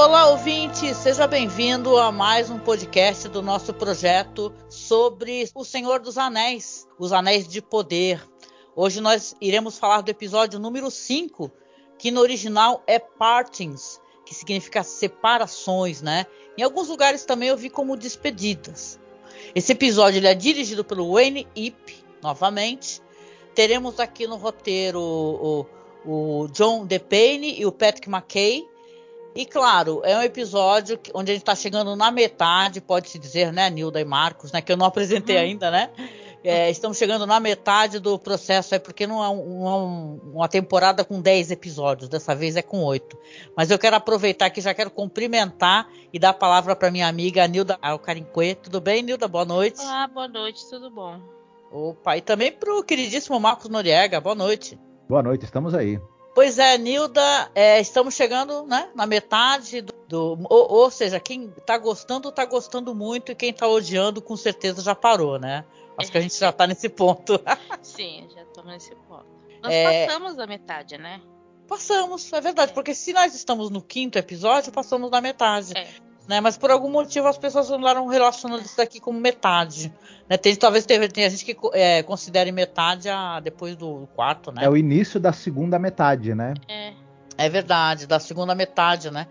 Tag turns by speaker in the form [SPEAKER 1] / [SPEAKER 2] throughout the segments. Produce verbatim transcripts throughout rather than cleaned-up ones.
[SPEAKER 1] Olá, ouvinte! Seja bem-vindo a mais um podcast do nosso projeto sobre O Senhor dos Anéis, Os Anéis de Poder. Hoje nós iremos falar do episódio número cinco, que no original é Partings, que significa separações, né? Em alguns lugares também eu vi como despedidas. Esse episódio ele é dirigido pelo Wayne Yip, novamente. Teremos aqui no roteiro o, o John DePayne e o Patrick McKay. E claro, é um episódio onde a gente está chegando na metade, pode-se dizer, né, Nilda e Marcos, né, que eu não apresentei uhum. ainda, né? É, estamos chegando na metade do processo, é porque não é, um, um, uma temporada com dez episódios, dessa vez é com oito. Mas eu quero aproveitar que já quero cumprimentar e dar a palavra para minha amiga Nilda Alcarinque. Tudo bem, Nilda? Boa noite.
[SPEAKER 2] Olá, boa noite, tudo bom?
[SPEAKER 1] Opa, e também para o queridíssimo Marcos Noriega, boa noite.
[SPEAKER 3] Boa noite, estamos aí.
[SPEAKER 1] Pois é, Nilda, é, estamos chegando, né, na metade do... do ou, ou seja, quem está gostando, está gostando muito, e quem está odiando, com certeza já parou, né? Acho que a gente já está nesse ponto.
[SPEAKER 2] Sim, já estamos nesse ponto. Nós
[SPEAKER 1] é...
[SPEAKER 2] passamos da metade, né?
[SPEAKER 1] Passamos, é verdade, é. Porque se nós estamos no quinto episódio, passamos da metade.
[SPEAKER 2] É.
[SPEAKER 1] Né, mas por algum motivo as pessoas andaram relacionando isso daqui como metade. Né? Tem, talvez tenha, tenha gente que é, considere metade a, depois do quarto, né?
[SPEAKER 3] É o início da segunda metade, né?
[SPEAKER 2] É.
[SPEAKER 1] É verdade, da segunda metade, né?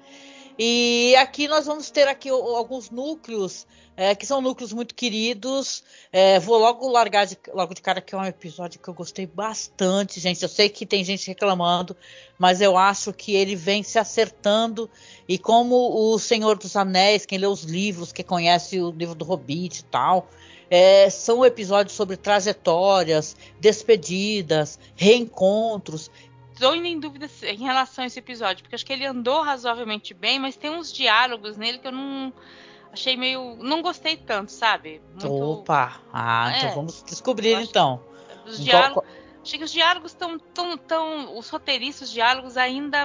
[SPEAKER 1] E aqui nós vamos ter aqui alguns núcleos, é, que são núcleos muito queridos. É, vou logo largar de, logo de cara que é um episódio que eu gostei bastante, gente. Eu sei que tem gente reclamando, mas eu acho que ele vem se acertando. E como o Senhor dos Anéis, quem lê os livros, quem conhece o livro do Hobbit e tal, é, são episódios sobre trajetórias, despedidas, reencontros.
[SPEAKER 2] Estou em dúvida em relação a esse episódio, porque acho que ele andou razoavelmente bem, mas tem uns diálogos nele que eu não achei meio... não gostei tanto, sabe?
[SPEAKER 1] Muito... Opa! Ah, é, então vamos descobrir então.
[SPEAKER 2] Os diálogos... Achei que os diálogos estão... Tão, tão, os roteiristas, os diálogos ainda...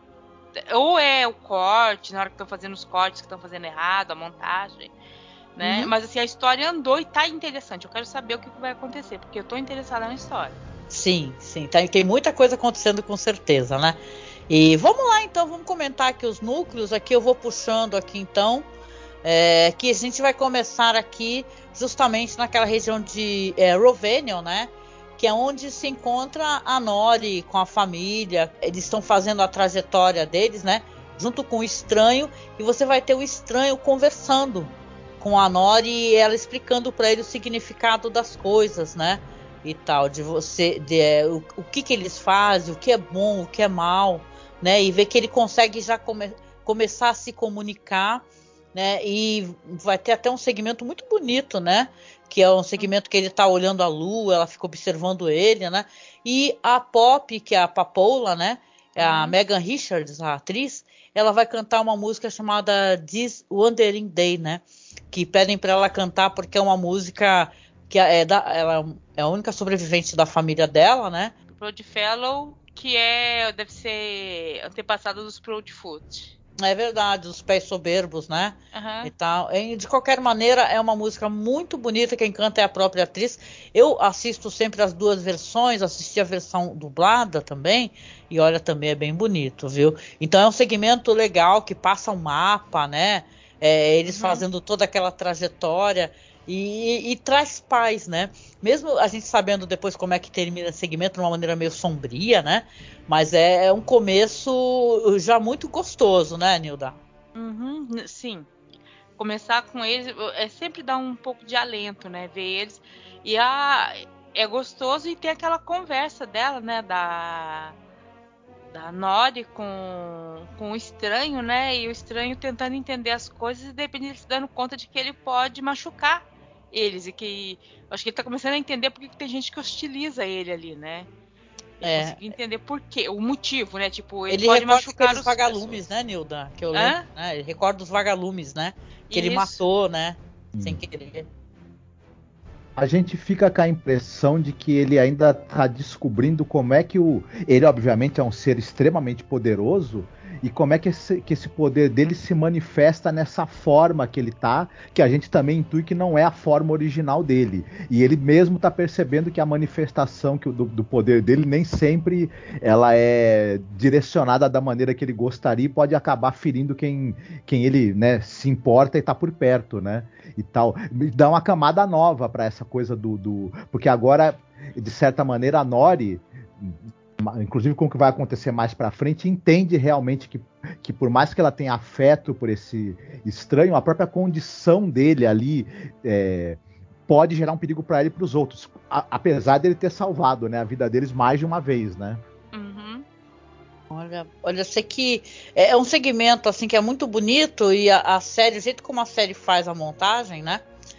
[SPEAKER 2] Ou é o corte, na hora que estão fazendo os cortes que estão fazendo errado, a montagem, né? Uhum. Mas assim, a história andou e tá interessante. Eu quero saber o que vai acontecer, porque eu tô interessada na história.
[SPEAKER 1] Sim, sim, tem, tem muita coisa acontecendo com certeza, né? E vamos lá então, vamos comentar aqui os núcleos, aqui eu vou puxando aqui então, é, que a gente vai começar aqui justamente naquela região de é, Rhovanion, né? Que é onde se encontra a Nori com a família, eles estão fazendo a trajetória deles, né? Junto com o estranho, e você vai ter o estranho conversando com a Nori e ela explicando para ele o significado das coisas, né? E tal, de você, de, é, o, o que que eles fazem, o que é bom, o que é mal, né? E ver que ele consegue já come, começar a se comunicar, né? E vai ter até um segmento muito bonito, né? Que é um segmento que ele tá olhando a lua, ela fica observando ele, né? E a Pop, que é a Papoula, né? É a uhum. Megan Richards, a atriz, ela vai cantar uma música chamada This Wandering Day, né? Que pedem para ela cantar porque é uma música que é da, ela é a única sobrevivente da família dela, né?
[SPEAKER 2] Proudfellow, que é deve ser antepassado dos Proudfoot.
[SPEAKER 1] É verdade, os pés soberbos, né?
[SPEAKER 2] Uhum.
[SPEAKER 1] E tal. E, de qualquer maneira, é uma música muito bonita. Quem canta é a própria atriz. Eu assisto sempre as duas versões, assisti a versão dublada também. E olha, também é bem bonito, viu? Então é um segmento legal que passa um mapa, né? É, eles uhum. fazendo toda aquela trajetória. E, e, e traz paz, né? Mesmo a gente sabendo depois como é que termina esse segmento de uma maneira meio sombria, né? Mas é, é um começo já muito gostoso, né, Nilda?
[SPEAKER 2] Uhum, sim. Começar com eles é sempre dar um pouco de alento, né? Ver eles. E a, é gostoso e tem aquela conversa dela, né? Da, da Nori com, com o estranho, né? E o estranho tentando entender as coisas e de repente se dando conta de que ele pode machucar eles. E que acho que ele tá começando a entender porque que tem gente que hostiliza ele ali, né? Ele é. conseguiu entender por quê, o motivo, né? Tipo, ele, ele pode machucar os
[SPEAKER 1] vagalumes,
[SPEAKER 2] pessoas.
[SPEAKER 1] né, Nilda? Que eu lembro, né? Ele recorda os vagalumes, né? Que
[SPEAKER 2] Isso.
[SPEAKER 1] ele matou, né?
[SPEAKER 3] Hum.
[SPEAKER 1] Sem querer.
[SPEAKER 3] A gente fica com a impressão de que ele ainda tá descobrindo como é que o... Ele, obviamente, é um ser extremamente poderoso e como é que esse, que esse poder dele se manifesta nessa forma que ele tá, que a gente também intui que não é a forma original dele. E ele mesmo tá percebendo que a manifestação que, do, do poder dele nem sempre ela é direcionada da maneira que ele gostaria e pode acabar ferindo quem, quem ele, né, se importa e tá por perto, né? E tal. Dá uma camada nova para essa coisa do, do. Porque agora, de certa maneira, a Nori, inclusive com o que vai acontecer mais para frente, entende realmente que, que por mais que ela tenha afeto por esse estranho, a própria condição dele ali é, pode gerar um perigo para ele e para os outros, a, apesar dele ter salvado, né, a vida deles mais de uma vez, né?
[SPEAKER 2] Uhum.
[SPEAKER 1] Olha, olha, eu sei que é um segmento assim que é muito bonito e a, a série, o jeito como a série faz a montagem, né?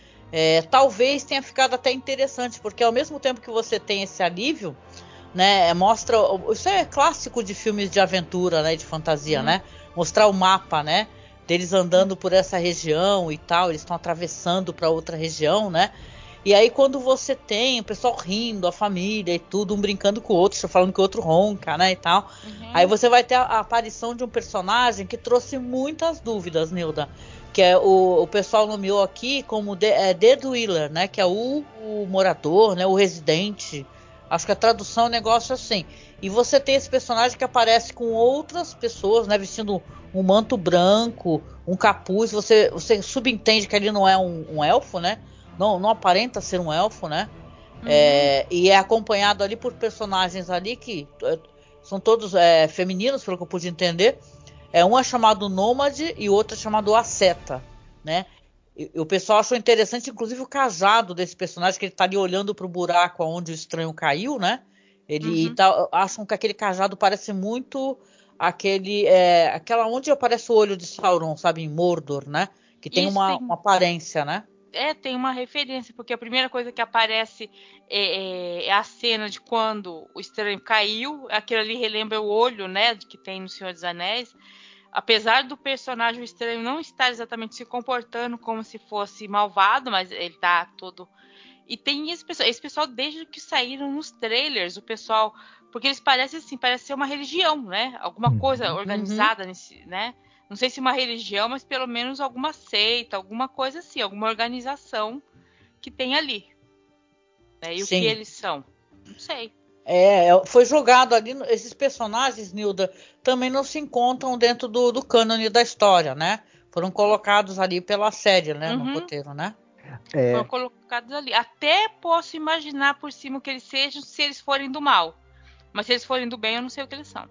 [SPEAKER 1] É, talvez tenha ficado até interessante, porque ao mesmo tempo que você tem esse alívio, né, mostra, isso é clássico de filmes de aventura, né, de fantasia,
[SPEAKER 2] Uhum.
[SPEAKER 1] né, mostrar o mapa, né, deles andando por essa região e tal, eles estão atravessando para outra região, né, e aí quando você tem o pessoal rindo, a família e tudo, um brincando com o outro, falando que o outro ronca, né, e tal,
[SPEAKER 2] Uhum.
[SPEAKER 1] aí você vai ter a, a aparição de um personagem que trouxe muitas dúvidas, Nilda, que é o, o pessoal nomeou aqui como de, é, Dead Wheeler, né, que é o, o morador, né, o residente. Acho que a tradução é um negócio assim. E você tem esse personagem que aparece com outras pessoas, né? Vestindo um manto branco, um capuz. Você, você subentende que ele não é um, um elfo, né? Não, não aparenta ser um elfo, né?
[SPEAKER 2] Uhum.
[SPEAKER 1] É, e é acompanhado ali por personagens ali que é, são todos é, femininos, pelo que eu pude entender. É, um é chamado Nômade e o outro é chamado Asceta, né? E, e o pessoal achou interessante, inclusive, o cajado desse personagem, que ele tá ali olhando pro buraco onde o estranho caiu, né? Ele
[SPEAKER 2] Uhum.
[SPEAKER 1] tá, acham que aquele cajado parece muito aquele. É, aquela onde aparece o olho de Sauron, sabe? Em Mordor, né? Que tem
[SPEAKER 2] Isso
[SPEAKER 1] uma,
[SPEAKER 2] tem,
[SPEAKER 1] uma aparência, né?
[SPEAKER 2] é, tem uma referência, porque a primeira coisa que aparece é, é, é a cena de quando o estranho caiu. Aquilo ali relembra o olho, né, que tem no Senhor dos Anéis. Apesar do personagem estranho não estar exatamente se comportando como se fosse malvado, mas ele tá todo. E tem esse pessoal, esse pessoal desde que saíram nos trailers, o pessoal, porque eles parecem assim, parece ser uma religião, né? Alguma coisa
[SPEAKER 3] Uhum.
[SPEAKER 2] organizada nesse, né? Não sei se uma religião, mas pelo menos alguma seita, alguma coisa assim, alguma organização que tem ali. Né? E o que
[SPEAKER 1] Sim.
[SPEAKER 2] eles são? Não sei.
[SPEAKER 1] É, foi jogado ali. Esses personagens, Nilda, também não se encontram dentro do, do cânone da história, né? Foram colocados ali pela série, né? No
[SPEAKER 2] Uhum.
[SPEAKER 1] roteiro, né?
[SPEAKER 2] Foram
[SPEAKER 3] É,
[SPEAKER 2] colocados ali. Até posso imaginar por cima o que eles sejam se eles forem do mal. Mas se eles forem do bem, eu não sei o que eles são.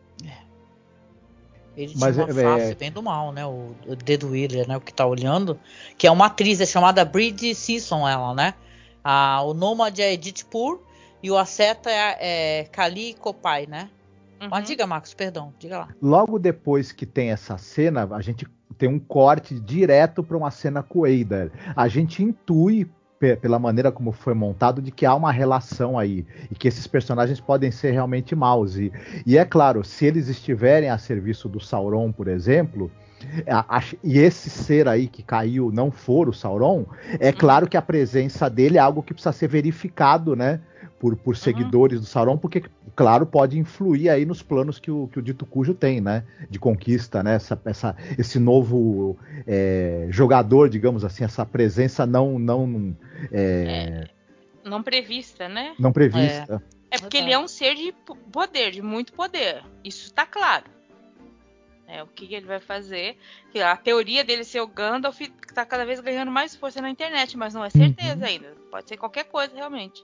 [SPEAKER 1] Ele tinha
[SPEAKER 3] mas é,
[SPEAKER 1] uma face
[SPEAKER 3] é,
[SPEAKER 1] bem do mal, né? O, o Dead Wheeler, né? O que tá olhando. Que é uma atriz, é chamada Bridie Simpson, ela, né? Ah, o Nômade é Edith Pur e o Asceta é, é Kali Kopai, né? Mas
[SPEAKER 2] Uhum.
[SPEAKER 1] diga, Marcos, perdão, diga lá.
[SPEAKER 3] logo depois que tem essa cena, a gente tem um corte direto para uma cena com o Eider. A gente intui, pe- pela maneira como foi montado, de que há uma relação aí e que esses personagens podem ser realmente maus. E, e é claro, se eles estiverem a serviço do Sauron, por exemplo, a- a- e esse ser aí que caiu não for o Sauron, é
[SPEAKER 2] Uhum.
[SPEAKER 3] claro que a presença dele é algo que precisa ser verificado, né? Por, por
[SPEAKER 2] Uhum.
[SPEAKER 3] seguidores do Sauron, porque, claro, pode influir aí nos planos que o, que o Dito Cujo tem, né? De conquista, né? Essa, essa, esse novo é, jogador, digamos assim, essa presença não, não, é,
[SPEAKER 2] Não prevista, né?
[SPEAKER 3] não
[SPEAKER 1] É,
[SPEAKER 3] prevista.
[SPEAKER 2] É porque ele é
[SPEAKER 1] verdade.
[SPEAKER 2] um ser de p- poder, de muito poder. Isso tá claro. É, o que, que ele vai fazer? Que a teoria dele ser o Gandalf tá cada vez ganhando mais força na internet, mas não é certeza
[SPEAKER 3] Uhum.
[SPEAKER 2] ainda. Pode ser qualquer coisa, realmente.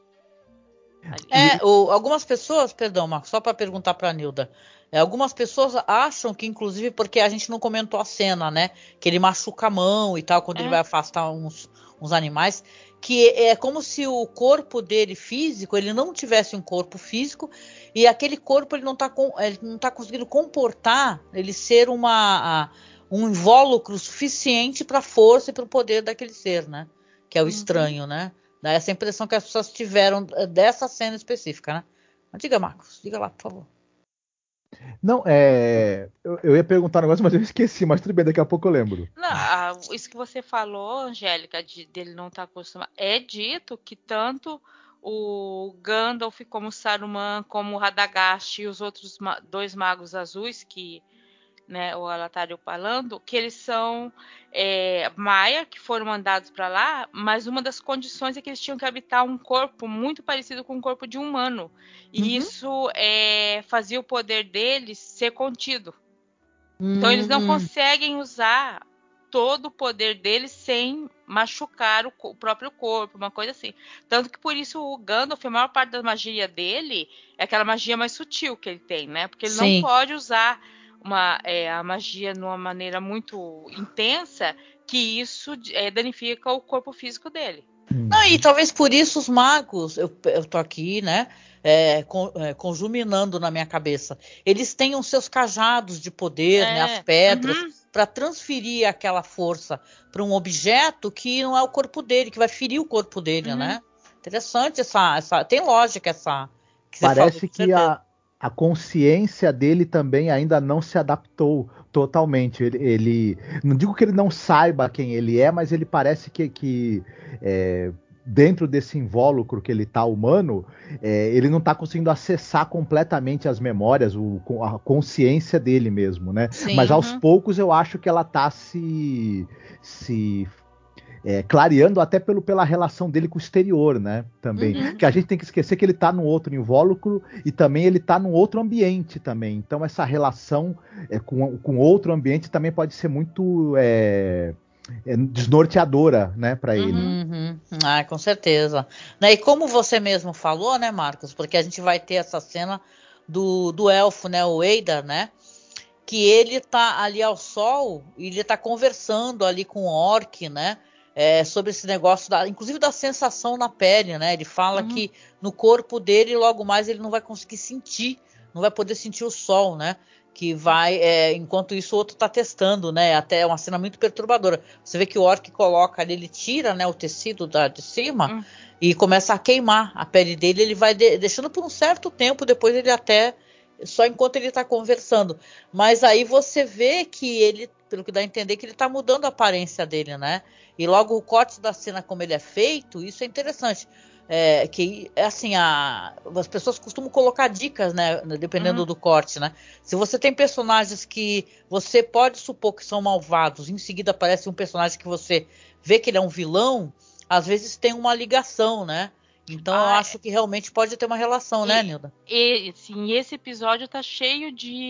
[SPEAKER 2] Ali.
[SPEAKER 3] E,
[SPEAKER 1] É, o- algumas pessoas, perdão, Marcos, só para perguntar para a Nilda. É, algumas pessoas acham que, inclusive, porque a gente não comentou a cena, né? Que ele machuca a mão e tal, quando ele
[SPEAKER 2] É.
[SPEAKER 1] vai afastar uns, uns animais, que é como se o corpo dele físico, ele não tivesse um corpo físico, e aquele corpo ele não está ele não tá conseguindo comportar ele ser uma, a- um invólucro suficiente para a força e para o poder daquele ser, né? Que é o
[SPEAKER 2] Uhum.
[SPEAKER 1] estranho, né? Dá essa impressão que as pessoas tiveram eh, dessa cena específica, né? Mas diga, Marcos, diga lá, por favor.
[SPEAKER 3] não, é, eu, eu ia perguntar um negócio, mas eu esqueci, mas tudo bem, daqui a pouco eu lembro.
[SPEAKER 2] Não, a- isso que você falou, Angélica, de, dele não estar acostumado. É dito que tanto o Gandalf como o Saruman, como o Radagast e os outros ma- dois magos azuis que né, o Alatari falando, que eles são é, Maia, que foram mandados para lá, mas uma das condições é que eles tinham que habitar um corpo muito parecido com o corpo de um humano. E
[SPEAKER 1] Uhum.
[SPEAKER 2] isso é, fazia o poder deles ser contido.
[SPEAKER 1] Hum.
[SPEAKER 2] Então eles não conseguem usar todo o poder deles sem machucar o, o próprio corpo, uma coisa assim. Tanto que por isso o Gandalf, a maior parte da magia dele é aquela magia mais sutil que ele tem, né? Porque ele
[SPEAKER 1] Sim.
[SPEAKER 2] não pode usar uma, é, a magia de uma maneira muito intensa, que isso é, danifica o corpo físico dele.
[SPEAKER 1] Não, e talvez por isso os magos, eu, eu tô aqui, né, é, con, é, conjuminando na minha cabeça, eles têm os seus cajados de poder,
[SPEAKER 2] É,
[SPEAKER 1] né, as pedras,
[SPEAKER 2] uhum.
[SPEAKER 1] para transferir aquela força para um objeto que não é o corpo dele, que vai ferir o corpo dele,
[SPEAKER 2] Uhum.
[SPEAKER 1] né? Interessante essa, essa, tem lógica essa. Que você
[SPEAKER 3] Parece
[SPEAKER 1] falou,
[SPEAKER 3] que a, a consciência dele também ainda não se adaptou totalmente. Ele, ele- não digo que ele não saiba quem ele é, mas ele parece que, que é, dentro desse invólucro que ele está humano, é, ele não está conseguindo acessar completamente as memórias, o, a consciência dele mesmo, né?
[SPEAKER 1] Sim.
[SPEAKER 3] Mas aos
[SPEAKER 2] Uhum.
[SPEAKER 3] poucos eu acho que ela está se, se é, clareando até pelo, pela relação dele com o exterior, né? Também.
[SPEAKER 1] Uhum.
[SPEAKER 3] Que a gente tem que esquecer que ele está num outro invólucro e também ele está num outro ambiente também. Então essa relação é, com, com outro ambiente também pode ser muito é, é, desnorteadora, né, para ele.
[SPEAKER 1] Uhum. Ah, com certeza. Né, e como você mesmo falou, né, Marcos? Porque a gente vai ter essa cena do, do elfo, né, o Eida, né? Que ele tá ali ao sol e ele tá conversando ali com o orc, né? É, sobre esse negócio, da, inclusive da sensação na pele, né? Ele fala
[SPEAKER 2] Uhum.
[SPEAKER 1] que no corpo dele, logo mais, ele não vai conseguir sentir, não vai poder sentir o sol, né? Que vai, é, enquanto isso o outro tá testando, né? Até é uma cena muito perturbadora. Você vê que o orc coloca ali, ele tira, né, o tecido da, de cima
[SPEAKER 2] Uhum.
[SPEAKER 1] e começa a queimar a pele dele. Ele vai de, deixando por um certo tempo, depois ele até só enquanto ele está conversando. Mas aí você vê que ele, pelo que dá a entender, que ele está mudando a aparência dele, né? E logo o corte da cena como ele é feito, isso é interessante. É, que assim, a, as pessoas costumam colocar dicas, né? Dependendo
[SPEAKER 2] Uhum.
[SPEAKER 1] do corte, né? Se você tem personagens que você pode supor que são malvados, em seguida aparece um personagem que você vê que ele é um vilão, às vezes tem uma ligação, né? Então eu
[SPEAKER 2] Ah,
[SPEAKER 1] acho que realmente pode ter uma relação, né,
[SPEAKER 2] e,
[SPEAKER 1] Nilda?
[SPEAKER 2] e sim, esse episódio tá cheio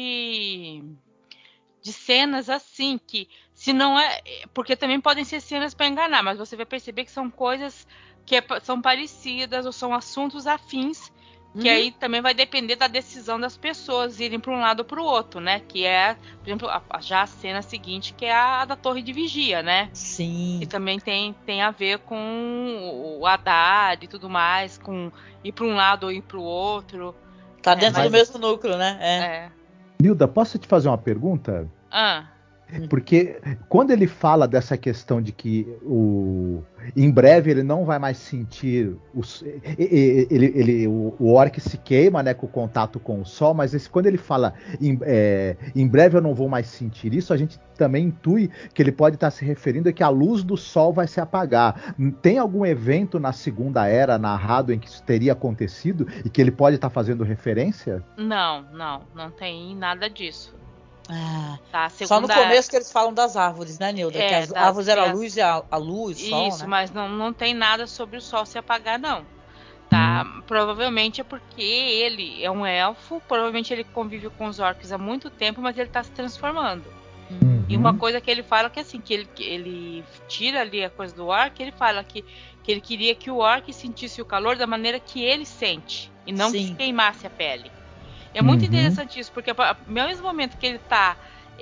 [SPEAKER 2] de de cenas assim que se não é, porque também podem ser cenas para enganar, mas você vai perceber que são coisas que é, são parecidas ou são assuntos afins, que
[SPEAKER 1] Uhum.
[SPEAKER 2] aí também vai depender da decisão das pessoas irem para um lado ou para o outro, né? Que é, por exemplo, a, já a cena seguinte, que é a da torre de vigia, né?
[SPEAKER 1] Sim.
[SPEAKER 2] Que também tem, tem a ver com o Haddad e tudo mais, com ir para um lado ou ir para o outro.
[SPEAKER 1] Tá
[SPEAKER 2] É,
[SPEAKER 1] dentro do
[SPEAKER 2] mas
[SPEAKER 1] mesmo núcleo, né? É.
[SPEAKER 2] é.
[SPEAKER 3] Nilda, posso te fazer uma pergunta?
[SPEAKER 2] Ah,
[SPEAKER 3] Porque quando ele fala dessa questão de que o, em breve ele não vai mais sentir os, ele, ele, ele, o, o orc se queima, né, com o contato com o sol, mas esse, quando ele fala em, é, em breve eu não vou mais sentir isso, a gente também intui que ele pode estar se referindo a que a luz do sol vai se apagar. Tem algum evento na Segunda Era narrado em que isso teria acontecido e que ele pode estar fazendo referência?
[SPEAKER 2] não, não, não tem nada disso.
[SPEAKER 1] Ah,
[SPEAKER 2] Tá,
[SPEAKER 1] só no
[SPEAKER 2] segunda
[SPEAKER 1] começo que eles falam das árvores, né, Nilda? Que
[SPEAKER 2] é
[SPEAKER 1] as
[SPEAKER 2] das
[SPEAKER 1] árvores eram a
[SPEAKER 2] que
[SPEAKER 1] luz e a, a luz, sol,
[SPEAKER 2] isso,
[SPEAKER 1] né?
[SPEAKER 2] mas não, não tem nada sobre o sol se apagar, não. Tá? Provavelmente é porque ele é um elfo, provavelmente ele convive com os orcs há muito tempo, mas ele tá se transformando.
[SPEAKER 1] Hum.
[SPEAKER 2] E uma coisa que ele fala que assim, que ele, que ele tira ali a coisa do orc, ele fala que, que ele queria que o orc sentisse o calor da maneira que ele sente, e não
[SPEAKER 1] Sim.
[SPEAKER 2] que queimasse a pele. É muito
[SPEAKER 3] Uhum.
[SPEAKER 2] interessante isso, porque ao mesmo momento que ele tá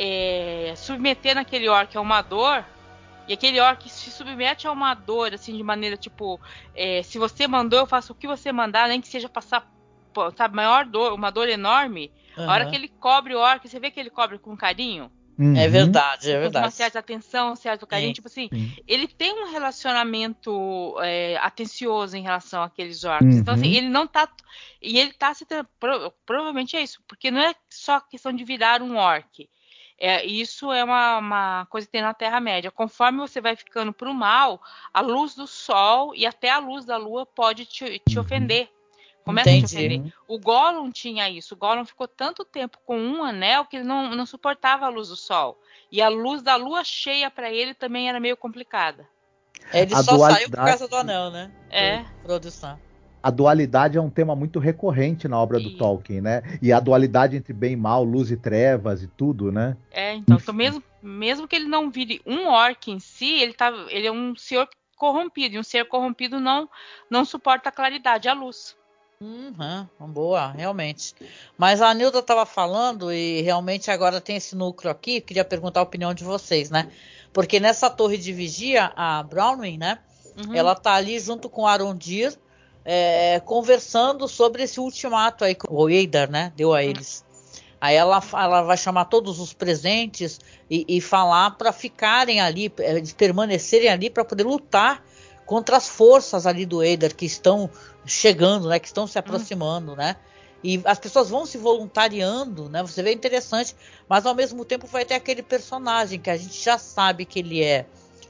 [SPEAKER 2] é, submetendo aquele orc a uma dor, e aquele orc se submete a uma dor, assim, de maneira, tipo, é, se você mandou, eu faço o que você mandar, nem que seja passar, sabe, maior dor, uma dor enorme.
[SPEAKER 1] Uhum.
[SPEAKER 2] A hora que ele cobre o orc, você vê que ele cobre com carinho?
[SPEAKER 3] Uhum.
[SPEAKER 1] É verdade, é
[SPEAKER 2] Com uma
[SPEAKER 1] verdade.
[SPEAKER 2] certa atenção, um certo carinho,
[SPEAKER 1] Sim.
[SPEAKER 2] tipo assim,
[SPEAKER 3] Sim.
[SPEAKER 2] ele tem um relacionamento é, atencioso em relação àqueles orcs.
[SPEAKER 3] Uhum.
[SPEAKER 2] Então, assim, ele não tá. E ele tá se. Pro, provavelmente é isso, porque não é só questão de virar um orc. É, isso é uma, uma coisa que tem na Terra-média. Conforme você vai ficando pro mal, a luz do sol e até a luz da lua pode te, te
[SPEAKER 3] Uhum.
[SPEAKER 2] ofender. Começa a
[SPEAKER 1] Entendi.
[SPEAKER 2] entender. O Gollum tinha isso. O Gollum ficou tanto tempo com um anel que ele não, não suportava a luz do sol. E a luz da lua cheia para ele também era meio complicada.
[SPEAKER 1] Ele
[SPEAKER 3] A
[SPEAKER 1] só saiu por
[SPEAKER 3] dualidade-
[SPEAKER 1] causa do anel, né?
[SPEAKER 2] É.
[SPEAKER 1] Por produção.
[SPEAKER 3] A dualidade é um tema muito recorrente na obra do
[SPEAKER 2] E-
[SPEAKER 3] Tolkien, né? E a dualidade entre bem e mal, luz e trevas e tudo, né?
[SPEAKER 2] É, então, então mesmo, mesmo que ele não vire um orc em si, ele, tá, ele é um senhor corrompido. E um ser corrompido não, não suporta a claridade, a luz.
[SPEAKER 1] Uhum, boa, realmente. Mas a Nilda estava falando e realmente agora tem esse núcleo aqui. Queria perguntar a opinião de vocês, né? Porque nessa torre de vigia, a Bronwyn, né?
[SPEAKER 2] Uhum.
[SPEAKER 1] Ela tá ali junto com Arondir, é, conversando sobre esse ultimato aí que o Eidar, né? Deu a eles. Aí ela, ela vai chamar todos os presentes e, e falar para ficarem ali, é, permanecerem ali para poder lutar contra as forças ali do Eidar que estão chegando, né? Que estão se aproximando, né? E as pessoas vão se voluntariando, né? Você vê interessante, mas ao mesmo tempo vai ter aquele personagem que a gente já sabe que ele é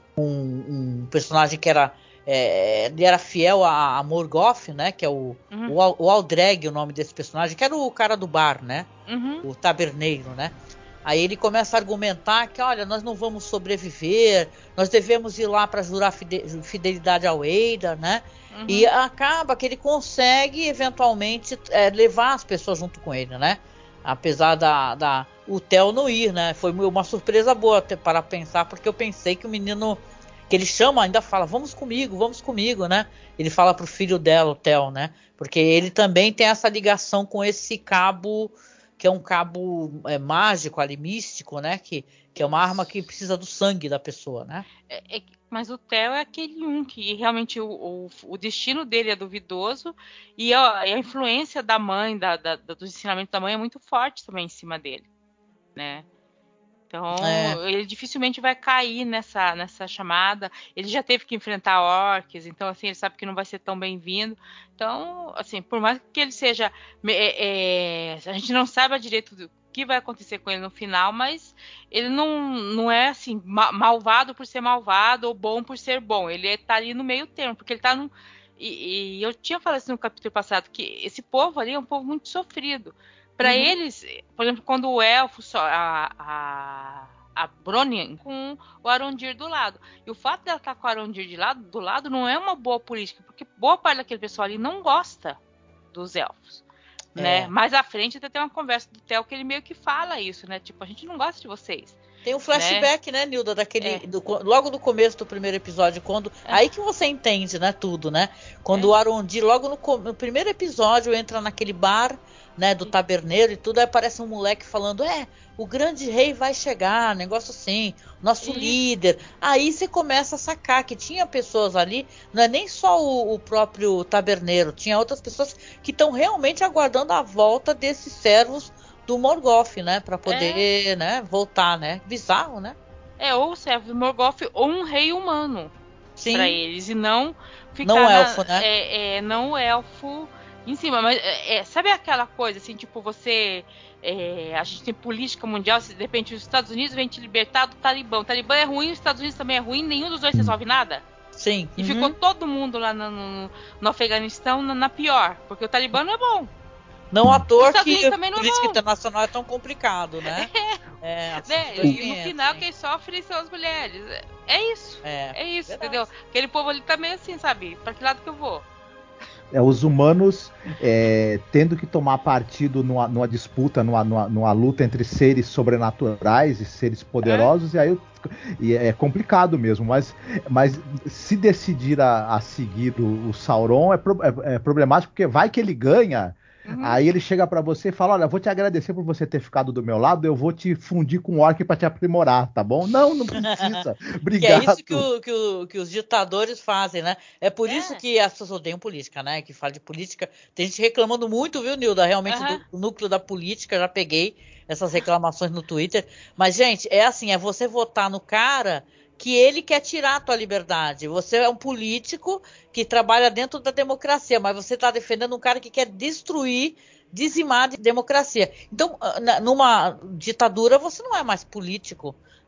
[SPEAKER 1] um, um personagem que era, é, ele era fiel a, a Morgoth, né? Que é o,
[SPEAKER 2] Uhum.
[SPEAKER 1] o, o Aldreg, o nome desse personagem, que era o cara do bar, né?
[SPEAKER 2] Uhum.
[SPEAKER 1] O taberneiro, né? Aí ele começa a argumentar que, olha, nós não vamos sobreviver, nós devemos ir lá para jurar fidelidade ao Eidar, né?
[SPEAKER 2] Uhum.
[SPEAKER 1] E acaba que ele consegue, eventualmente, é, levar as pessoas junto com ele, né? Apesar da, da o Theo não ir, né? Foi uma surpresa boa até para pensar, porque eu pensei que o menino que ele chama ainda fala, vamos comigo, vamos comigo, né? Ele fala pro filho dela, o Theo, né? Porque ele também tem essa ligação com esse cabo, que é um cabo é, mágico ali, místico, né? Que, que é uma arma que precisa do sangue da pessoa, né?
[SPEAKER 2] É, é, mas o Theo é aquele um que realmente o, o, o destino dele é duvidoso e a, a influência da mãe, da, da, dos ensinamentos da mãe é muito forte também em cima dele, né? Então,
[SPEAKER 1] É.
[SPEAKER 2] ele dificilmente vai cair nessa, nessa chamada. Ele já teve que enfrentar orcs, então, assim, ele sabe que não vai ser tão bem-vindo. Então, assim, por mais que ele seja... É, é, a gente não sabe a direito do que vai acontecer com ele no final, mas ele não, não é, assim, ma- malvado por ser malvado ou bom por ser bom. Ele está ali no meio termo, porque ele está num... E, e eu tinha falado isso no capítulo passado, que esse povo ali é um povo muito sofrido. Para
[SPEAKER 1] Uhum.
[SPEAKER 2] eles, por exemplo, quando o elfo, só, a, a, a Bronian com o Arondir do lado. E o fato dela estar com o Arondir de lado, do lado não é uma boa política, porque boa parte daquele pessoal ali não gosta dos elfos. Né?
[SPEAKER 1] É.
[SPEAKER 2] Mais à frente até tem uma conversa do Theo que ele meio que fala isso, né? Tipo, a gente não gosta de vocês.
[SPEAKER 1] Tem um flashback, né, né Nilda, daquele.
[SPEAKER 2] É.
[SPEAKER 1] Do, logo do começo do primeiro episódio, quando.
[SPEAKER 2] É.
[SPEAKER 1] Aí que você entende, né, tudo, né? Quando
[SPEAKER 2] É.
[SPEAKER 1] o Arondir, logo no, no primeiro episódio, entra naquele bar, né, do taberneiro e tudo, aí aparece um moleque falando, é, o grande rei vai chegar, negócio assim, nosso
[SPEAKER 2] Isso.
[SPEAKER 1] líder. Aí você começa a sacar que tinha pessoas ali, não é nem só o, o próprio taberneiro, tinha outras pessoas que estão realmente aguardando a volta desses servos do Morgoth, né, para poder, é. né, voltar, né, bizarro, né?
[SPEAKER 2] É, ou o servo do Morgoth ou um rei humano para eles, e não ficar
[SPEAKER 1] não
[SPEAKER 2] na,
[SPEAKER 1] elfo, né?
[SPEAKER 2] É, é, não elfo em cima, mas é, é, sabe aquela coisa assim, tipo, você é, a gente tem política mundial, se de repente os Estados Unidos vêm te libertar do Talibã, o Talibã é ruim, os Estados Unidos também é ruim, nenhum dos dois resolve nada.
[SPEAKER 1] Sim.
[SPEAKER 2] E
[SPEAKER 1] uhum.
[SPEAKER 2] ficou todo mundo lá no, no, no Afeganistão na, na pior, porque o Talibã não é bom.
[SPEAKER 1] Não à toa que a
[SPEAKER 2] é
[SPEAKER 1] política internacional é tão complicado, né?
[SPEAKER 2] É,
[SPEAKER 1] é assim,
[SPEAKER 2] né? E no final quem sofre são as mulheres. É isso. É, é isso, verdade. Entendeu? Aquele povo ali tá meio assim, sabe? Pra que lado que eu vou?
[SPEAKER 3] É, os humanos é, tendo que tomar partido numa, numa disputa, numa, numa, numa luta entre seres sobrenaturais e seres poderosos, é. e aí e é complicado mesmo, mas, mas se decidir a, a seguir o, o Sauron é, pro, é, é problemático, porque vai que ele ganha. Uhum. Aí ele chega pra você e fala, olha, vou te agradecer por você ter ficado do meu lado, eu vou te fundir com o orc pra te aprimorar, tá bom? Não, não precisa. Obrigado.
[SPEAKER 1] Que é isso que, o, que, o, que os ditadores fazem, né? É por é. isso que as pessoas odeiam política, né? Que fala de política. Tem gente reclamando muito, viu, Nilda? Realmente uhum. do, do núcleo da política, já peguei essas reclamações no Twitter. Mas, gente, é assim, é você votar no cara que ele quer tirar a tua liberdade. Você é um político que trabalha dentro da democracia, mas você está defendendo um cara que quer destruir, dizimar a democracia. Então, numa ditadura, você não é mais político,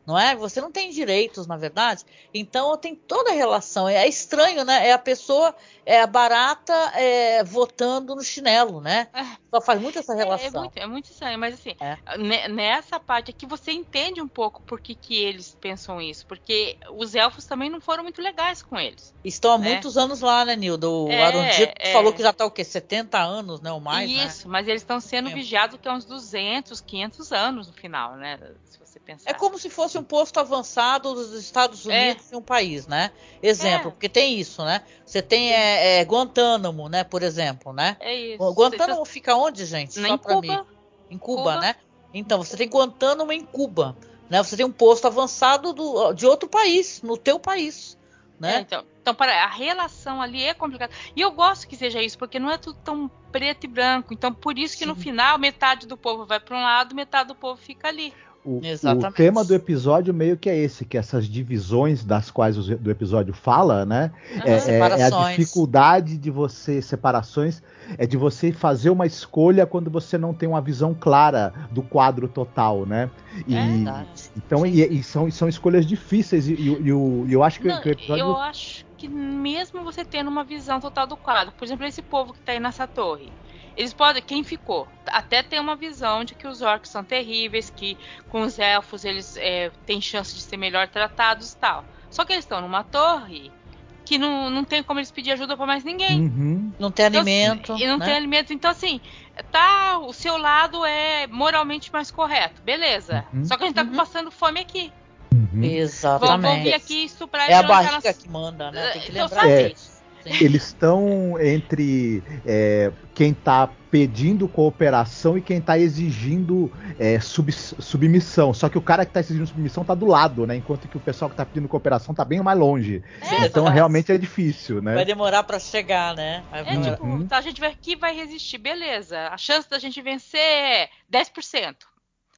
[SPEAKER 1] não é? Você não tem direitos, na verdade. Então tem toda a relação. É estranho, né? É a pessoa, é a barata é, votando no chinelo, né? Só faz muito essa relação.
[SPEAKER 2] É, é, muito, é muito estranho, mas assim,
[SPEAKER 1] é.
[SPEAKER 2] nessa parte aqui você entende um pouco por que, que eles pensam isso, porque os elfos também não foram muito legais com eles.
[SPEAKER 1] Estão há
[SPEAKER 2] né?
[SPEAKER 1] muitos anos lá, né, Nildo? O
[SPEAKER 2] é,
[SPEAKER 1] Arundhalo
[SPEAKER 2] é.
[SPEAKER 1] falou que já está o quê? setenta anos, né? Ou mais,
[SPEAKER 2] Isso,
[SPEAKER 1] né?
[SPEAKER 2] mas eles estão sendo
[SPEAKER 1] É.
[SPEAKER 2] vigiados que há uns duzentos, quinhentos anos no final, né? Se você pensar.
[SPEAKER 1] É como se fosse um posto avançado dos Estados Unidos
[SPEAKER 2] é.
[SPEAKER 1] em um país, né? Exemplo,
[SPEAKER 2] É.
[SPEAKER 1] porque tem isso, né? Você tem é, é, Guantánamo, né? Por exemplo, né?
[SPEAKER 2] É isso.
[SPEAKER 1] Guantánamo fica onde, gente?
[SPEAKER 2] Na,
[SPEAKER 1] Só
[SPEAKER 2] em
[SPEAKER 1] para mim.
[SPEAKER 2] Cuba.
[SPEAKER 1] Em Cuba,
[SPEAKER 2] Cuba,
[SPEAKER 1] né? Então, você tem Guantánamo em Cuba, né? Você tem um posto avançado do, de outro país, no teu país, né?
[SPEAKER 2] É, então, então para, a relação ali é complicada. E eu gosto que seja isso, porque não é tudo tão preto e branco. Então, por isso que
[SPEAKER 1] Sim.
[SPEAKER 2] no final, metade do povo vai para um lado, metade do povo fica ali.
[SPEAKER 3] O, o tema do episódio meio que é esse, que essas divisões das quais o do episódio fala, né?
[SPEAKER 2] Uhum.
[SPEAKER 3] É, é, é a dificuldade de você, separações, é de você fazer uma escolha quando você não tem uma visão clara do quadro total, né? E,
[SPEAKER 2] é
[SPEAKER 3] então, e, e, são, são escolhas difíceis, e, e, e, e eu acho que,
[SPEAKER 2] não,
[SPEAKER 3] que o episódio.
[SPEAKER 2] Eu acho que mesmo você tendo uma visão total do quadro, por exemplo, esse povo que tá aí nessa torre. Eles podem, quem ficou, até tem uma visão de que os orcs são terríveis, que com os elfos eles é, têm chance de ser melhor tratados e tal. Só que eles estão numa torre que não, não tem como eles pedir ajuda para mais ninguém.
[SPEAKER 3] Uhum.
[SPEAKER 1] Não tem
[SPEAKER 2] então,
[SPEAKER 1] alimento.
[SPEAKER 2] E não
[SPEAKER 1] né?
[SPEAKER 2] tem alimento. Então, assim, tá, o seu lado é moralmente mais correto. Beleza.
[SPEAKER 3] Uhum.
[SPEAKER 2] Só que a gente tá
[SPEAKER 1] Uhum.
[SPEAKER 2] passando fome aqui.
[SPEAKER 3] Uhum.
[SPEAKER 1] Exatamente.
[SPEAKER 2] Vão, vão vir aqui estuprar
[SPEAKER 1] É a
[SPEAKER 2] e levantar
[SPEAKER 1] barriga
[SPEAKER 2] nas...
[SPEAKER 1] que manda, né? Tem que
[SPEAKER 2] então,
[SPEAKER 1] lembrar
[SPEAKER 2] sabe?
[SPEAKER 1] disso.
[SPEAKER 3] Eles estão entre é, quem está pedindo cooperação e quem está exigindo é, sub, submissão. Só que o cara que está exigindo submissão está do lado, né? Enquanto que o pessoal que está pedindo cooperação está bem mais longe.
[SPEAKER 2] É,
[SPEAKER 3] então
[SPEAKER 2] tá.
[SPEAKER 3] realmente é difícil, né?
[SPEAKER 1] Vai demorar para chegar, né? Vai
[SPEAKER 2] É
[SPEAKER 1] demorar.
[SPEAKER 2] tipo, tá, a gente vai aqui vai resistir, beleza. A chance da gente vencer é dez por cento.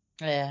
[SPEAKER 1] É.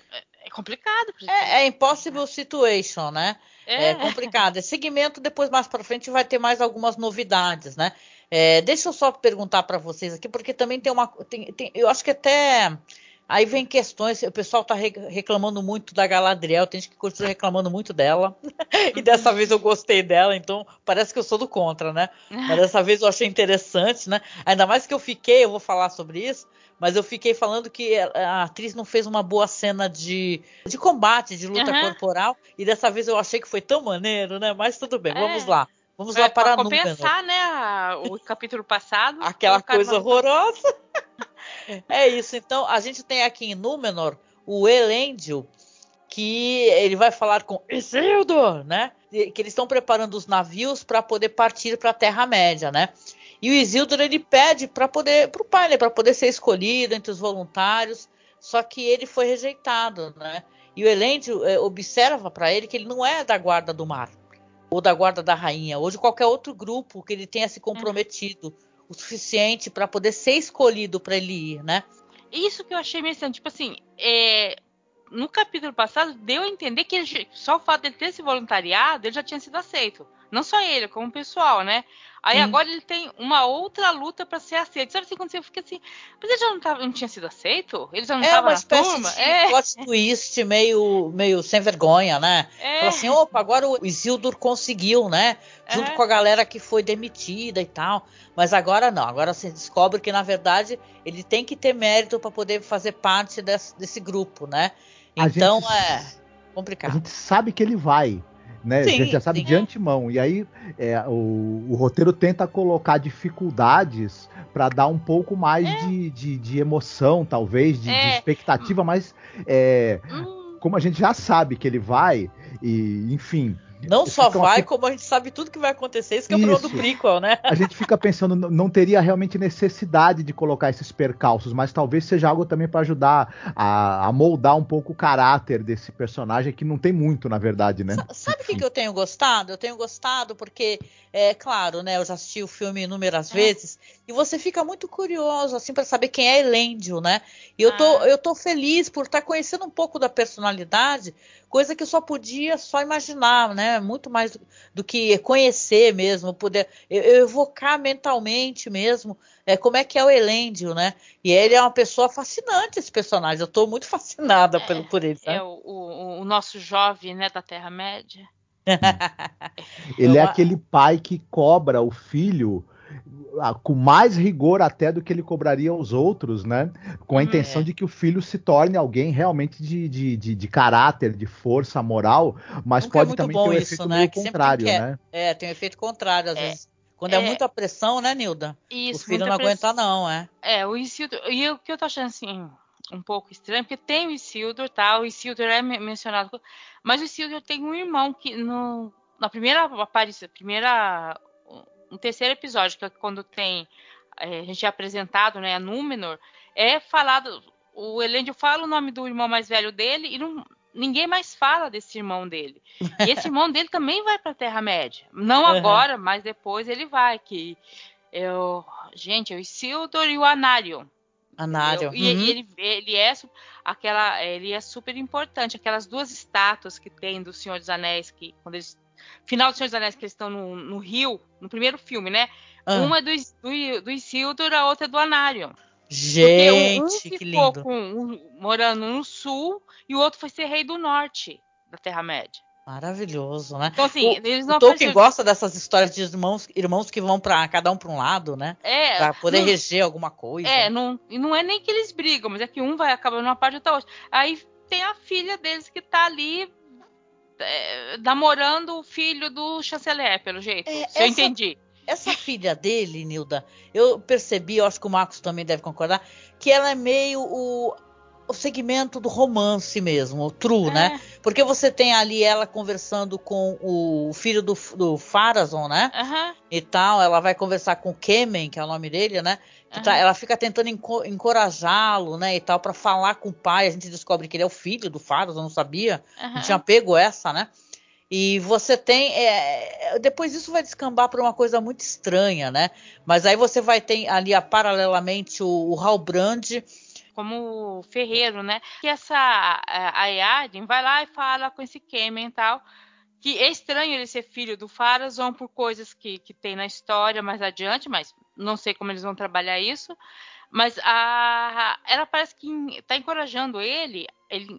[SPEAKER 2] É complicado.
[SPEAKER 1] É, é impossible situation, né?
[SPEAKER 2] É,
[SPEAKER 1] É complicado. Esse segmento, depois mais para frente, vai ter mais algumas novidades, né? É, deixa eu só perguntar para vocês aqui, porque também tem uma. Tem, tem, eu acho que até. Aí vem questões, o pessoal está reclamando muito da Galadriel, tem gente que continua reclamando muito dela. E dessa vez eu gostei dela, então parece que eu sou do contra, né? Mas dessa vez eu achei interessante, né? Ainda mais que eu fiquei, eu vou falar sobre isso, mas eu fiquei falando que a atriz não fez uma boa cena de, de combate, de luta
[SPEAKER 2] uhum.
[SPEAKER 1] corporal, e dessa vez eu achei que foi tão maneiro, né? Mas tudo bem,
[SPEAKER 2] É.
[SPEAKER 1] vamos lá. Vamos
[SPEAKER 2] é,
[SPEAKER 1] lá para
[SPEAKER 2] Númenor. Compensar, né, a, o capítulo passado.
[SPEAKER 1] Aquela coisa
[SPEAKER 2] uma...
[SPEAKER 1] horrorosa. É isso, então a gente tem aqui em Númenor o Elendil, que ele vai falar com Isildur, né? Que eles estão preparando os navios para poder partir para a Terra-média, né? E o Isildur ele pede para poder, para o pai, né? Para poder ser escolhido entre os voluntários, só que ele foi rejeitado, né? E o Elendil é, observa para ele que ele não é da Guarda do Mar, ou da Guarda da Rainha, ou de qualquer outro grupo que ele tenha se comprometido uhum. o suficiente para poder ser escolhido para ele ir, né?
[SPEAKER 2] Isso que eu achei meio assim, tipo assim, é... no capítulo passado deu a entender que ele, só o fato dele ter se voluntariado, ele já tinha sido aceito. Não só ele, como o pessoal, né? Aí hum. agora ele tem uma outra luta para ser aceito. Sabe o que aconteceu? Eu fiquei assim, mas ele já não, tava, não tinha sido aceito? Ele já não estava
[SPEAKER 1] é
[SPEAKER 2] na turma?
[SPEAKER 1] É uma espécie de plot twist meio, meio sem vergonha, né?
[SPEAKER 2] É.
[SPEAKER 1] Fala assim, opa, agora o Isildur conseguiu, né? Junto é. com a galera que foi demitida e tal. Mas agora não, agora você descobre que, na verdade, ele tem que ter mérito para poder fazer parte desse, desse grupo, né? Então gente, é complicado.
[SPEAKER 3] A gente sabe que ele vai, né?
[SPEAKER 1] Sim,
[SPEAKER 3] a gente já sabe
[SPEAKER 1] sim.
[SPEAKER 3] de antemão. E aí é, o, o roteiro tenta colocar dificuldades para dar um pouco mais é. de, de, de emoção, talvez, de, é. de expectativa, mas é, hum. como a gente já sabe que ele vai, e enfim.
[SPEAKER 1] Não só vai, aqui... como a gente sabe tudo que vai acontecer, isso que é o problema do prequel, né?
[SPEAKER 3] A gente fica pensando, não teria realmente necessidade de colocar esses percalços, mas talvez seja algo também para ajudar a, a moldar um pouco o caráter desse personagem, que não tem muito, na verdade, né?
[SPEAKER 1] Sabe o que, que eu tenho gostado? Eu tenho gostado porque, é claro, né? Eu já assisti o filme inúmeras é. vezes, e você fica muito curioso, assim, para saber quem é Elendil, né? E eu tô, ah. eu tô feliz por estar tá conhecendo um pouco da personalidade, coisa que eu só podia só imaginar, né? Muito mais do, do que conhecer mesmo, poder eu, eu evocar mentalmente mesmo é, como é que é o Elendil, né? E ele é uma pessoa fascinante, esse personagem. Eu estou muito fascinada pelo, por ele,
[SPEAKER 2] É
[SPEAKER 1] sabe?
[SPEAKER 2] o, o, o nosso jovem, né, da Terra-média.
[SPEAKER 1] É
[SPEAKER 3] Ele é
[SPEAKER 1] uma...
[SPEAKER 3] aquele pai que cobra o filho ah, com mais rigor até do que ele cobraria os outros, né? Com a
[SPEAKER 2] Uhum.
[SPEAKER 3] intenção
[SPEAKER 1] é.
[SPEAKER 3] de que o filho se torne alguém realmente de, de, de, de caráter, de força moral, mas
[SPEAKER 1] Nunca é
[SPEAKER 3] pode
[SPEAKER 1] muito
[SPEAKER 3] também ter
[SPEAKER 1] bom
[SPEAKER 3] o
[SPEAKER 1] isso,
[SPEAKER 3] efeito
[SPEAKER 1] né?
[SPEAKER 3] meio
[SPEAKER 1] Que sempre tem que
[SPEAKER 3] contrário,
[SPEAKER 1] é,
[SPEAKER 3] né?
[SPEAKER 1] é, tem um efeito contrário, às
[SPEAKER 2] É,
[SPEAKER 1] vezes. Quando é
[SPEAKER 2] é
[SPEAKER 1] muita pressão, né, Nilda? O
[SPEAKER 2] isso,
[SPEAKER 1] filho
[SPEAKER 2] muita
[SPEAKER 1] não aguenta,
[SPEAKER 2] pressão.
[SPEAKER 1] não, é.
[SPEAKER 2] É, o Isildur. E o que eu tô achando assim, um pouco estranho, porque tem o Isildur, tá? O Isildur é men- mencionado, mas o Isildur tem um irmão que no, na primeira aparição, primeira, no terceiro episódio, que é quando tem, é, a gente é apresentado, né, a Númenor, é falado, o Elendil fala o nome do irmão mais velho dele e não, ninguém mais fala desse irmão dele. E esse irmão dele também vai pra Terra-média. Não
[SPEAKER 1] Uhum.
[SPEAKER 2] agora, mas depois ele vai, que eu, gente, é o Isildur e o Anarion, entendeu?
[SPEAKER 1] Anário.
[SPEAKER 2] E, e
[SPEAKER 1] Uhum.
[SPEAKER 2] ele, ele é su- aquela, ele é super importante. Aquelas duas estátuas que tem do Senhor dos Anéis, que quando eles, final do Senhor dos Anéis, que eles estão no, no rio, no primeiro filme, né?
[SPEAKER 1] Ah.
[SPEAKER 2] Uma é do, Is- do, do Isildur, a outra é do Anarion. Porque um, um
[SPEAKER 1] Gente, que
[SPEAKER 2] ficou
[SPEAKER 1] lindo.
[SPEAKER 2] com um, morando no sul e o outro foi ser rei do norte da Terra-média.
[SPEAKER 1] Maravilhoso, né?
[SPEAKER 2] Então, assim,
[SPEAKER 1] O,
[SPEAKER 2] eles
[SPEAKER 1] o
[SPEAKER 2] não
[SPEAKER 1] Tolkien
[SPEAKER 2] apareceram.
[SPEAKER 1] gosta dessas histórias de irmãos, irmãos que vão para cada um para um lado, né?
[SPEAKER 2] É,
[SPEAKER 1] Para poder
[SPEAKER 2] não,
[SPEAKER 1] reger alguma coisa.
[SPEAKER 2] É, não, e não é nem que eles brigam, mas é que um vai acabando numa parte e outra outra. Aí tem a filha deles que tá ali é, namorando o filho do chanceler, pelo jeito.
[SPEAKER 1] É,
[SPEAKER 2] Se eu
[SPEAKER 1] essa
[SPEAKER 2] entendi.
[SPEAKER 1] essa filha dele, Nilda, eu percebi, eu acho que o Marcos também deve concordar, que ela é meio o, o segmento do romance mesmo, o true, né?
[SPEAKER 2] É,
[SPEAKER 1] Porque você tem ali ela conversando com o filho do, do Pharazôn, né?
[SPEAKER 2] aham,
[SPEAKER 1] E tal, ela vai conversar com o Kemen, que é o nome dele, né? Que tá,
[SPEAKER 2] aham,
[SPEAKER 1] ela fica tentando enco- encorajá-lo, né? E tal, para falar com o pai. A gente descobre que ele é o filho do Pharazôn, eu não sabia, não tinha
[SPEAKER 2] aham.
[SPEAKER 1] pego essa, né? E você tem. É, depois isso vai descambar para uma coisa muito estranha, né? Mas aí você vai ter ali, paralelamente, o, o Halbrand.
[SPEAKER 2] Como ferreiro, né? Que essa a a Earien vai lá e fala com esse Kemen e tal. Que é estranho ele ser filho do Pharazôn por coisas que, que tem na história mais adiante, mas não sei como eles vão trabalhar isso. Mas a, ela parece que está encorajando ele, ele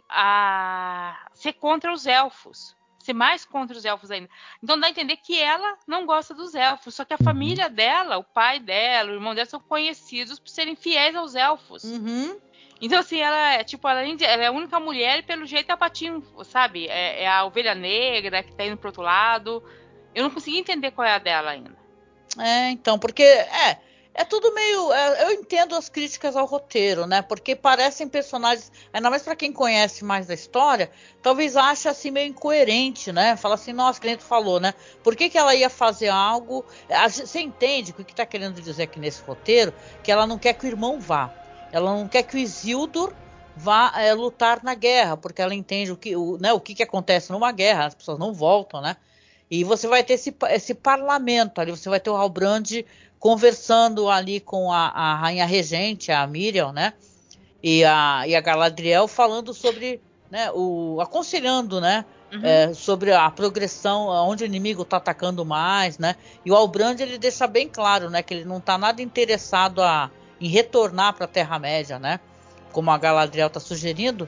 [SPEAKER 2] a ser contra os elfos. Ser mais contra os elfos ainda. Então dá a entender que ela não gosta dos elfos. Só que a
[SPEAKER 3] Uhum.
[SPEAKER 2] família dela, o pai dela, o irmão dela, são conhecidos por serem fiéis aos elfos.
[SPEAKER 1] Uhum.
[SPEAKER 2] Então, assim, ela é, tipo, além de, ela é a única mulher e pelo jeito é a patinho, sabe? É, é a ovelha negra que tá indo pro outro lado. Eu não consegui entender qual é a dela ainda.
[SPEAKER 1] É, então, porque é, é tudo meio. É, eu entendo as críticas ao roteiro, né? Porque parecem personagens, ainda mais para quem conhece mais da história, talvez ache assim meio incoerente, né? Fala assim, nossa, que nem tu falou, né? Por que, que ela ia fazer algo? A gen- Você entende o que está querendo dizer aqui nesse roteiro? Que ela não quer que o irmão vá. Ela não quer que o Isildur vá é, lutar na guerra, porque ela entende o que, o, né, o que, que acontece numa guerra, as pessoas não voltam, né? E você vai ter esse, esse parlamento ali, você vai ter o Halbrand conversando ali com a, a rainha regente, a Miriam, né? E a, e a Galadriel falando sobre, né, o, aconselhando, né?
[SPEAKER 2] Uhum.
[SPEAKER 1] É, sobre a progressão, onde o inimigo está atacando mais, né? E o Halbrand ele deixa bem claro, né, que ele não está nada interessado a, em retornar para a Terra-média, né? Como a Galadriel está sugerindo,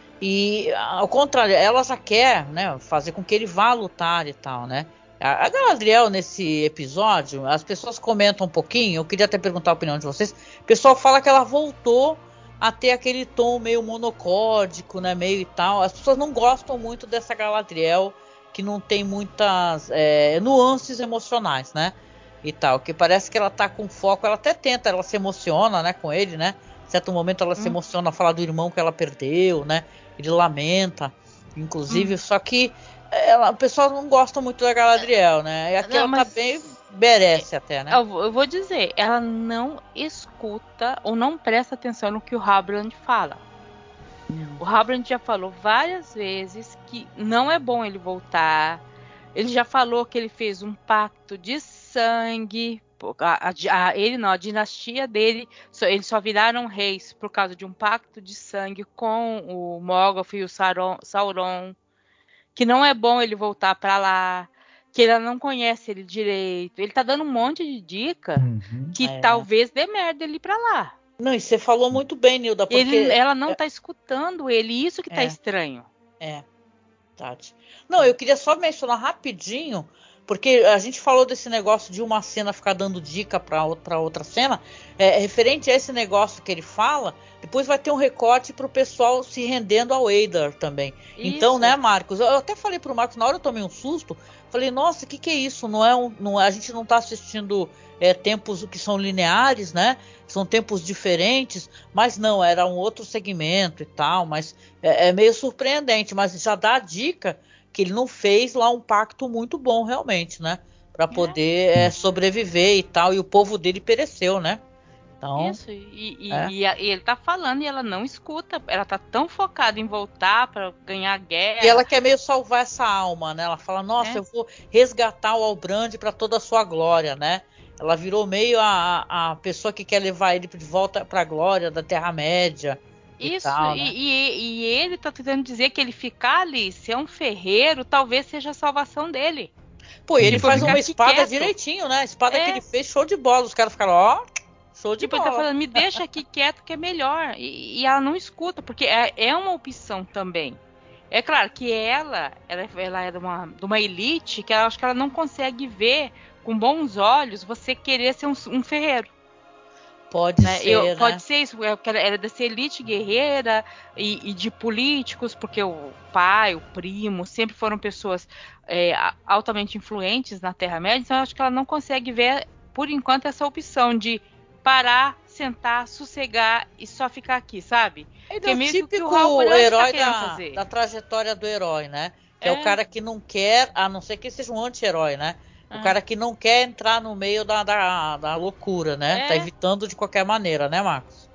[SPEAKER 1] e ao contrário, ela já quer, né, fazer com que ele vá lutar e tal, né? A Galadriel, nesse episódio, as pessoas comentam um pouquinho, eu queria até perguntar a opinião de vocês. O pessoal fala que ela voltou a ter aquele tom meio monocórdico, né, meio e tal. As pessoas não gostam muito dessa Galadriel, que não tem muitas é, nuances emocionais, né? E tal, que parece que ela tá com foco, ela até tenta, ela se emociona, né, com ele, né? Em certo momento ela se
[SPEAKER 2] Uhum.
[SPEAKER 1] emociona a falar do irmão que ela perdeu, né? Ele lamenta, inclusive,
[SPEAKER 2] Uhum.
[SPEAKER 1] só que ela, o pessoal não gosta muito da Galadriel, né? E aqui
[SPEAKER 2] Não,
[SPEAKER 1] ela tá
[SPEAKER 2] mas
[SPEAKER 1] bem, merece até, né?
[SPEAKER 2] eu, vou- eu vou dizer, ela não escuta ou não presta atenção no que o Halbrand fala. O Halbrand já falou várias vezes que não é bom ele voltar. Ele já falou que ele fez um pacto de sangue. A, a, a, ele não, a dinastia dele, só, eles só viraram reis por causa de um pacto de sangue com o Morgoth e o Sauron. Sauron. que não é bom ele voltar pra lá, que ela não conhece ele direito. Ele tá dando um monte de dica
[SPEAKER 3] Uhum.
[SPEAKER 2] que
[SPEAKER 1] É.
[SPEAKER 2] talvez dê merda ele ir pra lá.
[SPEAKER 1] Não, e você falou muito bem, Nilda, porque...
[SPEAKER 2] Ele, ela não tá escutando ele, isso que tá
[SPEAKER 1] É.
[SPEAKER 2] estranho.
[SPEAKER 1] É, verdade. Não, eu queria só mencionar rapidinho, porque a gente falou desse negócio de uma cena ficar dando dica para outra, outra cena. É, referente a esse negócio que ele fala, depois vai ter um recorte para o pessoal se rendendo ao Eidar também. Então,
[SPEAKER 2] Isso.
[SPEAKER 1] né, Marcos? Eu até falei pro Marcos, na hora eu tomei um susto. Falei, nossa, o que, que é isso? Não é um, não, a gente não está assistindo é, tempos que são lineares, né? São tempos diferentes, mas não, era um outro segmento e tal. Mas é, é meio surpreendente, mas já dá a dica que ele não fez lá um pacto muito bom, realmente, né? Para poder é, sobreviver e tal. E o povo dele pereceu, né? Então,
[SPEAKER 2] Isso, e, e,
[SPEAKER 1] é.
[SPEAKER 2] e, a, e ele tá falando e ela não escuta. Ela tá tão focada em voltar pra ganhar a guerra.
[SPEAKER 1] E ela quer meio salvar essa alma, né? Ela fala, nossa,
[SPEAKER 2] É.
[SPEAKER 1] eu vou resgatar o Albrand para toda a sua glória, né? Ela virou meio a, a pessoa que quer levar ele de volta para a glória da Terra-média.
[SPEAKER 2] Isso,
[SPEAKER 1] e, tal,
[SPEAKER 2] e,
[SPEAKER 1] né?
[SPEAKER 2] e, e ele tá tentando dizer que ele ficar ali, ser um ferreiro, talvez seja a salvação dele.
[SPEAKER 1] Pô, e ele
[SPEAKER 2] Tipo,
[SPEAKER 1] faz
[SPEAKER 2] ficar
[SPEAKER 1] uma
[SPEAKER 2] aqui
[SPEAKER 1] espada
[SPEAKER 2] quieto.
[SPEAKER 1] direitinho, né? A espada
[SPEAKER 2] É.
[SPEAKER 1] que ele fez, show de bola. Os caras ficaram, ó, show de
[SPEAKER 2] Tipo, ele
[SPEAKER 1] bola.
[SPEAKER 2] tá falando, me deixa aqui quieto que é melhor. E, e ela não escuta, porque é, é uma opção também. É claro que ela, ela, ela é de uma, de uma elite que ela, acho que ela não consegue ver com bons olhos você querer ser um, um ferreiro.
[SPEAKER 1] Pode
[SPEAKER 2] Né?
[SPEAKER 1] ser,
[SPEAKER 2] Eu,
[SPEAKER 1] né?
[SPEAKER 2] pode ser isso, porque ela era dessa elite guerreira e, e de políticos, porque o pai, o primo, sempre foram pessoas é, altamente influentes na Terra-média, então eu acho que ela não consegue ver, por enquanto, essa opção de parar, sentar, sossegar e só ficar aqui, sabe?
[SPEAKER 1] Ele
[SPEAKER 2] Que
[SPEAKER 1] é
[SPEAKER 2] é
[SPEAKER 1] o
[SPEAKER 2] meio que o que o
[SPEAKER 1] típico
[SPEAKER 2] Halbrand tá
[SPEAKER 1] herói
[SPEAKER 2] querendo
[SPEAKER 1] da,
[SPEAKER 2] fazer.
[SPEAKER 1] da trajetória do herói, né? Que é.
[SPEAKER 2] É.
[SPEAKER 1] o cara que não quer, a não ser que seja um anti-herói, né? O
[SPEAKER 2] É.
[SPEAKER 1] cara que não quer entrar no meio da, da, da loucura, né?
[SPEAKER 2] É.
[SPEAKER 1] Tá evitando de qualquer maneira, né, Marcos?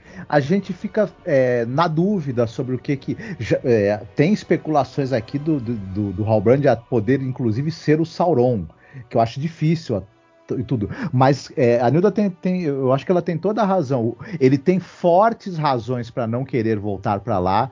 [SPEAKER 3] A gente fica é, na dúvida sobre o que que... já- é, tem especulações aqui do, do, do, do Halbrand a poder, inclusive, ser o Sauron, que eu acho difícil a- e tudo. Mas é, a Nilda tem, tem... Eu acho que ela tem toda a razão. Ele tem fortes razões para não querer voltar para lá.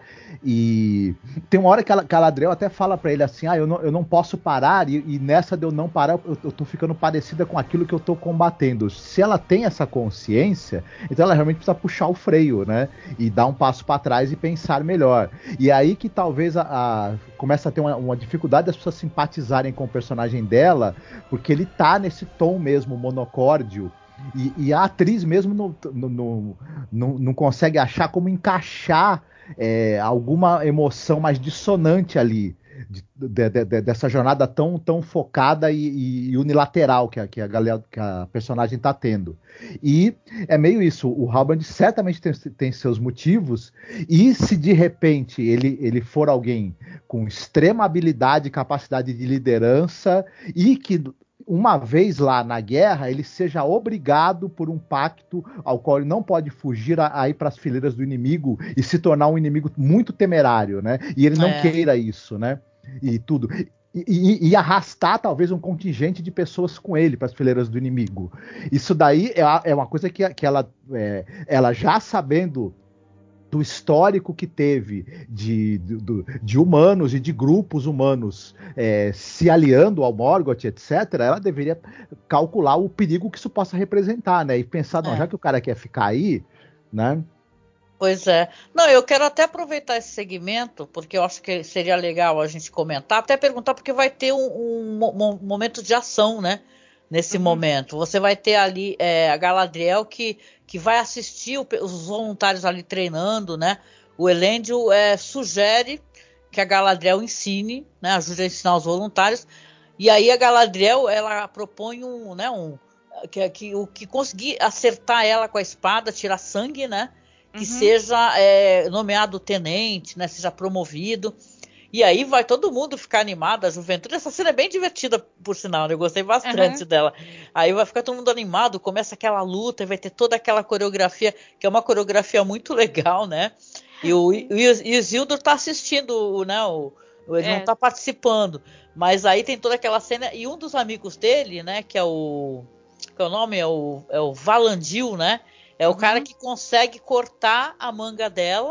[SPEAKER 3] E tem uma hora que a Galadriel até fala para ele assim, ah, eu não, eu não posso parar, e, e nessa de eu não parar, eu, eu tô ficando parecida com aquilo que eu tô combatendo. Se ela tem essa consciência, então ela realmente precisa puxar o freio, né? E dar um passo para trás e pensar melhor. E aí que talvez a, a começa a ter uma, uma dificuldade das pessoas simpatizarem com o personagem dela, porque ele tá nesse tom mesmo monocórdio. E, e a atriz mesmo não, não, não, não consegue achar como encaixar é, alguma emoção mais dissonante ali. De, de, de, dessa jornada tão, tão focada e, e unilateral que a, que, a galera, que a personagem está tendo. E é meio isso, o Halbrand certamente tem, tem seus motivos, e se de repente ele, ele for alguém com extrema habilidade e capacidade de liderança, e que uma vez lá na guerra, ele seja obrigado por um pacto ao qual ele não pode fugir a, a ir para as fileiras do inimigo e se tornar um inimigo muito temerário, né? E ele não
[SPEAKER 1] É.
[SPEAKER 3] queira isso, né? E tudo. E, e, e arrastar talvez um contingente de pessoas com ele para as fileiras do inimigo. Isso daí é, é uma coisa que, que ela, é, ela já sabendo do histórico que teve de, de, de humanos e de grupos humanos é, se aliando ao Morgoth, etcétera, ela deveria calcular o perigo que isso possa representar, né? E pensar, não,
[SPEAKER 1] É.
[SPEAKER 3] já que o cara quer ficar aí, né?
[SPEAKER 1] Pois é. Não, eu quero até aproveitar esse segmento, porque eu acho que seria legal a gente comentar, até perguntar, porque vai ter um, um, um momento de ação, né? Nesse
[SPEAKER 2] Uhum.
[SPEAKER 1] momento. Você vai ter ali é, a Galadriel que, que vai assistir o, os voluntários ali treinando, né? O Elendil é, sugere que a Galadriel ensine, né? Ajude a ensinar os voluntários. E aí a Galadriel, ela propõe um, né? Um, que, que, o que conseguir acertar ela com a espada, tirar sangue, né? Que
[SPEAKER 2] Uhum.
[SPEAKER 1] seja é, nomeado tenente, né? Seja promovido. E aí vai todo mundo ficar animado, a juventude. Essa cena é bem divertida, por sinal, né? Eu gostei bastante
[SPEAKER 2] Uhum.
[SPEAKER 1] dela. Aí vai ficar todo mundo animado, começa aquela luta, vai ter toda aquela coreografia, que é uma coreografia muito legal, né? E o, e o Isildur tá assistindo, né? O, ele
[SPEAKER 2] É.
[SPEAKER 1] não tá participando. Mas aí tem toda aquela cena, e um dos amigos dele, né? Que é o... que é o nome? É o, é o Valandil, né? É o
[SPEAKER 2] Uhum.
[SPEAKER 1] cara que consegue cortar a manga dela,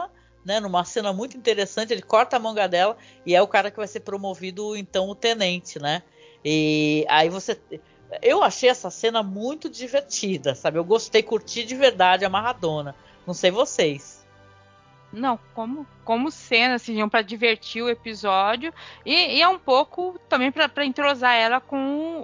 [SPEAKER 1] né, numa cena muito interessante, ele corta a manga dela e é o cara que vai ser promovido, então, o tenente, né? E aí você... Eu achei essa cena muito divertida, sabe? Eu gostei, curti de verdade, amarradona. Não sei vocês.
[SPEAKER 2] Não, como, como cena, assim, para divertir o episódio e, e é um pouco também para entrosar ela com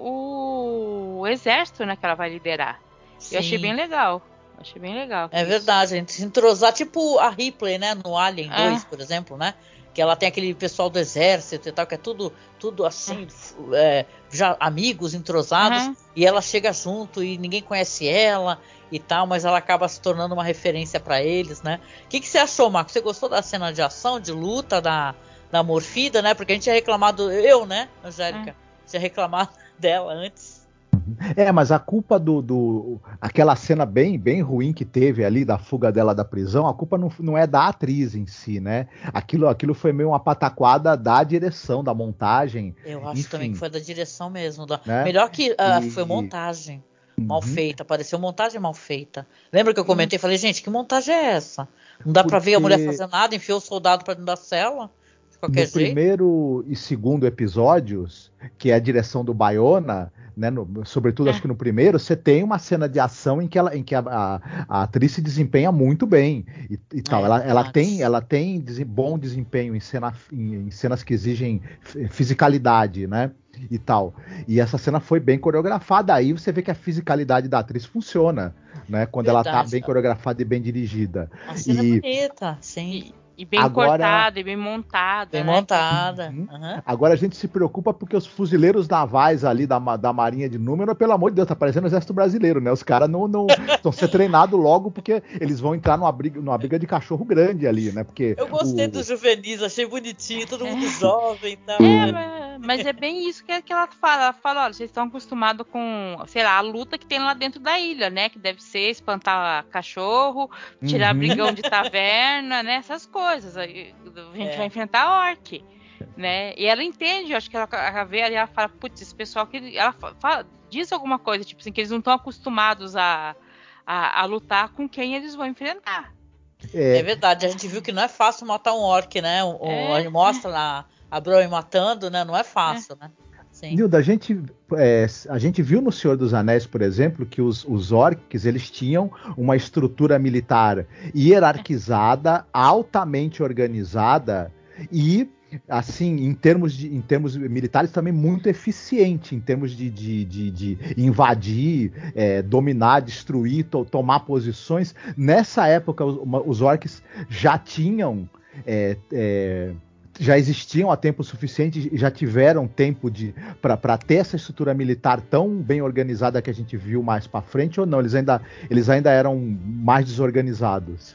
[SPEAKER 2] o, o exército, né, que ela vai liderar. Sim. Eu achei bem legal. Achei bem legal.
[SPEAKER 1] É
[SPEAKER 2] isso.
[SPEAKER 1] verdade, a gente se entrosar, tipo a Ripley, né, no Alien
[SPEAKER 2] é.
[SPEAKER 1] dois, por exemplo, né? Que ela tem aquele pessoal do exército e tal, que é tudo, tudo assim, é, já amigos, entrosados, uhum. E ela chega junto e ninguém conhece ela e tal, mas ela acaba se tornando uma referência para eles, né? O que, que você achou, Marco? Você gostou da cena de ação, de luta da, da Morfida, né? Porque a gente tinha reclamado, eu, né, Angélica, uhum. tinha reclamado dela antes.
[SPEAKER 3] É, mas a culpa do, do... aquela cena bem, bem ruim que teve ali, da fuga dela da prisão, a culpa não, não é da atriz em si, né? Aquilo, aquilo foi meio uma pataquada da direção, da montagem.
[SPEAKER 1] Eu acho
[SPEAKER 3] enfim,
[SPEAKER 1] também que foi da direção mesmo. Da...
[SPEAKER 3] Né?
[SPEAKER 1] Melhor que uh,
[SPEAKER 3] e...
[SPEAKER 1] foi montagem mal uhum. feita, pareceu montagem mal feita. Lembra que eu comentei, falei, gente, que montagem é essa? Não dá Porque... pra ver a mulher fazer nada, enfiou o soldado pra dentro da cela?
[SPEAKER 3] No
[SPEAKER 1] jeito.
[SPEAKER 3] primeiro e segundo episódios, que é a direção do Bayona, né, no, sobretudo é. acho que no primeiro, você tem uma cena de ação em que, ela, em que a, a, a atriz se desempenha muito bem e, e é, tal. Ela, ela tem, ela tem des, bom desempenho em, cena, em, em cenas que exigem fisicalidade, né? E tal. E essa cena foi bem coreografada. Aí você vê que a fisicalidade da atriz funciona, né? Quando Verdade, ela tá bem coreografada e bem dirigida.
[SPEAKER 1] A cena e, é bonita, sim.
[SPEAKER 2] E, E bem Agora, cortada, e bem montada.
[SPEAKER 1] Bem
[SPEAKER 2] né?
[SPEAKER 1] montada.
[SPEAKER 3] Uhum.
[SPEAKER 1] Uhum.
[SPEAKER 3] Agora a gente se preocupa porque os fuzileiros navais ali da, da Marinha de Númenor, pelo amor de Deus, tá parecendo o exército brasileiro, né? Os caras não não estão ser treinados logo porque eles vão entrar numa briga, numa briga de cachorro grande ali, né? Porque
[SPEAKER 1] eu gostei
[SPEAKER 3] o...
[SPEAKER 1] dos juvenis, achei bonitinho, todo mundo jovem e tal.
[SPEAKER 2] É, mas, mas é bem isso que, que ela fala. Ela fala, olha, vocês estão acostumados com, sei lá, a luta que tem lá dentro da ilha, né? Que deve ser espantar cachorro, tirar uhum. brigão de taverna, né? Essas coisas. A gente é. vai enfrentar orc, né? E ela entende, eu acho que ela, ela vê ali, ela fala, putz, esse pessoal que... Ela fala, diz alguma coisa, tipo assim, que eles não estão acostumados a, a, a lutar com quem eles vão enfrentar.
[SPEAKER 1] É. é verdade, a gente viu que não é fácil matar um orc, né? O, é. A gente mostra lá a Bron matando, né? Não é fácil, é. né? Sim.
[SPEAKER 3] Nilda, a gente, é, a gente viu no Senhor dos Anéis, por exemplo, que os, os orcs, eles tinham uma estrutura militar hierarquizada, altamente organizada e, assim, em termos, de, em termos militares também muito eficiente, em termos de, de, de, de invadir, é, dominar, destruir, to, tomar posições. Nessa época, os, os orcs já tinham... É, é, já existiam há tempo suficiente, já tiveram tempo para ter essa estrutura militar tão bem organizada que a gente viu mais para frente, ou não? Eles ainda, eles ainda eram mais desorganizados?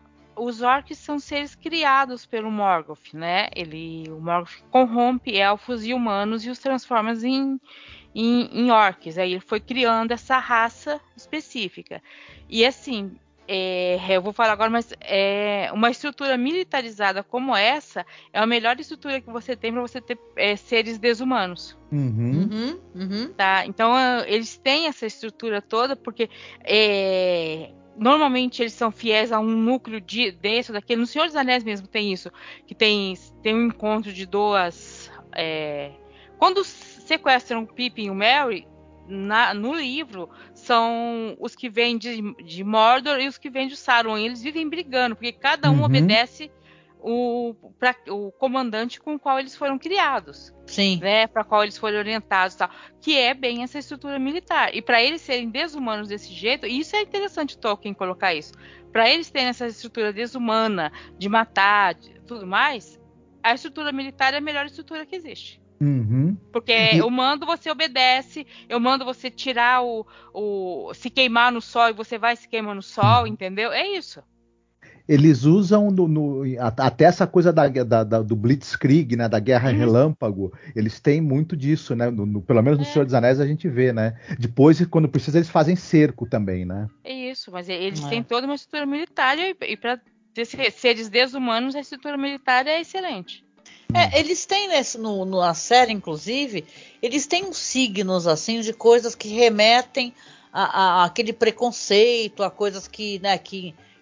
[SPEAKER 2] Os orcs são seres criados pelo Morgoth, né? Ele, o Morgoth corrompe elfos e humanos e os transforma em, em, em orcs. Aí ele foi criando essa raça específica. E assim... É, eu vou falar agora, mas é, uma estrutura militarizada como essa é a melhor estrutura que você tem para você ter é, seres desumanos.
[SPEAKER 3] Uhum.
[SPEAKER 1] Uhum, uhum.
[SPEAKER 2] Tá? Então, eles têm essa estrutura toda porque é, normalmente eles são fiéis a um núcleo de, desse ou daquele. No Senhor dos Anéis mesmo tem isso, que tem, tem um encontro de duas... É, quando sequestram o Pippin e o Merry, Na, no livro, são os que vêm de, de Mordor e os que vêm de Sauron. E eles vivem brigando, porque cada um uhum. obedece o, pra, o comandante com o qual eles foram criados.
[SPEAKER 1] Sim.
[SPEAKER 2] Né, para qual eles foram orientados, tal, que é bem essa estrutura militar. E para eles serem desumanos desse jeito, e isso é interessante Tolkien colocar isso, para eles terem essa estrutura desumana de matar, de, tudo mais, a estrutura militar é a melhor estrutura que existe.
[SPEAKER 3] Uhum.
[SPEAKER 2] Porque e... eu mando, você obedece, eu mando você tirar o, o... se queimar no sol e você vai se queimar no sol, uhum. entendeu? É isso.
[SPEAKER 3] Eles usam no, no, até essa coisa da, da, da, do Blitzkrieg, né, da Guerra uhum. Relâmpago, eles têm muito disso, né? No, no, pelo menos no é. Senhor dos Anéis a gente vê, né? Depois, quando precisa, eles fazem cerco também, né?
[SPEAKER 2] É isso, mas eles é. têm toda uma estrutura militar e, e para seres desumanos, a estrutura militar é excelente.
[SPEAKER 1] É, eles têm nesse, no, na série, inclusive, eles têm uns signos assim de coisas que remetem a, a, a aquele preconceito, a coisas que, né, que,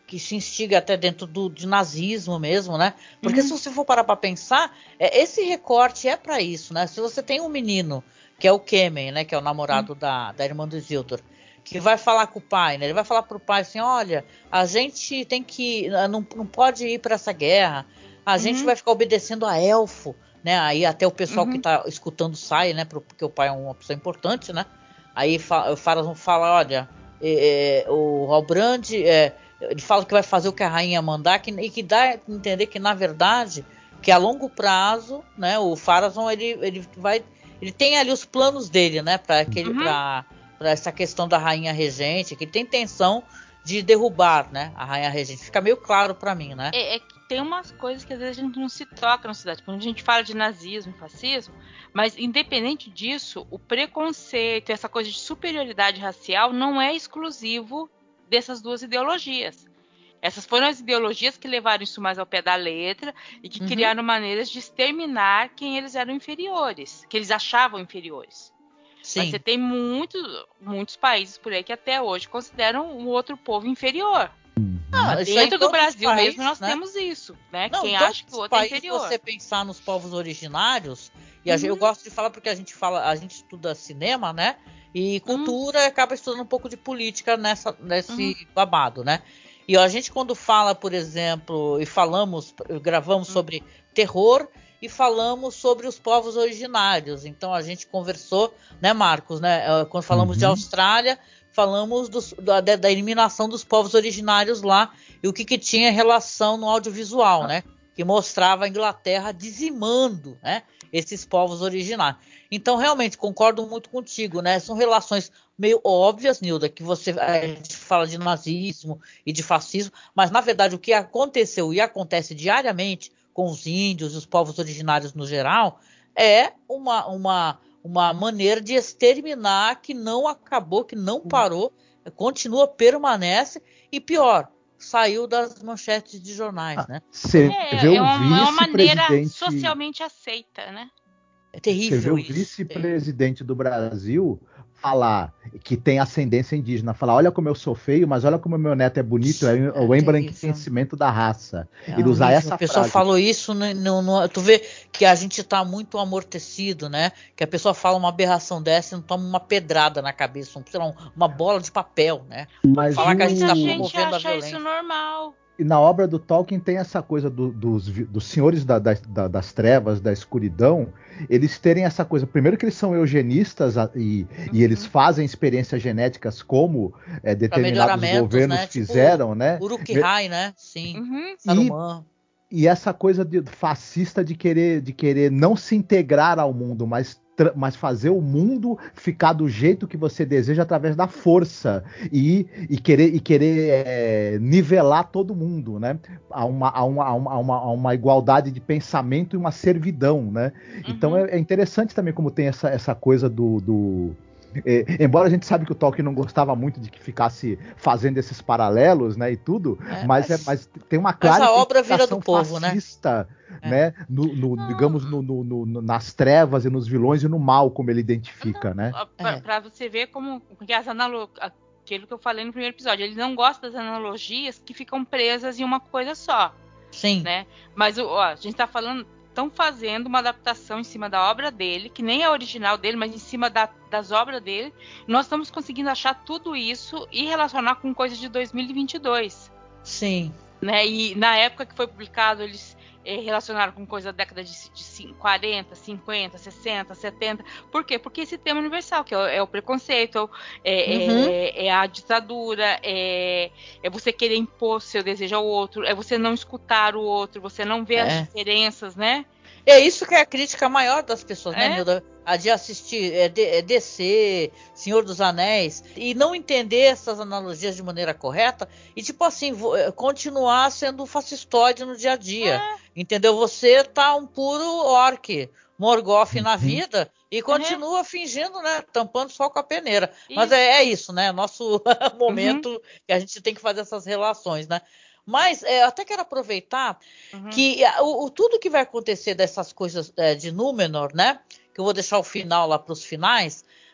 [SPEAKER 1] que se instiga até dentro do de nazismo mesmo, né? Porque
[SPEAKER 2] Uhum.
[SPEAKER 1] se você for parar para pensar, é, esse recorte é para isso, né? Se você tem um menino, que é o Kemen, né? Que é o namorado uhum. da, da irmã do Isildur, que vai falar com o pai, né? Ele vai falar pro pai assim, olha, a gente tem que, não, não pode ir para essa guerra, a gente uhum. vai ficar obedecendo a elfo, né? Aí até o pessoal uhum. que tá escutando sai, né? Porque o pai é uma pessoa importante, né? Aí o Farazôn fala, olha, é, é, o Halbrand, é, ele fala que vai fazer o que a rainha mandar, que, e que dá a entender que, na verdade, que a longo prazo, né? O Farazôn, ele, ele vai, ele tem ali os planos dele, né? Para aquele, uhum. para para essa questão da rainha regente, que ele tem intenção de derrubar, né, a rainha regente. Fica meio claro para mim, né?
[SPEAKER 2] É, é que tem umas coisas que às vezes a gente não se toca na sociedade. Quando a gente fala de nazismo, fascismo, mas independente disso, o preconceito, essa coisa de superioridade racial não é exclusivo dessas duas ideologias. Essas foram as ideologias que levaram isso mais ao pé da letra e que uhum. criaram maneiras de exterminar quem eles eram inferiores, que eles achavam inferiores. Sim. Mas você tem muito, muitos países por aí que até hoje consideram o outro povo inferior.
[SPEAKER 1] Não,
[SPEAKER 2] dentro do Brasil países, mesmo nós né? temos isso, né?
[SPEAKER 1] Não,
[SPEAKER 2] quem acha que o outro é inferior.
[SPEAKER 1] Se você pensar nos povos originários, e uhum. eu gosto de falar porque a gente fala, a gente estuda cinema, né? E cultura uhum. acaba estudando um pouco de política nessa, nesse uhum. babado, né? E a gente quando fala, por exemplo, e falamos, gravamos uhum. sobre terror e falamos sobre os povos originários. Então a gente conversou, né, Marcos, né? Quando falamos uhum. de Austrália, falamos dos, da, da eliminação dos povos originários lá e o que, que tinha relação no audiovisual, né? Que mostrava a Inglaterra dizimando, né, esses povos originários. Então, realmente, concordo muito contigo, né? São relações meio óbvias, Nilda, que você a gente fala de nazismo e de fascismo, mas, na verdade, o que aconteceu e acontece diariamente com os índios e os povos originários no geral é uma, uma, uma maneira de exterminar que não acabou, que não parou, continua, permanece e, pior, saiu das manchetes de jornais, ah, né?
[SPEAKER 3] Você
[SPEAKER 2] é,
[SPEAKER 3] vê
[SPEAKER 2] é,
[SPEAKER 3] o
[SPEAKER 2] uma, é uma maneira
[SPEAKER 3] vice-presidente...
[SPEAKER 2] socialmente aceita, né?
[SPEAKER 1] É terrível.
[SPEAKER 3] Você vê o
[SPEAKER 1] isso,
[SPEAKER 3] vice-presidente do Brasil falar que tem ascendência indígena, falar, olha como eu sou feio, mas olha como meu neto é bonito, é, é o embranquecimento da raça.
[SPEAKER 1] É
[SPEAKER 3] Ele usar
[SPEAKER 1] horrível.
[SPEAKER 3] essa
[SPEAKER 1] a pessoa
[SPEAKER 3] frase.
[SPEAKER 1] falou isso, no, no, no, tu vê que a gente tá muito amortecido, né? Que a pessoa fala uma aberração dessa e não toma uma pedrada na cabeça, um, sei lá, uma bola de papel, né?
[SPEAKER 3] Mas
[SPEAKER 1] falar
[SPEAKER 3] o...
[SPEAKER 1] que a gente tá
[SPEAKER 2] gente
[SPEAKER 1] promovendo a
[SPEAKER 2] acha
[SPEAKER 1] violência.
[SPEAKER 2] Isso normal.
[SPEAKER 3] E na obra do Tolkien tem essa coisa do, dos, dos senhores da, da, das trevas, da escuridão, eles terem essa coisa. Primeiro que eles são eugenistas e, uhum. e eles fazem experiências genéticas como é, determinados governos
[SPEAKER 1] né?
[SPEAKER 3] fizeram,
[SPEAKER 1] tipo,
[SPEAKER 3] né?
[SPEAKER 1] Uruk-hai, né? Sim.
[SPEAKER 2] Uhum.
[SPEAKER 1] Saruman.
[SPEAKER 3] E, e essa coisa de, fascista de querer, de querer não se integrar ao mundo, mas mas fazer o mundo ficar do jeito que você deseja através da força e, e querer, e querer é, nivelar todo mundo, né? Há uma, há, uma, há, uma, há uma igualdade de pensamento e uma servidão, né? Uhum. Então é, é interessante também como tem essa, essa coisa do... do É, embora a gente sabe que o Tolkien não gostava muito de que ficasse fazendo esses paralelos, né, e tudo,
[SPEAKER 1] é,
[SPEAKER 3] mas,
[SPEAKER 1] mas,
[SPEAKER 3] é, mas tem uma clara
[SPEAKER 1] mas a obra vira do povo,
[SPEAKER 3] fascista,
[SPEAKER 1] né,
[SPEAKER 3] né no, no, digamos, no, no, no, nas trevas e nos vilões e no mal, como ele identifica, não, né?
[SPEAKER 2] Pra, pra você ver como que as analogias, aquilo que eu falei no primeiro episódio, ele não gosta das analogias que ficam presas em uma coisa só.
[SPEAKER 1] Sim.
[SPEAKER 2] Né? Mas ó, a gente tá falando... Estão fazendo uma adaptação em cima da obra dele, que nem é original dele, mas em cima da, das obras dele. Nós estamos conseguindo achar tudo isso e relacionar com coisas de dois mil e vinte e dois.
[SPEAKER 1] Sim.
[SPEAKER 2] Né? E na época que foi publicado, eles é, relacionaram com coisa da década de, de quarenta, cinquenta, sessenta, setenta. Por quê? Porque esse tema universal, que é o, é o preconceito, é, uhum. é, é a ditadura, é, é você querer impor seu desejo ao outro, é você não escutar o outro, você não ver é. as diferenças, né?
[SPEAKER 1] É isso que é a crítica maior das pessoas, né,
[SPEAKER 2] é?
[SPEAKER 1] Nilda? A de assistir é, é D C, Senhor dos Anéis, e não entender essas analogias de maneira correta, e tipo assim, continuar sendo fascistoide no dia a dia. É. Entendeu? Você tá um puro orc, Morgoth na vida, e continua uhum. fingindo, né? Tampando só com a peneira. Isso. Mas é, é isso, né? Nosso momento uhum. que a gente tem que fazer essas relações, né? Mas é, eu até quero aproveitar uhum. que o, o, tudo que vai acontecer dessas coisas é, de Númenor, né? Que eu vou deixar o final lá para os finais,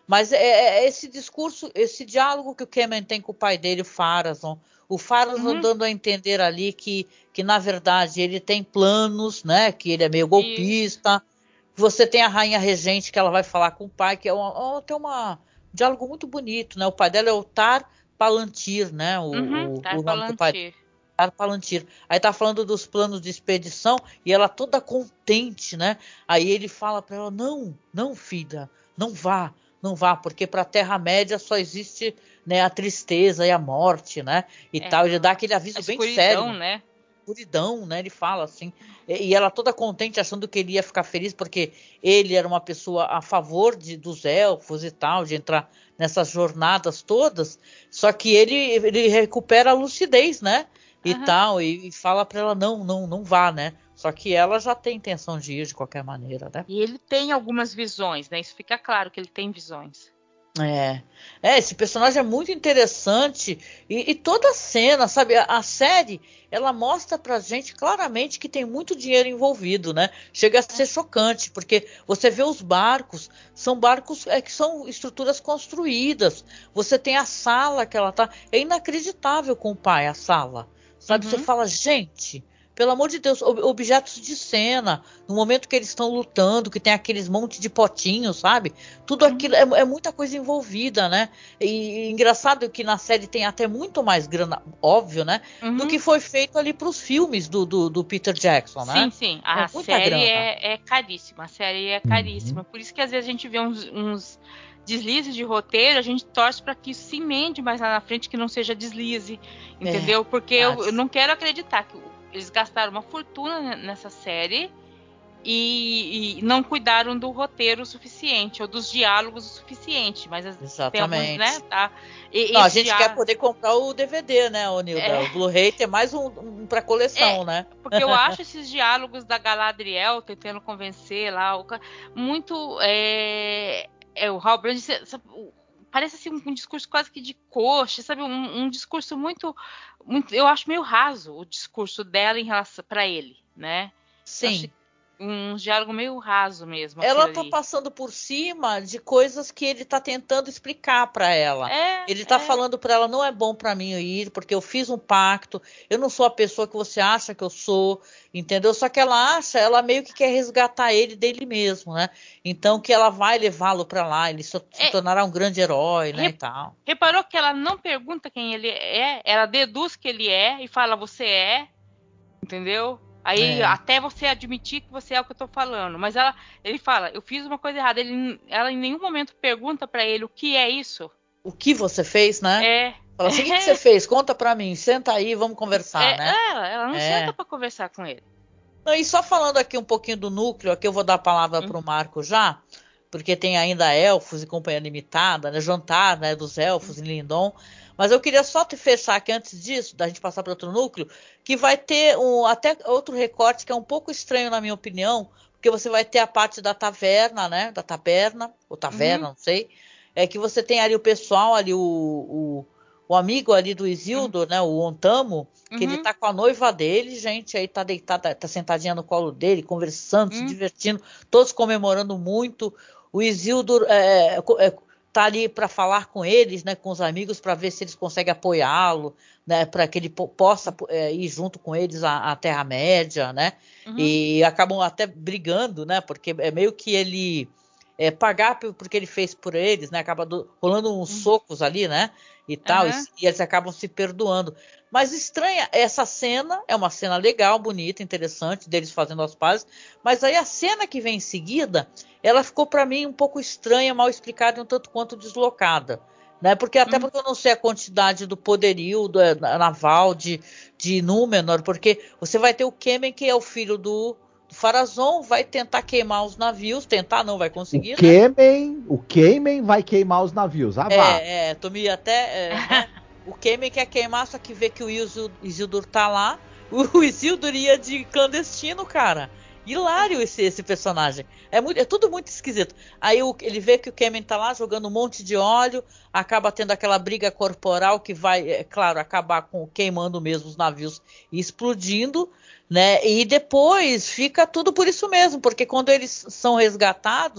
[SPEAKER 1] Mas é, é esse discurso, esse diálogo que o Kamen tem com o pai dele, o Pharazôn, o Pharazôn
[SPEAKER 2] Uhum.
[SPEAKER 1] dando a entender ali que, que, na verdade, ele tem planos, né? Que ele é meio golpista. E... Você tem a rainha regente que ela vai falar com o pai, que é uma, tem uma, um diálogo muito bonito, né? O pai dela é o Tar Palantir, né? O,
[SPEAKER 2] Uhum,
[SPEAKER 1] o,
[SPEAKER 2] Tar
[SPEAKER 1] o nome do pai.
[SPEAKER 2] Palantir.
[SPEAKER 1] Tar Palantir. Aí tá falando dos planos de expedição e ela toda contente, né? Aí ele fala para ela: não, não, filha, não vá. Não vá, porque para a Terra-média só existe, né, a tristeza e a morte, né? E
[SPEAKER 2] É,
[SPEAKER 1] tal. Ele dá aquele aviso bem sério.
[SPEAKER 2] Né?
[SPEAKER 1] Escuridão, né? Ele fala assim. E, e ela toda contente, achando que ele ia ficar feliz, porque ele era uma pessoa a favor de, dos elfos e tal, de entrar nessas jornadas todas. Só que ele, ele recupera a lucidez, né? E
[SPEAKER 2] Uhum.
[SPEAKER 1] tal. E, e fala para ela: não, não, não vá, né? Só que ela já tem intenção de ir de qualquer maneira, né?
[SPEAKER 2] E ele tem algumas visões, né? Isso fica claro que ele tem visões.
[SPEAKER 1] É, é esse personagem é muito interessante e, e toda a cena, sabe? A, a série, ela mostra pra gente claramente que tem muito dinheiro envolvido, né? Chega a ser chocante, porque você vê os barcos, são barcos é, que são estruturas construídas. Você tem a sala que ela tá, é inacreditável com o pai, a sala. Sabe?
[SPEAKER 2] Uhum.
[SPEAKER 1] Você fala, gente... Pelo amor de Deus, objetos de cena, no momento que eles estão lutando, que tem aqueles monte de potinhos, sabe? Tudo aquilo
[SPEAKER 2] Uhum.
[SPEAKER 1] é, é muita coisa envolvida, né? E, e engraçado que na série tem até muito mais grana, óbvio, né?
[SPEAKER 2] Uhum.
[SPEAKER 1] Do que foi feito ali para os filmes do, do, do Peter Jackson,
[SPEAKER 2] sim,
[SPEAKER 1] né?
[SPEAKER 2] Sim, sim. A
[SPEAKER 1] é muita
[SPEAKER 2] série
[SPEAKER 1] grana.
[SPEAKER 2] é, é caríssima. A série é caríssima.
[SPEAKER 3] Uhum.
[SPEAKER 2] Por isso que às vezes a gente vê uns, uns deslizes de roteiro, a gente torce para que isso se emende mais lá na frente, que não seja deslize, entendeu?
[SPEAKER 1] É,
[SPEAKER 2] Porque eu, eu não quero acreditar que eles gastaram uma fortuna nessa série e, e não cuidaram do roteiro o suficiente, ou dos diálogos o suficiente, mas tem alguns, né,
[SPEAKER 1] exatamente.
[SPEAKER 2] tá? E,
[SPEAKER 1] Não, a
[SPEAKER 2] esse
[SPEAKER 1] gente
[SPEAKER 2] dia...
[SPEAKER 1] quer poder comprar o D V D, né, Nilda?
[SPEAKER 2] É...
[SPEAKER 1] O Blu-ray tem mais um, um para coleção,
[SPEAKER 2] é,
[SPEAKER 1] né?
[SPEAKER 2] porque eu acho esses diálogos da Galadriel tentando convencer lá, o, muito é, é o Halbrand, parece assim um, um discurso quase que de coxa, sabe? Um, um discurso muito, muito, eu acho meio raso o discurso dela em relação para ele, né?
[SPEAKER 1] Sim.
[SPEAKER 2] Eu acho um diálogo meio raso mesmo.
[SPEAKER 1] Ela tá
[SPEAKER 2] Ali.
[SPEAKER 1] passando por cima de coisas que ele tá tentando explicar para ela.
[SPEAKER 2] É,
[SPEAKER 1] Ele tá
[SPEAKER 2] é.
[SPEAKER 1] falando para ela: não é bom para mim ir, porque eu fiz um pacto, eu não sou a pessoa que você acha que eu sou, entendeu? Só que ela acha, ela meio que quer resgatar ele dele mesmo, né? Então que ela vai levá-lo para lá, ele se, se
[SPEAKER 2] é.
[SPEAKER 1] tornará um grande herói, né,
[SPEAKER 2] Re,
[SPEAKER 1] e tal.
[SPEAKER 2] Reparou que ela não pergunta quem ele é, ela deduz que ele é e fala: você é, entendeu? Aí
[SPEAKER 1] É.
[SPEAKER 2] até você admitir que você é o que eu tô falando. Mas ela, ele fala: eu fiz uma coisa errada. Ele, ela em nenhum momento pergunta para ele o que é isso.
[SPEAKER 1] O que você fez, né?
[SPEAKER 2] É.
[SPEAKER 1] Fala assim: o que, que
[SPEAKER 2] É,
[SPEAKER 1] você fez? Conta para mim, senta aí, vamos conversar,
[SPEAKER 2] é,
[SPEAKER 1] né?
[SPEAKER 2] ela, ela não
[SPEAKER 1] É.
[SPEAKER 2] senta para conversar com ele.
[SPEAKER 1] Não, e só falando aqui um pouquinho do núcleo, aqui eu vou dar a palavra para o Marco já, porque tem ainda elfos e companhia limitada, né? Jantar, né, dos elfos em Lindon. Mas eu queria só te fechar aqui antes disso, da gente passar para outro núcleo, que vai ter um, até outro recorte que é um pouco estranho na minha opinião, porque você vai ter a parte da taverna, né? Da taberna, ou taverna,
[SPEAKER 2] Uhum.
[SPEAKER 1] não sei. É que você tem ali o pessoal, ali o, o, o amigo ali do Isildur, né? O Ontamo, que ele
[SPEAKER 2] Uhum.
[SPEAKER 1] tá com a noiva dele, gente, aí tá deitada, tá sentadinha no colo dele, conversando,
[SPEAKER 2] Uhum.
[SPEAKER 1] se divertindo, todos comemorando muito. O Isildur é, é, tá ali para falar com eles, né, com os amigos, para ver se eles conseguem apoiá-lo, né, para que ele possa é, ir junto com eles à, à Terra-média, né?
[SPEAKER 2] Uhum.
[SPEAKER 1] E acabam até brigando, né? Porque é meio que ele é, pagar porque ele fez por eles, né? Acaba do, rolando uns
[SPEAKER 2] Uhum.
[SPEAKER 1] socos ali, né? E tal,
[SPEAKER 2] Uhum.
[SPEAKER 1] e, e eles acabam se perdoando. Mas estranha essa cena, é uma cena legal, bonita, interessante, deles fazendo as pazes, mas aí a cena que vem em seguida, ela ficou para mim um pouco estranha, mal explicada e um tanto quanto deslocada. Né? Porque até
[SPEAKER 2] Uhum.
[SPEAKER 1] porque eu não sei a quantidade do poderio do, naval de, de Númenor, porque você vai ter o Kemen, que é o filho do, do Pharazôn, vai tentar queimar os navios, tentar não vai conseguir,
[SPEAKER 3] o
[SPEAKER 1] né?
[SPEAKER 3] Kemen, o Kemen vai queimar os navios, ah vá.
[SPEAKER 1] É, é, Tomi até, é, né? O Kemen quer queimar, só que vê que o Isildur tá lá. O Isildur ia de clandestino, cara. Hilário esse, esse personagem. É, muito, é tudo muito esquisito. Aí o, ele vê que o Kemen tá lá jogando um monte de óleo, acaba tendo aquela briga corporal que vai, é claro, acabar com queimando mesmo os navios e explodindo, né? E depois fica tudo por isso mesmo, porque quando eles são resgatados,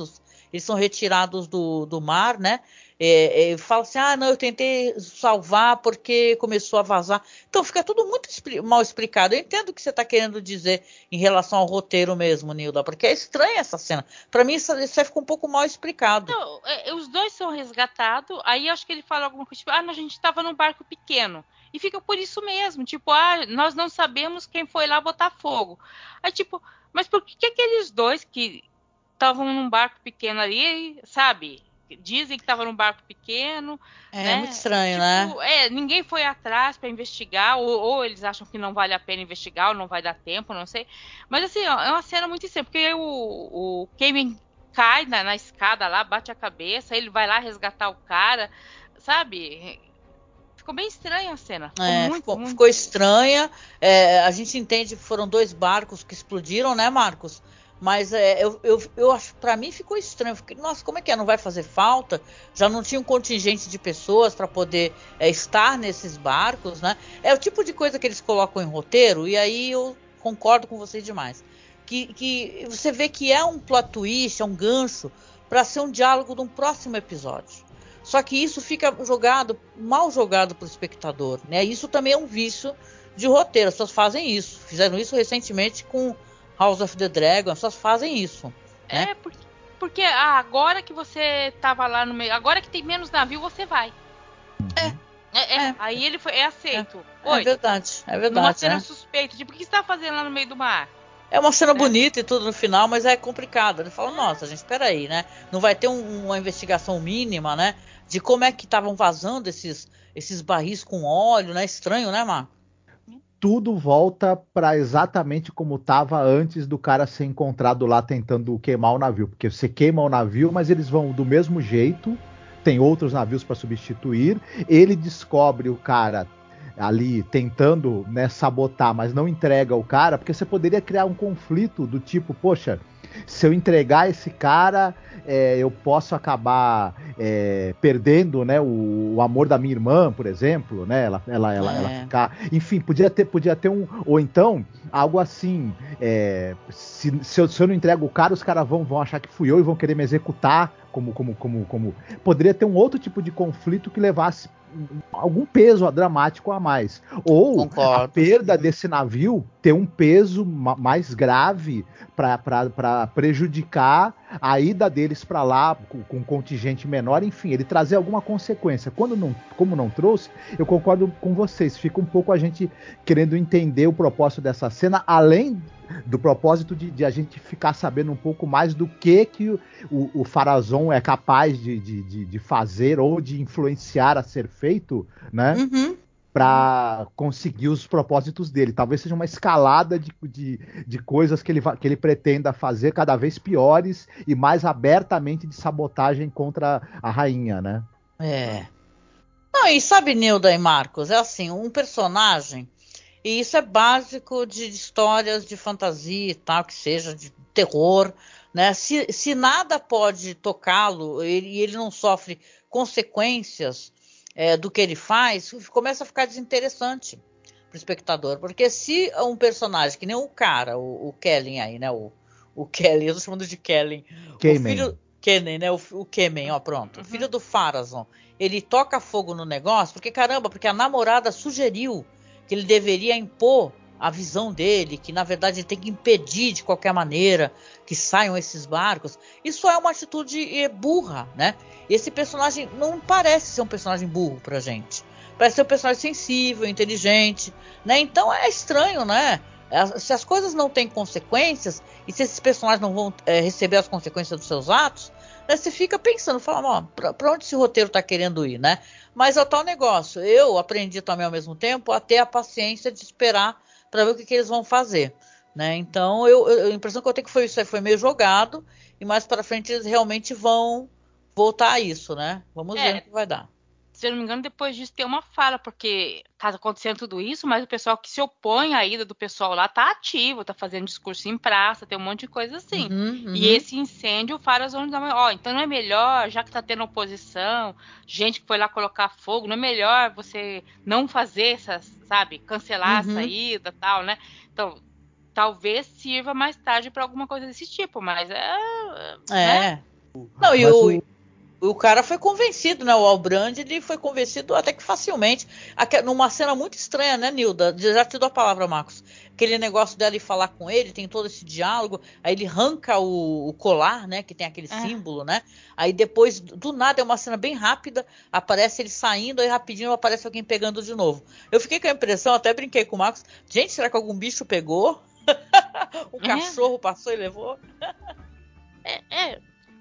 [SPEAKER 1] eles são retirados do, do mar, né? É, é, fala assim, ah, não, eu tentei salvar porque começou a vazar. Então fica tudo muito expli- mal explicado. Eu entendo o que você está querendo dizer em relação ao roteiro mesmo, Nilda, porque é estranha essa cena. Para mim isso, isso aí ficou um pouco mal explicado.
[SPEAKER 2] Não, é, os dois são resgatados, aí acho que ele fala alguma coisa, tipo, ah, a gente estava num barco pequeno. E fica por isso mesmo, tipo, ah, nós não sabemos quem foi lá botar fogo. Aí, tipo, mas por que, que aqueles dois que estavam num barco pequeno ali, sabe? Dizem que estavam num barco pequeno,
[SPEAKER 1] É
[SPEAKER 2] né?
[SPEAKER 1] muito estranho, né?
[SPEAKER 2] Tipo, é, ninguém foi atrás para investigar, ou, ou eles acham que não vale a pena investigar, ou não vai dar tempo, não sei. Mas assim, ó, é uma cena muito estranha, porque o, o Cayman cai na, na escada lá, bate a cabeça, ele vai lá resgatar o cara, sabe? Ficou bem estranha a cena. Ficou
[SPEAKER 1] É,
[SPEAKER 2] muito,
[SPEAKER 1] ficou,
[SPEAKER 2] muito.
[SPEAKER 1] ficou estranha. É, a gente entende que foram dois barcos que explodiram, né, Marcos? Mas é, eu, eu, eu acho, para mim ficou estranho. Fiquei, nossa, como é que é? Não vai fazer falta? Já não tinha um contingente de pessoas para poder é, estar nesses barcos, né? É o tipo de coisa que eles colocam em roteiro, e aí eu concordo com vocês demais. Que, que você vê que é um plot twist, é um gancho para ser um diálogo de um próximo episódio. Só que isso fica jogado, mal jogado para o espectador, né? Isso também é um vício de roteiro. As pessoas fazem isso. Fizeram isso recentemente com House of the Dragon. As pessoas fazem isso, né?
[SPEAKER 2] É, porque, porque ah, agora que você tava lá no meio, agora que tem menos navio, você vai. É, é.
[SPEAKER 1] É,
[SPEAKER 2] Aí ele foi, é
[SPEAKER 1] é,
[SPEAKER 2] aceito.
[SPEAKER 1] é
[SPEAKER 2] Oi,
[SPEAKER 1] verdade, é
[SPEAKER 2] numa
[SPEAKER 1] verdade,
[SPEAKER 2] cena
[SPEAKER 1] né?
[SPEAKER 2] suspeita. Tipo, o que você tá fazendo lá no meio do mar?
[SPEAKER 1] É uma cena
[SPEAKER 2] Né?
[SPEAKER 1] bonita e tudo no final, mas é complicado. Ele fala,
[SPEAKER 2] É.
[SPEAKER 1] nossa, gente, espera aí, né? Não vai ter um, uma investigação mínima, né? De como é que estavam vazando esses, esses barris com óleo, né? Estranho, né, Marco?
[SPEAKER 3] Tudo volta para exatamente como estava antes do cara ser encontrado lá tentando queimar o navio. Porque você queima o navio, mas eles vão do mesmo jeito, tem outros navios para substituir. Ele descobre o cara ali tentando, né, sabotar, mas não entrega o cara, porque você poderia criar um conflito do tipo, poxa, se eu entregar esse cara, é, eu posso acabar é, perdendo, né, o, o amor da minha irmã, por exemplo, né, ela, ela, ela, ela
[SPEAKER 1] É.
[SPEAKER 3] ficar, enfim, podia ter, podia ter um, ou então algo assim, é, se, se, eu, se eu não entrego o cara, os caras vão, vão achar que fui eu e vão querer me executar, como, como, como, como, poderia ter um outro tipo de conflito que levasse algum peso dramático a mais. Ou a
[SPEAKER 1] Concordo.
[SPEAKER 3] perda desse navio ter um peso ma- mais grave para prejudicar a ida deles para lá com, com um contingente menor, enfim, ele trazer alguma consequência. Quando não, como não trouxe, eu concordo com vocês. Fica um pouco a gente querendo entender o propósito dessa cena, além do propósito de, de a gente ficar sabendo um pouco mais do que, que o, o, o Farazon é capaz de, de, de, de fazer ou de influenciar a ser feito, né?
[SPEAKER 1] Uhum.
[SPEAKER 3] Para conseguir os propósitos dele. Talvez seja uma escalada de, de, de coisas que ele, que ele pretenda fazer cada vez piores e mais abertamente de sabotagem contra a rainha, né?
[SPEAKER 1] É. Não, e sabe, Nilda e Marcos, é assim, um personagem, e isso é básico de histórias de fantasia e tal, que seja de terror, né? Se, se nada pode tocá-lo e ele, ele não sofre consequências é, do que ele faz, começa a ficar desinteressante para o espectador. Porque se um personagem, que nem o cara, o, o Kellen aí, né? O, o Kelly, eu tô chamando de Kellen, o
[SPEAKER 3] Cayman.
[SPEAKER 1] filho. Kennen, né? O, o Kemen, ó, pronto. O
[SPEAKER 2] Uhum.
[SPEAKER 1] filho do Farazon. Ele toca fogo no negócio, porque caramba, porque a namorada sugeriu que ele deveria impor a visão dele, que na verdade ele tem que impedir de qualquer maneira que saiam esses barcos. Isso é uma atitude é, burra, né? Esse personagem não parece ser um personagem burro pra gente. Parece ser um personagem sensível, inteligente, né? Então é estranho, né? Se as coisas não têm consequências e se esses personagens não vão é, receber as consequências dos seus atos, né, você fica pensando, falando, ó, pra, pra onde esse roteiro tá querendo ir, né? Mas é o tal negócio. Eu aprendi também ao mesmo tempo a ter a paciência de esperar para ver o que, que eles vão fazer, né? Então, eu, eu, a impressão que eu tenho que foi isso aí, foi meio jogado e mais para frente eles realmente vão voltar a isso, né? Vamos ver o
[SPEAKER 2] É,
[SPEAKER 1] que vai dar.
[SPEAKER 2] se eu não me engano, depois disso tem uma fala, porque tá acontecendo tudo isso, mas o pessoal que se opõe à ida do pessoal lá tá ativo, tá fazendo discurso em praça, tem um monte de coisa assim.
[SPEAKER 1] Uhum,
[SPEAKER 2] E
[SPEAKER 1] uhum.
[SPEAKER 2] esse incêndio, o Farazon dá uma, ó, então não é melhor, já que tá tendo oposição, gente que foi lá colocar fogo, não é melhor você não fazer essas, sabe, cancelar a
[SPEAKER 1] Uhum.
[SPEAKER 2] saída, tal, né? Então, talvez sirva mais tarde para alguma coisa desse tipo, mas é, né?
[SPEAKER 1] É. Não, e
[SPEAKER 3] Mas
[SPEAKER 1] o,
[SPEAKER 3] o-
[SPEAKER 1] o cara foi convencido, né? O Albrand, ele foi convencido até que facilmente. Aque- Numa cena muito estranha, né, Nilda? Já te dou a palavra, Marcos. Aquele negócio dela ir falar com ele, tem todo esse diálogo. Aí ele arranca o, o colar, né? Que tem aquele
[SPEAKER 2] É.
[SPEAKER 1] símbolo, né? Aí depois, do nada, é uma cena bem rápida. Aparece ele saindo, aí rapidinho aparece alguém pegando de novo. Eu fiquei com a impressão, até brinquei com o Marcos. Gente, será que algum bicho pegou? Um cachorro passou e levou?
[SPEAKER 2] É, é.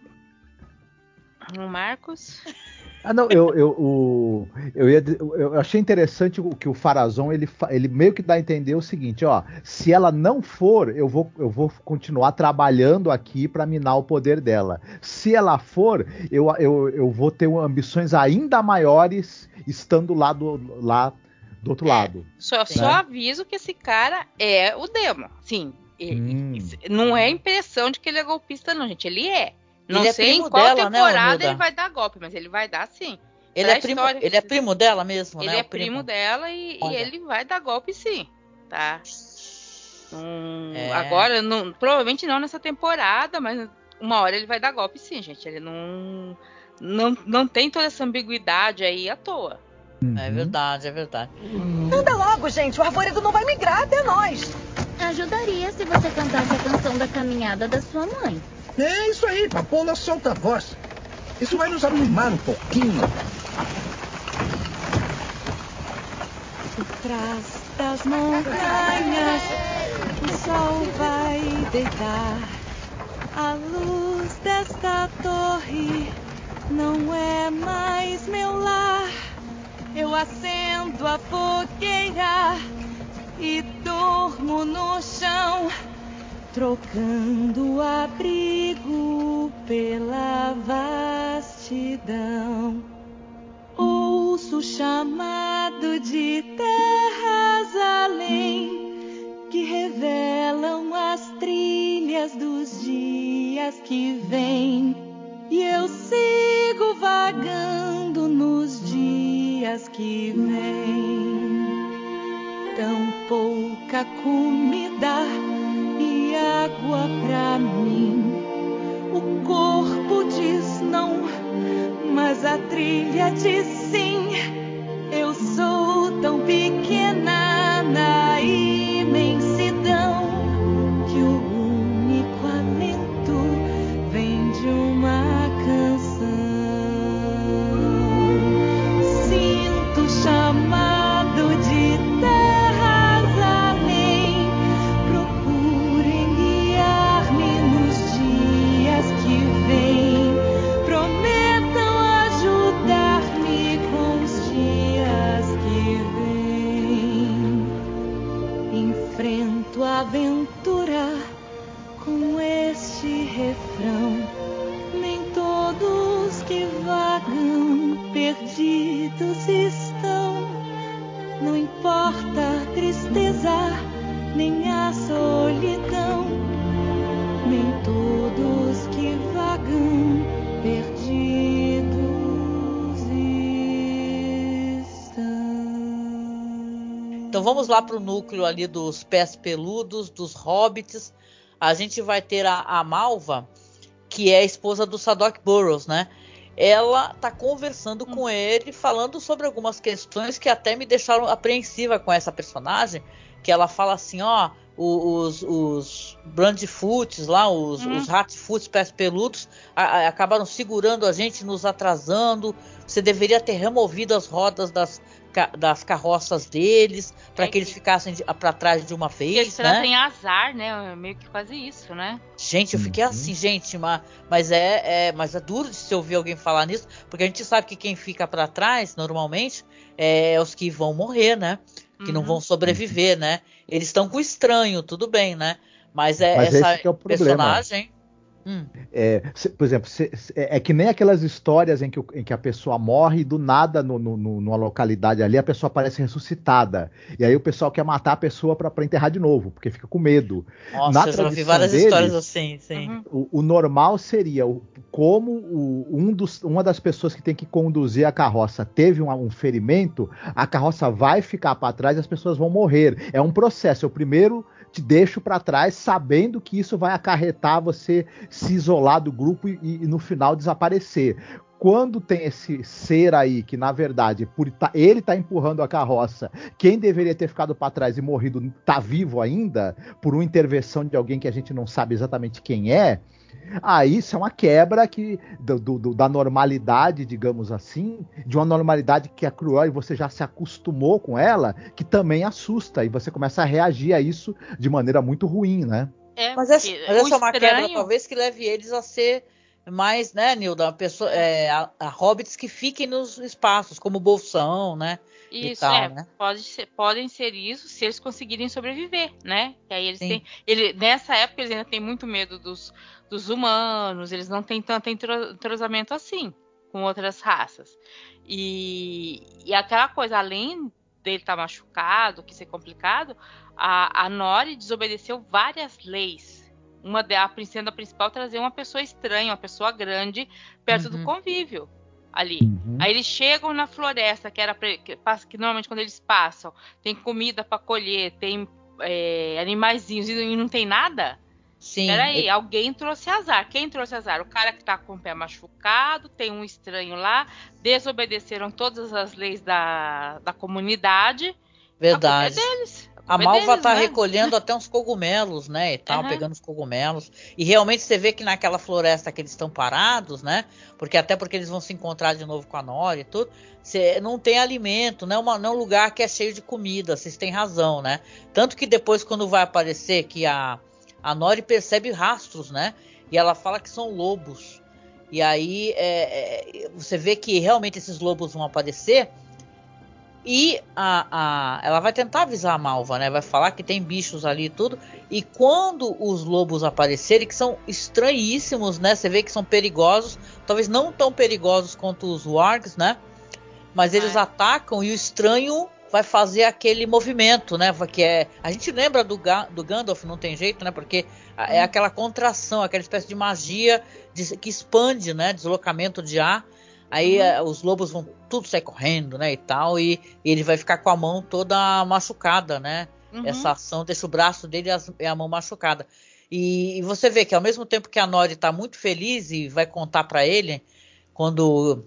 [SPEAKER 2] O Marcos.
[SPEAKER 3] Ah, não, eu, eu, o- eu, ia di- eu achei interessante o que o Farazon ele, fa- ele meio que dá a entender o seguinte, ó, se ela não for, eu vou, eu vou continuar trabalhando aqui para minar o poder dela. Se ela for, eu, eu, eu vou ter ambições ainda maiores estando lá do, lá do outro
[SPEAKER 2] É,
[SPEAKER 3] lado.
[SPEAKER 2] só,
[SPEAKER 1] Sim.
[SPEAKER 2] só
[SPEAKER 3] Né?
[SPEAKER 2] aviso que esse cara é o demo. Sim. E-
[SPEAKER 3] Hum.
[SPEAKER 2] e- não é impressão de que ele é golpista, não, gente. Ele é. Não
[SPEAKER 1] Ele é
[SPEAKER 2] sei em
[SPEAKER 1] primo
[SPEAKER 2] qual
[SPEAKER 1] dela, né, ô,
[SPEAKER 2] temporada
[SPEAKER 1] Nilda?
[SPEAKER 2] ele vai dar golpe, mas ele vai dar sim.
[SPEAKER 1] Ele
[SPEAKER 2] Pra
[SPEAKER 1] é primo,
[SPEAKER 2] história.
[SPEAKER 1] ele é primo dela mesmo,
[SPEAKER 2] Ele
[SPEAKER 1] né?
[SPEAKER 2] é
[SPEAKER 1] O primo.
[SPEAKER 2] primo dela e, e
[SPEAKER 1] Olha.
[SPEAKER 2] ele vai dar golpe sim, tá? Hum,
[SPEAKER 1] É.
[SPEAKER 2] Agora, não- provavelmente não nessa temporada, mas uma hora ele vai dar golpe sim, gente. Ele não, não, não tem toda essa ambiguidade aí à toa.
[SPEAKER 1] É
[SPEAKER 3] Uhum.
[SPEAKER 1] verdade, é verdade.
[SPEAKER 4] Anda logo, gente. O arvoredo não vai migrar até nós.
[SPEAKER 5] Ajudaria se você cantasse a canção da caminhada da sua mãe.
[SPEAKER 6] É isso aí, Papoula solta a voz. Isso vai nos animar um pouquinho.
[SPEAKER 7] Por trás das montanhas, o sol vai deitar. A luz desta torre não é mais meu lar. Eu acendo a fogueira e durmo no chão, trocando abrigo pela vastidão. Ouço o chamado de terras além, que revelam as trilhas dos dias que vêm. E eu sigo vagando nos dias que vêm. Tão pouca comida e água pra mim. O corpo diz não, mas a trilha diz sim. Eu sou tão pequena na imensidão que o único alento vem de uma canção. Sinto o chamado de terras além. Procurem guiar-me nos dias que vêm. Prometam ajudar-me com os dias que vêm. Enfrento a aventura com este refrão. Nem todos que vagam perdidos estão. Não importa a tristeza, nem a solidão. Nem todos que vagam perdidos estão.
[SPEAKER 1] Então vamos lá pro núcleo ali dos pés peludos, dos hobbits. A gente vai ter a, a Malva, que é a esposa do Sadok Burrows, né? Ela tá conversando com ele, falando sobre algumas questões que até me deixaram apreensiva com essa personagem, que ela fala assim, ó, os, os Brandfoots lá, os,
[SPEAKER 2] Hum.
[SPEAKER 1] os Ratfoots, pés peludos, a, a, acabaram segurando a gente, nos atrasando. Você deveria ter removido as rodas das, ca- das carroças deles, para
[SPEAKER 2] É
[SPEAKER 1] que eles
[SPEAKER 2] que-
[SPEAKER 1] ficassem de- pra trás de uma
[SPEAKER 2] Porque eles
[SPEAKER 1] vez, né?
[SPEAKER 2] trazem azar, né? Meio que quase isso, né?
[SPEAKER 1] Gente, eu fiquei
[SPEAKER 3] Uhum.
[SPEAKER 1] assim, gente, mas, mas é, é, mas é duro de se ouvir alguém falar nisso, porque a gente sabe que quem fica pra trás, normalmente, é os que vão morrer, né? Que não
[SPEAKER 2] Uhum.
[SPEAKER 1] vão sobreviver, né? Eles estão com estranho, tudo bem, né? Mas é
[SPEAKER 3] Mas
[SPEAKER 1] essa
[SPEAKER 3] esse que é o problema.
[SPEAKER 1] personagem. Hum,
[SPEAKER 3] É, se- por exemplo, se- se- é, é que nem aquelas histórias em que, o- em que a pessoa morre e do nada no, no- no- numa localidade ali a pessoa aparece ressuscitada. E aí o pessoal quer matar a pessoa pra pra enterrar de novo, porque fica com medo.
[SPEAKER 1] nossa,
[SPEAKER 3] Na
[SPEAKER 1] eu já ouvi
[SPEAKER 3] tradição
[SPEAKER 1] várias
[SPEAKER 3] deles,
[SPEAKER 1] histórias assim, sim.
[SPEAKER 2] Uhum.
[SPEAKER 3] O, o normal seria o- como o- um dos- uma das pessoas que tem que conduzir a carroça teve um, um ferimento, a carroça vai ficar para trás e as pessoas vão morrer. É um processo. É o primeiro te deixo para trás, sabendo que isso vai acarretar você se isolar do grupo e, e no final desaparecer. Quando tem esse ser aí, que na verdade, por tá, ele tá empurrando a carroça, quem deveria ter ficado para trás e morrido tá vivo ainda, por uma intervenção de alguém que a gente não sabe exatamente quem é, aí isso é uma quebra que, do, do, da normalidade, digamos assim, de uma normalidade que é cruel e você já se acostumou com ela, que também assusta, e você começa a reagir a isso de maneira muito ruim, né?
[SPEAKER 2] É,
[SPEAKER 1] Mas essa, mas essa é uma
[SPEAKER 2] estranho...
[SPEAKER 1] quebra, talvez, que leve eles a ser mais, né, Nilda, a pessoa, é, a, a hobbits que fiquem nos espaços, como o Bolsão, né?
[SPEAKER 2] Isso,
[SPEAKER 1] e tal,
[SPEAKER 2] é,
[SPEAKER 1] né?
[SPEAKER 2] pode ser, podem ser isso se eles conseguirem sobreviver, né? Que aí eles
[SPEAKER 1] Sim.
[SPEAKER 2] têm, ele, nessa época eles ainda têm muito medo dos, dos humanos, eles não têm tanto entrosamento assim com outras raças. E, e aquela coisa, além dele estar machucado, que ser complicado, a, a Nori desobedeceu várias leis. Uma delas, sendo a principal, trazer uma pessoa estranha, uma pessoa grande, perto
[SPEAKER 1] Uhum.
[SPEAKER 2] do convívio ali.
[SPEAKER 3] Uhum.
[SPEAKER 2] Aí eles chegam na floresta, que era pre... que, que normalmente quando eles passam, tem comida para colher, tem é, animaizinhos e não tem nada.
[SPEAKER 1] Sim.
[SPEAKER 2] Peraí,
[SPEAKER 1] ele...
[SPEAKER 2] alguém trouxe azar. Quem trouxe azar? O cara que tá com o pé machucado, tem um estranho lá, desobedeceram todas as leis da, da comunidade.
[SPEAKER 1] Verdade.
[SPEAKER 2] A culpa é deles.
[SPEAKER 1] A, a
[SPEAKER 2] culpa
[SPEAKER 1] Malva
[SPEAKER 2] é deles,
[SPEAKER 1] tá
[SPEAKER 2] né?
[SPEAKER 1] recolhendo até uns cogumelos, né, e tal,
[SPEAKER 2] Uhum.
[SPEAKER 1] pegando os cogumelos. E realmente você vê que naquela floresta que eles estão parados, né, porque até porque eles vão se encontrar de novo com a Nori e tudo, você não tem alimento, não é, uma, não é um lugar que é cheio de comida, vocês têm razão, né. Tanto que depois, quando vai aparecer que a, a Nori percebe rastros, né, e ela fala que são lobos. E aí é, é, você vê que realmente esses lobos vão aparecer. E a, a, ela vai tentar avisar a Malva, né? Vai falar que tem bichos ali e tudo. E quando os lobos aparecerem, que são estranhíssimos, né? Você vê que são perigosos. Talvez não tão perigosos quanto os wargs, né? Mas eles
[SPEAKER 2] É.
[SPEAKER 1] atacam e o estranho vai fazer aquele movimento, né? Que é, a gente lembra do, do Gandalf, não tem jeito, né? Porque é aquela contração, aquela espécie de magia de, que expande, né? Deslocamento de ar. Aí uhum. os lobos vão tudo sair correndo, né, e tal, e, e ele vai ficar com a mão toda machucada, né? Uhum. Essa ação deixa o braço dele e a mão machucada. E, e você vê que ao mesmo tempo que a Nori tá muito feliz e vai contar para ele, quando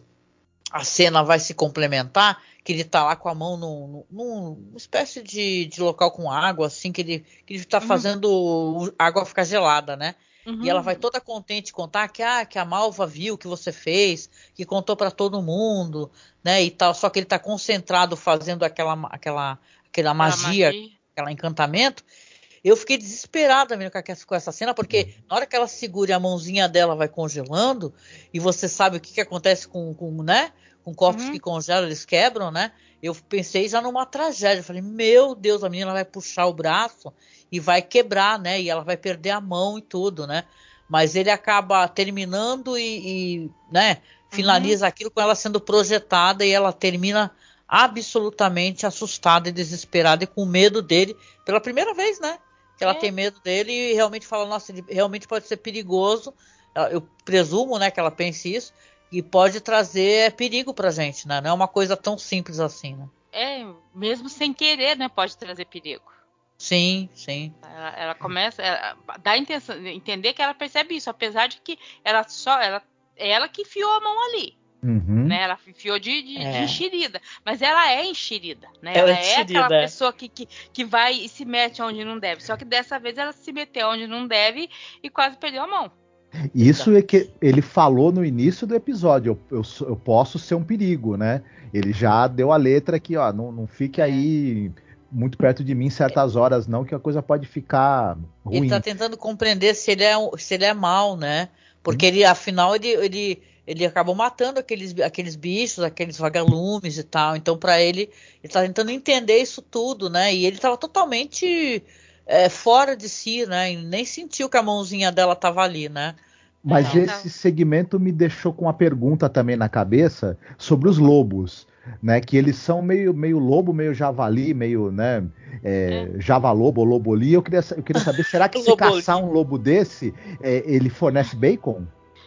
[SPEAKER 1] a cena vai se complementar, que ele tá lá com a mão num, num, numa espécie de, de local com água, assim, que ele, que ele tá uhum. fazendo água ficar gelada, né? Uhum. E ela vai toda contente contar que, ah, que a Malva viu o que você fez, que contou para todo mundo, né, e tal. Só que ele tá concentrado fazendo aquela, aquela, aquela magia, magia, aquele encantamento. Eu fiquei desesperada mesmo com essa cena, porque na hora que ela segura a mãozinha dela vai congelando, e você sabe o que, que acontece com, com, né, com corpos uhum. que congelam, eles quebram, né? Eu pensei já numa tragédia. Eu falei, meu Deus, a menina vai puxar o braço e vai quebrar, né? E ela vai perder a mão e tudo, né? Mas ele acaba terminando e, e né, finaliza uhum. aquilo com ela sendo projetada, e ela termina absolutamente assustada e desesperada e com medo dele pela primeira vez, né? Que ela é. tem medo dele e realmente fala, nossa, ele realmente pode ser perigoso. Eu presumo, né, que ela pense isso, e pode trazer perigo pra gente, né? Não é uma coisa tão simples assim, né?
[SPEAKER 2] É, mesmo sem querer, né, pode trazer perigo.
[SPEAKER 1] Sim, sim.
[SPEAKER 2] Ela, ela começa, ela dá a intenção, entender que ela percebe isso, apesar de que ela só, ela, ela que enfiou a mão ali.
[SPEAKER 3] Uhum.
[SPEAKER 2] Né, ela enfiou de, de,
[SPEAKER 1] é.
[SPEAKER 2] de enxerida, mas ela é enxerida, né?
[SPEAKER 1] Ela,
[SPEAKER 2] ela é aquela
[SPEAKER 1] é.
[SPEAKER 2] pessoa que, que, que vai e se mete onde não deve. Só que dessa vez ela se meteu onde não deve e quase perdeu a mão.
[SPEAKER 3] Isso é que ele falou no início do episódio. Eu, eu, eu posso ser um perigo, né? Ele já deu a letra aqui, ó. Não, não fique é. aí muito perto de mim certas horas, não, que a coisa pode ficar ruim.
[SPEAKER 1] Ele tá tentando compreender se ele é, se ele é mal, né? Porque hum. ele, afinal, ele, ele, ele acabou matando aqueles, aqueles bichos, aqueles vagalumes e tal. Então, para ele, ele tá tentando entender isso tudo, né? E ele tava totalmente é, fora de si, né? E nem sentiu que a mãozinha dela tava ali, né?
[SPEAKER 3] Mas então, esse segmento me deixou com uma pergunta também na cabeça sobre os lobos, né? Que eles são meio, meio lobo, meio javali, meio, né? É, é. Javalobo ou loboli. Eu queria, eu queria saber, será que se caçar um lobo desse, é, ele fornece bacon?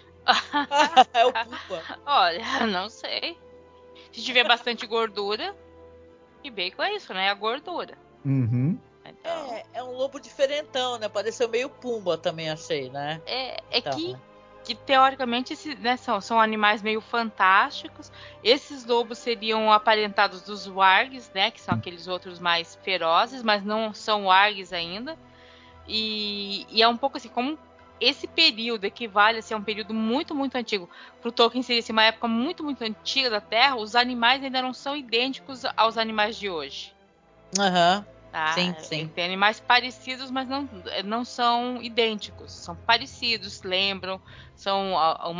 [SPEAKER 1] É o Pumba.
[SPEAKER 2] Olha, não sei. Se tiver bastante gordura, e bacon é isso, né? A gordura.
[SPEAKER 3] Uhum.
[SPEAKER 2] Então,
[SPEAKER 1] É, é um lobo diferentão, né? Pareceu meio Pumba também, achei, né?
[SPEAKER 2] é, é
[SPEAKER 1] Então,
[SPEAKER 2] que,
[SPEAKER 1] né?
[SPEAKER 2] que teoricamente esse, né, são, são animais meio fantásticos. Esses lobos seriam aparentados dos wargs, né? Que são aqueles outros mais ferozes, mas não são wargs ainda. E, e é um pouco assim, como esse período equivale assim, a um período muito, muito antigo. Para o Tolkien seria assim, uma época muito, muito antiga da Terra, os animais ainda não são idênticos aos animais de hoje.
[SPEAKER 1] Aham.
[SPEAKER 2] Tá?
[SPEAKER 1] Sim, sim.
[SPEAKER 2] Tem animais parecidos, mas não, não são idênticos. São parecidos, lembram, são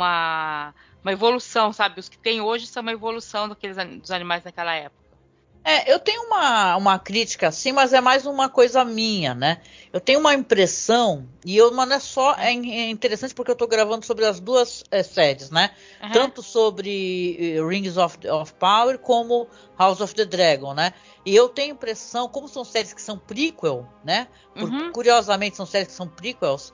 [SPEAKER 2] uma, uma evolução, sabe? Os que tem hoje são uma evolução daqueles, dos animais daquela época.
[SPEAKER 1] É, eu tenho uma, uma crítica assim, mas é mais uma coisa minha, né? Eu tenho uma impressão, e eu, mas não é só, é, é interessante porque eu tô gravando sobre as duas é, séries, né?
[SPEAKER 2] Uhum.
[SPEAKER 1] Tanto sobre uh, Rings of, of Power como House of the Dragon, né? E eu tenho a impressão, como são séries que são prequel, né? Por,
[SPEAKER 2] Uhum.
[SPEAKER 1] Curiosamente são séries que são prequels,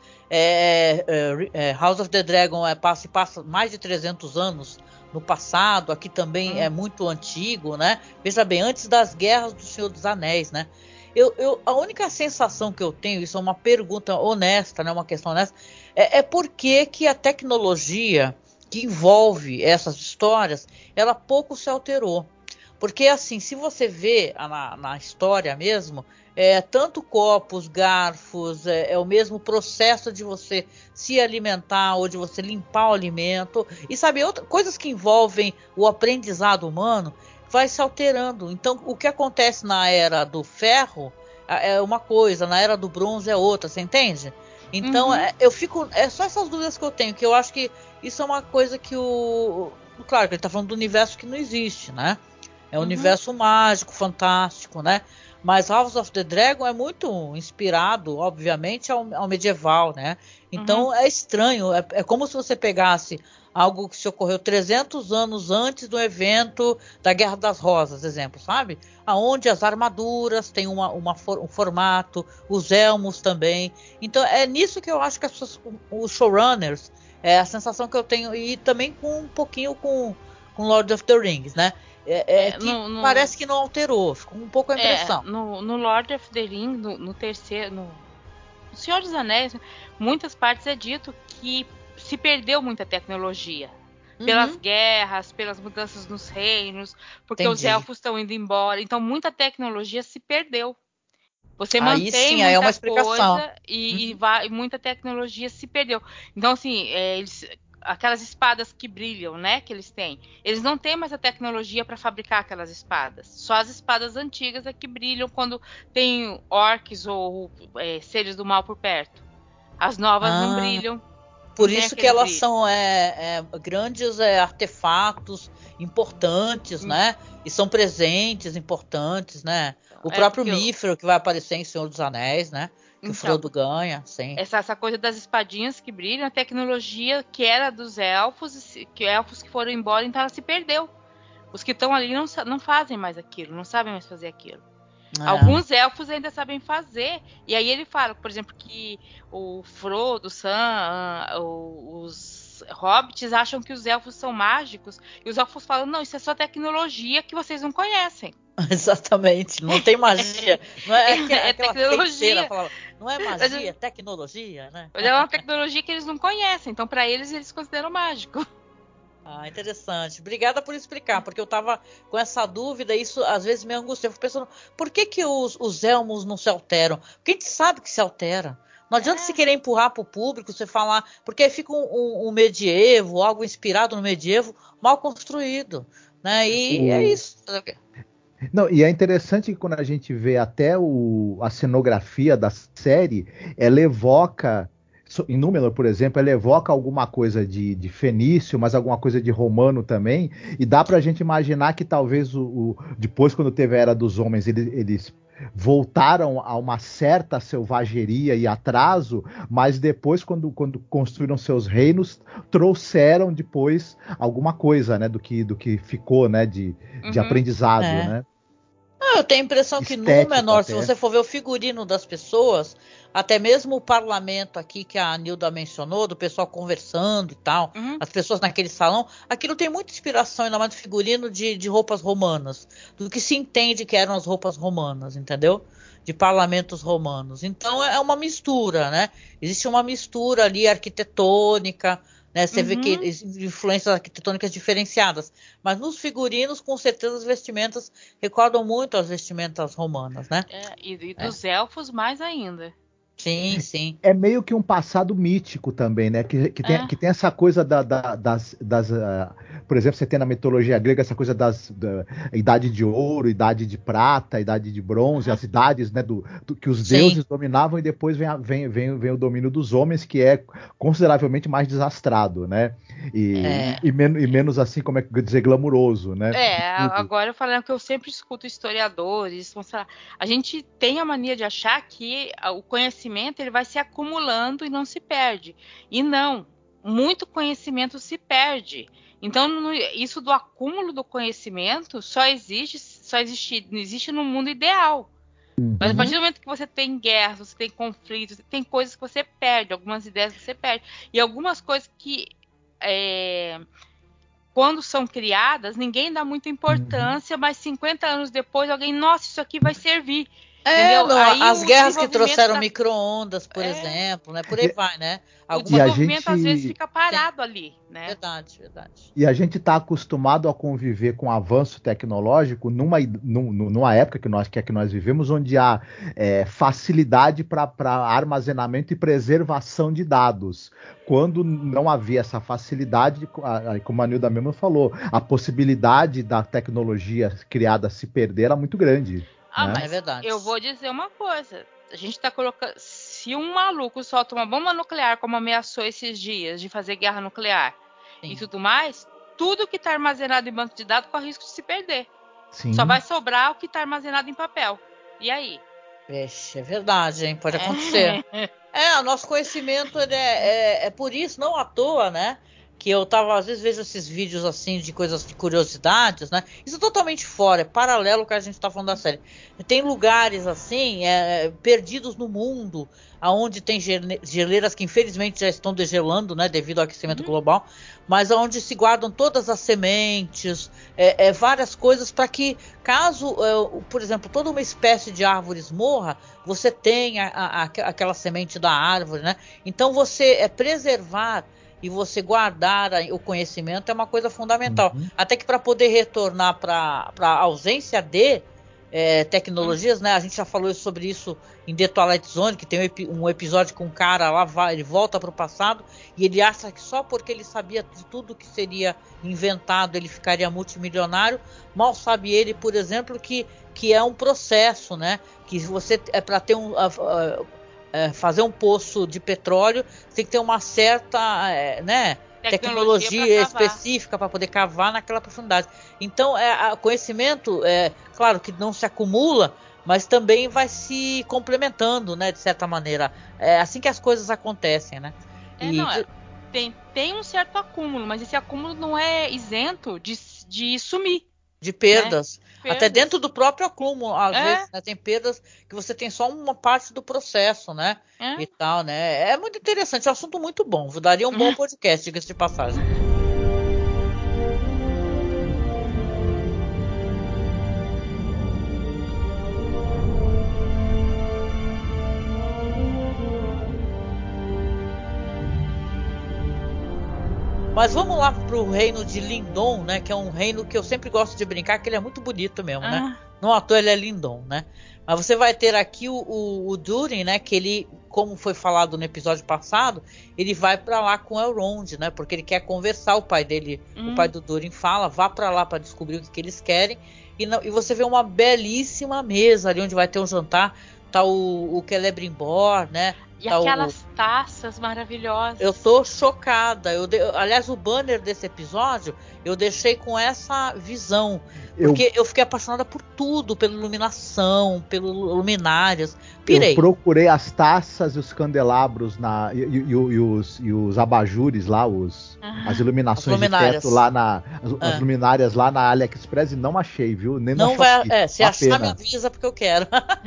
[SPEAKER 1] é, é, é, House of the Dragon é, passa, passa mais de trezentos anos no passado, aqui também
[SPEAKER 2] Hum.
[SPEAKER 1] é muito antigo, né? Veja bem, antes das guerras do Senhor dos Anéis, né? Eu, eu, a única sensação que eu tenho, isso é uma pergunta honesta, né? Uma questão honesta, é, é por que, que a tecnologia que envolve essas histórias, ela pouco se alterou. Porque assim, se você vê na, na história mesmo, é, tanto copos, garfos, é, é o mesmo processo de você se alimentar ou de você limpar o alimento. E sabe, outra, coisas que envolvem o aprendizado humano vai se alterando. Então, o que acontece na era do ferro é uma coisa, na era do bronze é outra, você entende? Então,
[SPEAKER 2] Uhum.
[SPEAKER 1] é, eu fico. É só essas dúvidas que eu tenho, que eu acho que isso é uma coisa que o. Claro que ele está falando do universo que não existe, né? É um
[SPEAKER 2] Uhum.
[SPEAKER 1] universo mágico, fantástico, né? Mas House of the Dragon é muito inspirado, obviamente, ao, ao medieval, né? Então
[SPEAKER 2] Uhum.
[SPEAKER 1] é estranho, é, é como se você pegasse algo que se ocorreu trezentos anos antes do evento da Guerra das Rosas, exemplo, sabe? Aonde as armaduras têm uma, uma for, um formato, os elmos também. Então é nisso que eu acho que as pessoas, os showrunners, é a sensação que eu tenho, e também com um pouquinho com, com Lord of the Rings, né? É, é
[SPEAKER 2] É,
[SPEAKER 1] que
[SPEAKER 2] no, no,
[SPEAKER 1] parece que não alterou, ficou um pouco a
[SPEAKER 2] é,
[SPEAKER 1] impressão.
[SPEAKER 2] no, no Lord of the Rings, no, no terceiro, no, no Senhor dos Anéis, muitas partes é dito que se perdeu muita tecnologia. Pelas
[SPEAKER 1] Uhum,
[SPEAKER 2] guerras, pelas mudanças nos reinos, porque os
[SPEAKER 1] entendi.
[SPEAKER 2] elfos estão indo embora. Então, muita tecnologia se perdeu. Você
[SPEAKER 1] Aí
[SPEAKER 2] mantém
[SPEAKER 1] sim, aí é uma
[SPEAKER 2] muita
[SPEAKER 1] explicação.
[SPEAKER 2] coisa e, e,
[SPEAKER 1] Uhum.
[SPEAKER 2] vai, e muita tecnologia se perdeu. Então, assim, é, eles, aquelas espadas que brilham, né, que eles têm, eles não têm mais a tecnologia para fabricar aquelas espadas. Só as espadas antigas é que brilham quando tem orcs ou é, seres do mal por perto. As novas não
[SPEAKER 1] Ah,
[SPEAKER 2] brilham, não
[SPEAKER 1] por
[SPEAKER 2] tem
[SPEAKER 1] isso que
[SPEAKER 2] aquele
[SPEAKER 1] elas
[SPEAKER 2] brilho.
[SPEAKER 1] são é, é, grandes é, artefatos importantes, né? E são presentes importantes, né? O
[SPEAKER 2] É
[SPEAKER 1] próprio
[SPEAKER 2] porque eu,
[SPEAKER 1] Mífero que vai aparecer em Senhor dos Anéis, né? Que o
[SPEAKER 2] então,
[SPEAKER 1] Frodo ganha, sim.
[SPEAKER 2] essa, essa coisa das espadinhas que brilham, a tecnologia que era dos elfos, que elfos que foram embora, então ela se perdeu. Os que estão ali não, não fazem mais aquilo, não sabem mais fazer aquilo.
[SPEAKER 1] É.
[SPEAKER 2] Alguns elfos ainda sabem fazer. E aí ele fala, por exemplo, que o Frodo, o Sam, os hobbits acham que os elfos são mágicos. E os elfos falam, não, isso é só tecnologia que vocês não conhecem.
[SPEAKER 1] Exatamente, não tem magia. Não é aqu-
[SPEAKER 2] É
[SPEAKER 1] aquela feiticeira
[SPEAKER 2] tecnologia.
[SPEAKER 1] falava, não é magia, é tecnologia, né?
[SPEAKER 2] Mas é uma tecnologia que eles não conhecem. Então, para eles, eles consideram mágico.
[SPEAKER 1] Ah, interessante. Obrigada por explicar, porque eu tava com essa dúvida, e isso às vezes me angustia. Eu fico pensando, por que, que os, os elmos não se alteram? Porque a gente sabe que se altera. Não adianta se
[SPEAKER 2] É.
[SPEAKER 1] querer empurrar para o público, você falar, porque aí fica um, um, um medievo, algo inspirado no medievo, mal construído, né? E é
[SPEAKER 3] O...
[SPEAKER 1] isso.
[SPEAKER 3] Não, e é interessante que quando a gente vê até o, a cenografia da série, ela evoca, em Númenor, por exemplo, ela evoca alguma coisa de, de fenício, mas alguma coisa de romano também, e dá pra gente imaginar que talvez o, o depois, quando teve a Era dos Homens, eles, eles voltaram a uma certa selvageria e atraso, mas depois, quando, quando construíram seus reinos, trouxeram depois alguma coisa, né, do que, do que ficou, né, de, de
[SPEAKER 2] Uhum.
[SPEAKER 3] aprendizado,
[SPEAKER 1] É.
[SPEAKER 3] né?
[SPEAKER 1] Ah, eu tenho a impressão que
[SPEAKER 3] Estético
[SPEAKER 1] Númenor,
[SPEAKER 3] até.
[SPEAKER 1] se você for ver o figurino das pessoas, até mesmo o parlamento aqui que a Nilda mencionou, do pessoal conversando e tal,
[SPEAKER 2] Uhum.
[SPEAKER 1] as pessoas naquele salão, aquilo tem muita inspiração, ainda mais do figurino de, de roupas romanas, do que se entende que eram as roupas romanas, entendeu? De parlamentos romanos. Então é uma mistura, né? Existe uma mistura ali arquitetônica, né? Você vê que
[SPEAKER 2] Uhum.
[SPEAKER 1] existem influências arquitetônicas diferenciadas. Mas nos figurinos, com certeza, as vestimentas recordam muito as vestimentas romanas, né?
[SPEAKER 2] É, e, e dos elfos mais ainda.
[SPEAKER 1] Sim, sim.
[SPEAKER 3] É meio que um passado mítico também, né? Que, que, tem,
[SPEAKER 2] É.
[SPEAKER 3] que tem essa coisa da, da- das. das uh, por exemplo, você tem na mitologia grega essa coisa das da idade de ouro, idade de prata, idade de bronze,
[SPEAKER 2] Uhum.
[SPEAKER 3] as idades, né? Do, do- que os
[SPEAKER 1] Sim.
[SPEAKER 3] deuses dominavam e depois vem, a- vem, vem, vem o domínio dos homens, que é consideravelmente mais desastrado, né? E,
[SPEAKER 1] É.
[SPEAKER 3] e, men- e menos assim, como é que dizer, glamuroso, né?
[SPEAKER 2] É,
[SPEAKER 3] Tudo.
[SPEAKER 2] agora eu falando que eu sempre escuto historiadores, vão falar, a gente tem a mania de achar que o conhecimento ele vai se acumulando e não se perde. E não, muito conhecimento se perde. Então, no- isso do acúmulo do conhecimento só existe, só existe, não existe no mundo ideal. Mas a partir do momento que você tem guerra, você tem conflitos, tem coisas que você perde, algumas ideias você perde. E algumas coisas que é, quando são criadas, ninguém dá muita importância, mas cinquenta anos depois alguém, nossa, isso aqui vai servir.
[SPEAKER 1] É,
[SPEAKER 2] Entendeu?
[SPEAKER 1] não,
[SPEAKER 2] Aí
[SPEAKER 1] as
[SPEAKER 2] o
[SPEAKER 1] guerras que
[SPEAKER 2] desenvolvimento
[SPEAKER 1] trouxeram
[SPEAKER 2] da-
[SPEAKER 1] micro-ondas, por
[SPEAKER 2] É.
[SPEAKER 1] exemplo, né? Por aí
[SPEAKER 3] E-
[SPEAKER 1] vai, né?
[SPEAKER 2] o
[SPEAKER 1] Algumas...
[SPEAKER 3] E a
[SPEAKER 2] desenvolvimento às vezes
[SPEAKER 3] gente.
[SPEAKER 2] fica parado ali, né?
[SPEAKER 1] Verdade, verdade.
[SPEAKER 3] E a gente está acostumado a conviver com o avanço tecnológico numa, num- numa época que nós, que é que nós vivemos, onde há é, facilidade para armazenamento e preservação de dados. Quando não havia essa facilidade, a- a- como a Nilda mesmo falou, a possibilidade da tecnologia criada se perder era muito grande.
[SPEAKER 2] Ah,
[SPEAKER 3] Né?
[SPEAKER 1] É
[SPEAKER 2] mas
[SPEAKER 1] verdade.
[SPEAKER 2] eu vou dizer uma coisa. A gente tá colocando. Se um maluco solta uma bomba nuclear, como ameaçou esses dias, de fazer guerra nuclear
[SPEAKER 1] Sim.
[SPEAKER 2] e tudo mais, tudo que está armazenado em banco de dados corre risco de se perder.
[SPEAKER 3] Sim.
[SPEAKER 2] Só vai sobrar o que está armazenado em papel. E aí?
[SPEAKER 1] Vixe, é verdade, hein? Pode acontecer. É, o nosso conhecimento ele é, é, é por isso, não à toa, né? Que eu tava, às vezes, vejo esses vídeos assim de coisas de curiosidades, né? Isso é totalmente fora, é paralelo ao que a gente tá falando da série. Tem lugares assim, é, perdidos no mundo, aonde tem gele- geleiras que infelizmente já estão degelando, né? Devido ao aquecimento
[SPEAKER 2] Uhum.
[SPEAKER 1] global, mas onde se guardam todas as sementes, é, é, várias coisas para que, caso, é, por exemplo, toda uma espécie de árvores morra, você tenha a, a, aquela semente da árvore, né? Então você é preservar e você guardar a, o conhecimento é uma coisa fundamental.
[SPEAKER 3] Uhum.
[SPEAKER 1] Até que para poder retornar para a ausência de é, tecnologias, né? A gente já falou sobre isso em The Twilight Zone, que tem um, epi um episódio com um cara lá, vai, ele volta para o passado e ele acha que só porque ele sabia de tudo que seria inventado ele ficaria multimilionário. Mal sabe ele, por exemplo, que, que é um processo, né? Que você é para ter um uh, uh, uh, fazer um poço de petróleo, você tem que ter uma certa, uh, né,
[SPEAKER 2] Tecnologia
[SPEAKER 1] tecnologia
[SPEAKER 2] pra cavar.
[SPEAKER 1] específica para poder cavar naquela profundidade. Então, é, conhecimento, é claro que não se acumula, mas também vai se complementando, né, de certa maneira. É assim que as coisas acontecem, né?
[SPEAKER 2] É,
[SPEAKER 1] E
[SPEAKER 2] não, é, tem, tem um certo acúmulo, mas esse acúmulo não é isento de, de sumir.
[SPEAKER 1] de perdas,
[SPEAKER 2] Né?
[SPEAKER 1] até
[SPEAKER 2] Perdas.
[SPEAKER 1] dentro do próprio acúmulo, às
[SPEAKER 2] É.
[SPEAKER 1] vezes, né, tem perdas que você tem só uma parte do processo, né?
[SPEAKER 2] É.
[SPEAKER 1] E tal, né? É muito interessante, é um assunto muito bom. Daria um bom podcast, diga-se de passagem. Mas vamos lá pro reino de Lindon, né? Que é um reino que eu sempre gosto de brincar, que ele é muito bonito mesmo, né?
[SPEAKER 2] Ah.
[SPEAKER 1] Não à toa ele é Lindon, né? Mas você vai ter aqui o, o, o Durin, né? Que ele, como foi falado no episódio passado, ele vai pra lá com Elrond, né? Porque ele quer conversar. O pai dele,
[SPEAKER 2] Hum.
[SPEAKER 1] o pai do Durin fala, vá pra lá pra descobrir o que, que eles querem. E, não, e você vê uma belíssima mesa ali onde vai ter um jantar. Tá o, o Celebrimbor, né?
[SPEAKER 2] E
[SPEAKER 1] Tá o-
[SPEAKER 2] aquelas taças maravilhosas.
[SPEAKER 1] Eu tô chocada. Eu de- Aliás, o banner desse episódio eu deixei com essa visão. Porque eu, eu fiquei apaixonada por tudo, pela iluminação, pelas luminárias. Pirei.
[SPEAKER 3] Eu procurei as taças e os candelabros na, e, e- e os, e os abajures lá, os,
[SPEAKER 2] Ah,
[SPEAKER 3] as iluminações
[SPEAKER 1] as
[SPEAKER 3] de
[SPEAKER 1] luminárias.
[SPEAKER 3] teto lá na. As,
[SPEAKER 1] Ah.
[SPEAKER 3] as luminárias lá na AliExpress e não achei, viu? Nem
[SPEAKER 1] Não
[SPEAKER 3] na
[SPEAKER 1] vai.
[SPEAKER 3] Shopee.
[SPEAKER 1] É, se
[SPEAKER 3] Uma
[SPEAKER 1] achar, me
[SPEAKER 3] pena.
[SPEAKER 1] avisa porque eu quero.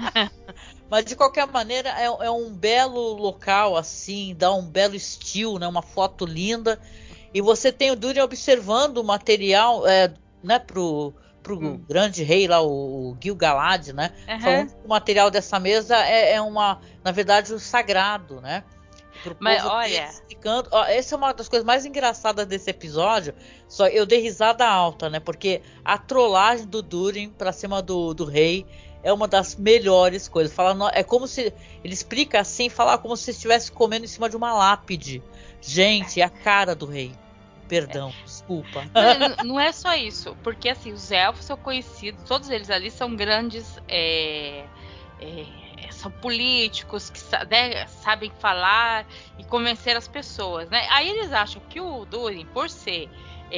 [SPEAKER 1] Mas de qualquer maneira é, é um belo local assim, dá um belo estilo, né? Uma foto linda. E você tem o Durin observando o material, é, né? Pro, pro
[SPEAKER 2] Hum.
[SPEAKER 1] grande rei lá, o, o Gil-galad, né?
[SPEAKER 2] Aham.
[SPEAKER 1] Falando que o material dessa mesa é, é uma, na verdade, o sagrado, né? Pro
[SPEAKER 2] Mas
[SPEAKER 1] povo
[SPEAKER 2] olha-
[SPEAKER 1] dele, explicando. Ó, essa é uma das coisas mais engraçadas desse episódio. Só eu dei risada alta, né? Porque a trollagem do Durin pra cima do, do rei é uma das melhores coisas. Fala, no- é como se ele explica assim, fala como se estivesse comendo em cima de uma lápide. Gente, é a cara do rei. Perdão, desculpa.
[SPEAKER 2] Não, não é só isso, porque assim, os elfos são conhecidos, todos eles ali são grandes, é, é, são políticos que sa- né, sabem falar e convencer as pessoas, né? Aí eles acham que o Durin, por ser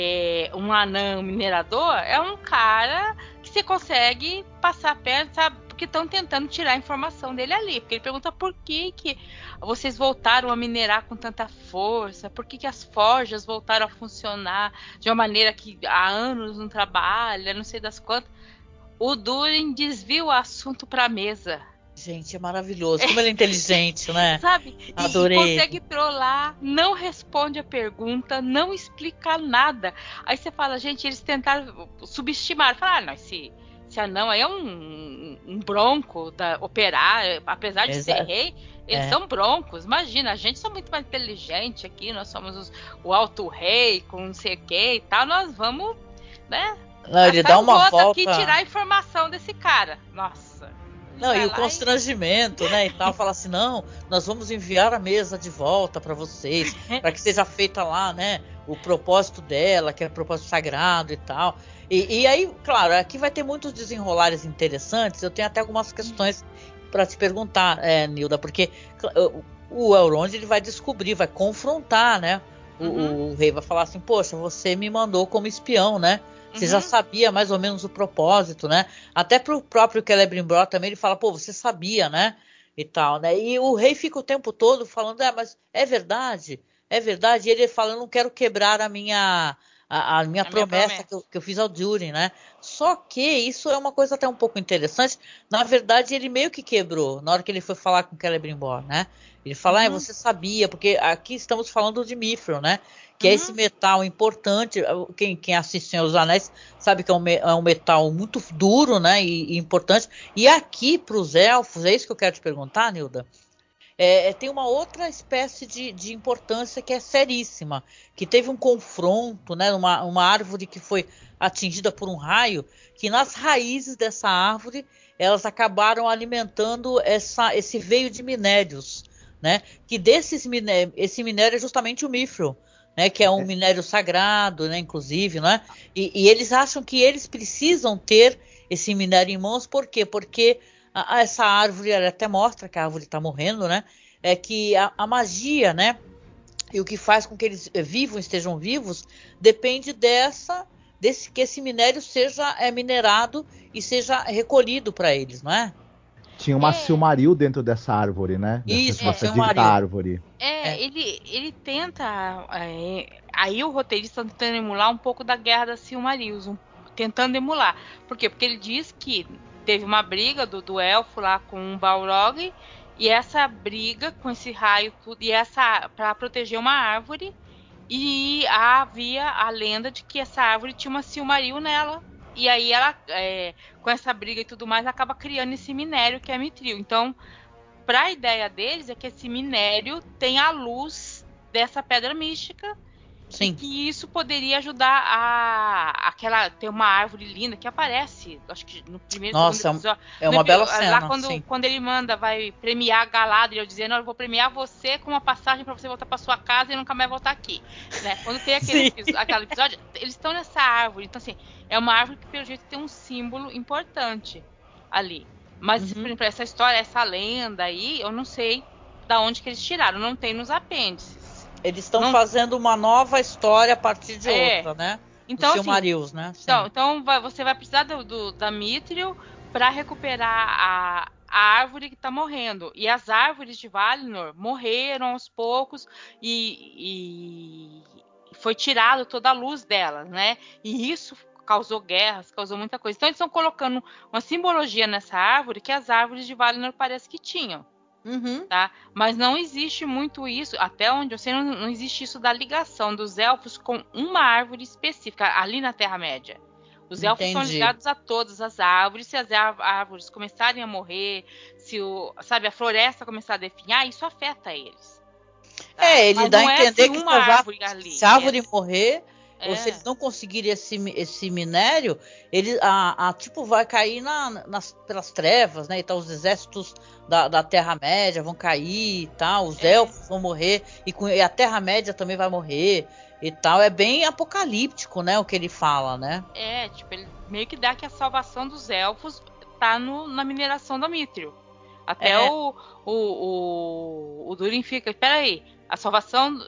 [SPEAKER 2] é, um anão minerador, é um cara que você consegue passar perto, sabe? Porque estão tentando tirar a informação dele ali, porque ele pergunta por que que vocês voltaram a minerar com tanta força, por que que as forjas voltaram a funcionar de uma maneira que há anos não trabalha, não sei das quantas. O Durin desvia o assunto para a mesa.
[SPEAKER 1] Gente, é maravilhoso. Como ele é inteligente, né?
[SPEAKER 2] Sabe? E, e
[SPEAKER 1] Adorei.
[SPEAKER 2] consegue trollar, não responde a pergunta, não explica nada. Aí você fala, gente, eles tentaram subestimar. Falaram, ah, não, esse, esse anão aí é um, um bronco da operar, apesar de
[SPEAKER 1] Exato.
[SPEAKER 2] ser rei, eles
[SPEAKER 1] É.
[SPEAKER 2] são broncos. Imagina, a gente é muito mais inteligente aqui, nós somos os, o alto rei, com não sei o que e tal, nós vamos, né?
[SPEAKER 1] Não, ele
[SPEAKER 2] até
[SPEAKER 1] dá
[SPEAKER 2] o
[SPEAKER 1] uma
[SPEAKER 2] rosto
[SPEAKER 1] volta.
[SPEAKER 2] aqui tirar a informação desse cara. Nossa. Ele
[SPEAKER 1] Não,
[SPEAKER 2] vai
[SPEAKER 1] e o
[SPEAKER 2] lá
[SPEAKER 1] constrangimento, né, e tal, fala assim, não, nós vamos enviar a mesa de volta para vocês, para que seja feita lá, né, o propósito dela, que é o propósito sagrado e tal. E, e aí, claro, aqui vai ter muitos desenrolares interessantes, eu tenho até algumas questões para te perguntar, é, Nilda, porque cl- o Elrond, ele vai descobrir, vai confrontar, né, o,
[SPEAKER 2] Uhum.
[SPEAKER 1] o rei vai falar assim, poxa, você me mandou como espião, né, você
[SPEAKER 2] Uhum.
[SPEAKER 1] já sabia mais ou menos o propósito, né? Até pro próprio Celebrimbor também ele fala, pô, você sabia, né? E tal, né? E o rei fica o tempo todo falando, é, mas é verdade, é verdade. E ele fala, eu não quero quebrar a minha a, a minha
[SPEAKER 2] A minha
[SPEAKER 1] promessa,
[SPEAKER 2] promessa.
[SPEAKER 1] Que, eu, que eu fiz ao Durin, né? Só que isso é uma coisa até um pouco interessante. Na verdade, ele meio que quebrou na hora que ele foi falar com o Celebrimbor, né? Ele fala, ah,
[SPEAKER 2] Uhum.
[SPEAKER 1] você sabia, porque aqui estamos falando de Mithril, né? Que é
[SPEAKER 2] Uhum.
[SPEAKER 1] esse metal importante. Quem, quem assiste Senhor dos Anéis sabe que é um, me- é um metal muito duro, né? E, e importante. E aqui para os elfos, é isso que eu quero te perguntar, Nilda. É, é, tem uma outra espécie de, de importância que é seríssima, que teve um confronto, né? Uma, uma árvore que foi atingida por um raio, que nas raízes dessa árvore elas acabaram alimentando essa, esse veio de minérios, né? Que desses minérios, esse minério é justamente o Mithril, né? Que é um
[SPEAKER 3] É.
[SPEAKER 1] minério sagrado, né? Inclusive, né? E, e eles acham que eles precisam ter esse minério em mãos, por quê? Porque a- a- essa árvore, ela até mostra que a árvore está morrendo, né? É que a, a magia, né? E o que faz com que eles eh, vivam, estejam vivos, depende dessa, desse que esse minério seja é, minerado e seja recolhido para eles, não é?
[SPEAKER 3] Tinha uma
[SPEAKER 2] É.
[SPEAKER 3] Silmaril dentro dessa árvore, né? Dessa,
[SPEAKER 1] Isso,
[SPEAKER 2] É.
[SPEAKER 1] a
[SPEAKER 3] dessa dita
[SPEAKER 1] Silmaril.
[SPEAKER 3] árvore.
[SPEAKER 2] É,
[SPEAKER 1] É.
[SPEAKER 2] ele, ele tenta. é, aí o roteirista está tentando emular um pouco da Guerra das Silmarils, um- tentando emular. Por quê? Porque ele diz que teve uma briga do, do elfo lá com o Balrog, e essa briga com esse raio tudo, e essa para proteger uma árvore, e havia a lenda de que essa árvore tinha uma Silmaril nela. E aí ela, é, com essa briga e tudo mais, acaba criando esse minério que é Mithril. Então, para a ideia deles é que esse minério tem a luz dessa pedra mística e
[SPEAKER 1] Sim.
[SPEAKER 2] que isso poderia ajudar a aquela ter uma árvore linda que aparece, acho que no primeiro
[SPEAKER 1] Nossa,
[SPEAKER 2] segundo episódio,
[SPEAKER 1] é
[SPEAKER 2] no
[SPEAKER 1] uma
[SPEAKER 2] epi-
[SPEAKER 1] bela
[SPEAKER 2] lá
[SPEAKER 1] cena,
[SPEAKER 2] quando,
[SPEAKER 1] sim.
[SPEAKER 2] quando ele manda vai premiar a Galadriel dizendo, eu vou premiar você com uma passagem para você voltar para sua casa e nunca mais voltar aqui, né? Quando tem aquele,
[SPEAKER 1] Sim.
[SPEAKER 2] episo- aquele episódio, eles estão nessa árvore, então assim, é uma árvore que pelo jeito tem um símbolo importante ali. Mas,
[SPEAKER 1] Uhum.
[SPEAKER 2] por exemplo, essa história, essa lenda aí, eu não sei da onde que eles tiraram, não tem nos apêndices.
[SPEAKER 1] Eles estão
[SPEAKER 2] não...
[SPEAKER 1] fazendo uma nova história a partir de
[SPEAKER 2] é.
[SPEAKER 1] outra, né?
[SPEAKER 2] Então,
[SPEAKER 1] do
[SPEAKER 2] assim,
[SPEAKER 1] Silmarils, né? Sim.
[SPEAKER 2] Então, então vai, você vai precisar do, do, da Mithril para recuperar a, a árvore que está morrendo. E as árvores de Valinor morreram aos poucos e, e foi tirado toda a luz delas, né? E isso causou guerras, causou muita coisa. Então, eles estão colocando uma simbologia nessa árvore que as árvores de Valinor parece que tinham.
[SPEAKER 1] Uhum.
[SPEAKER 2] Tá? Mas não existe muito isso, até onde eu sei, não, não existe isso da ligação dos elfos com uma árvore específica ali na Terra-média. Os elfos
[SPEAKER 1] Entendi.
[SPEAKER 2] são ligados a todas as árvores. Se as árvores começarem a morrer, se o, sabe, a floresta começar a definhar, isso afeta eles. Tá?
[SPEAKER 1] É, ele
[SPEAKER 2] Mas
[SPEAKER 1] dá a
[SPEAKER 2] não
[SPEAKER 1] entender
[SPEAKER 2] é, assim,
[SPEAKER 1] que
[SPEAKER 2] uma
[SPEAKER 1] se as
[SPEAKER 2] árvore
[SPEAKER 1] árvores,
[SPEAKER 2] ali.
[SPEAKER 1] se a árvore
[SPEAKER 2] é,
[SPEAKER 1] morrer,
[SPEAKER 2] é.
[SPEAKER 1] ou se eles não conseguirem esse, esse minério, ele a, a, tipo vai cair na, nas, pelas trevas, né? Então os exércitos da, da Terra-média vão cair e tal, os
[SPEAKER 2] É.
[SPEAKER 1] elfos vão morrer, e, com, e a Terra-média também vai morrer e tal. É bem apocalíptico, né? O que ele fala, né?
[SPEAKER 2] É, tipo, ele meio que dá que a salvação dos elfos tá no, na mineração da Mithril. Até
[SPEAKER 1] É.
[SPEAKER 2] o, o, o, o Durin fica, peraí, a salvação,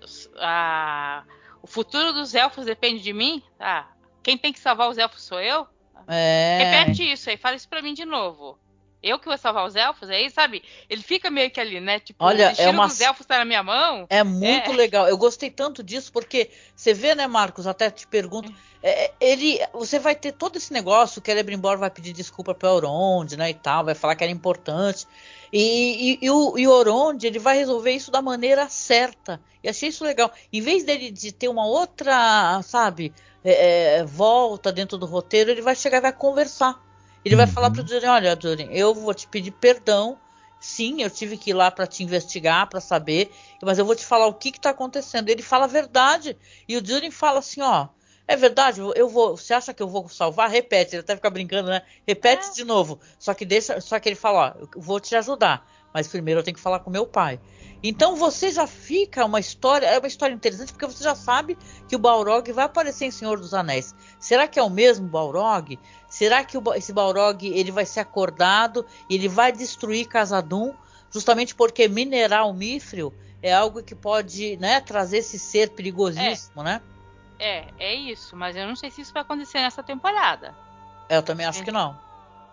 [SPEAKER 2] a, o futuro dos elfos depende de mim? Ah, quem tem que salvar os elfos sou eu?
[SPEAKER 1] É.
[SPEAKER 2] Repete isso aí, fala isso pra mim de novo. Eu que vou salvar os elfos? Aí, sabe, ele fica meio que ali, né? Tipo,
[SPEAKER 1] Olha,
[SPEAKER 2] o destino
[SPEAKER 1] é uma...
[SPEAKER 2] dos elfos tá na minha mão.
[SPEAKER 1] É muito
[SPEAKER 2] é.
[SPEAKER 1] legal. Eu gostei tanto disso porque você vê, né, Marcos? Até te pergunto. É, ele, você vai ter todo esse negócio. O Celebrimbor vai pedir desculpa para Elrond, né, e tal. Vai falar que era importante. E, e, e o e Elrond, ele vai resolver isso da maneira certa. E achei isso legal. Em vez dele de ter uma outra, sabe, é, é, volta dentro do roteiro, ele vai chegar e vai conversar. Ele vai
[SPEAKER 3] Uhum.
[SPEAKER 1] falar para o Durin: olha, Durin, eu vou te pedir perdão. Sim, eu tive que ir lá para te investigar, para saber, mas eu vou te falar o que está acontecendo. Ele fala a verdade. E o Durin fala assim, ó, é verdade, eu vou. Você acha que eu vou salvar? Repete, ele até fica brincando, né? Repete
[SPEAKER 2] É.
[SPEAKER 1] de novo. Só que deixa, só que ele fala, ó, eu vou te ajudar, mas primeiro eu tenho que falar com meu pai. Então você já fica uma história, é uma história interessante, porque você já sabe que o Balrog vai aparecer em Senhor dos Anéis. Será que é o mesmo Balrog? Será que o, esse Balrog ele vai ser acordado e ele vai destruir Khazad-dûm justamente porque minerar o Mithril é algo que pode, né, trazer esse ser perigosíssimo,
[SPEAKER 2] é.
[SPEAKER 1] né?
[SPEAKER 2] É, é isso, mas eu não sei se isso vai acontecer nessa temporada.
[SPEAKER 1] Eu também acho que não.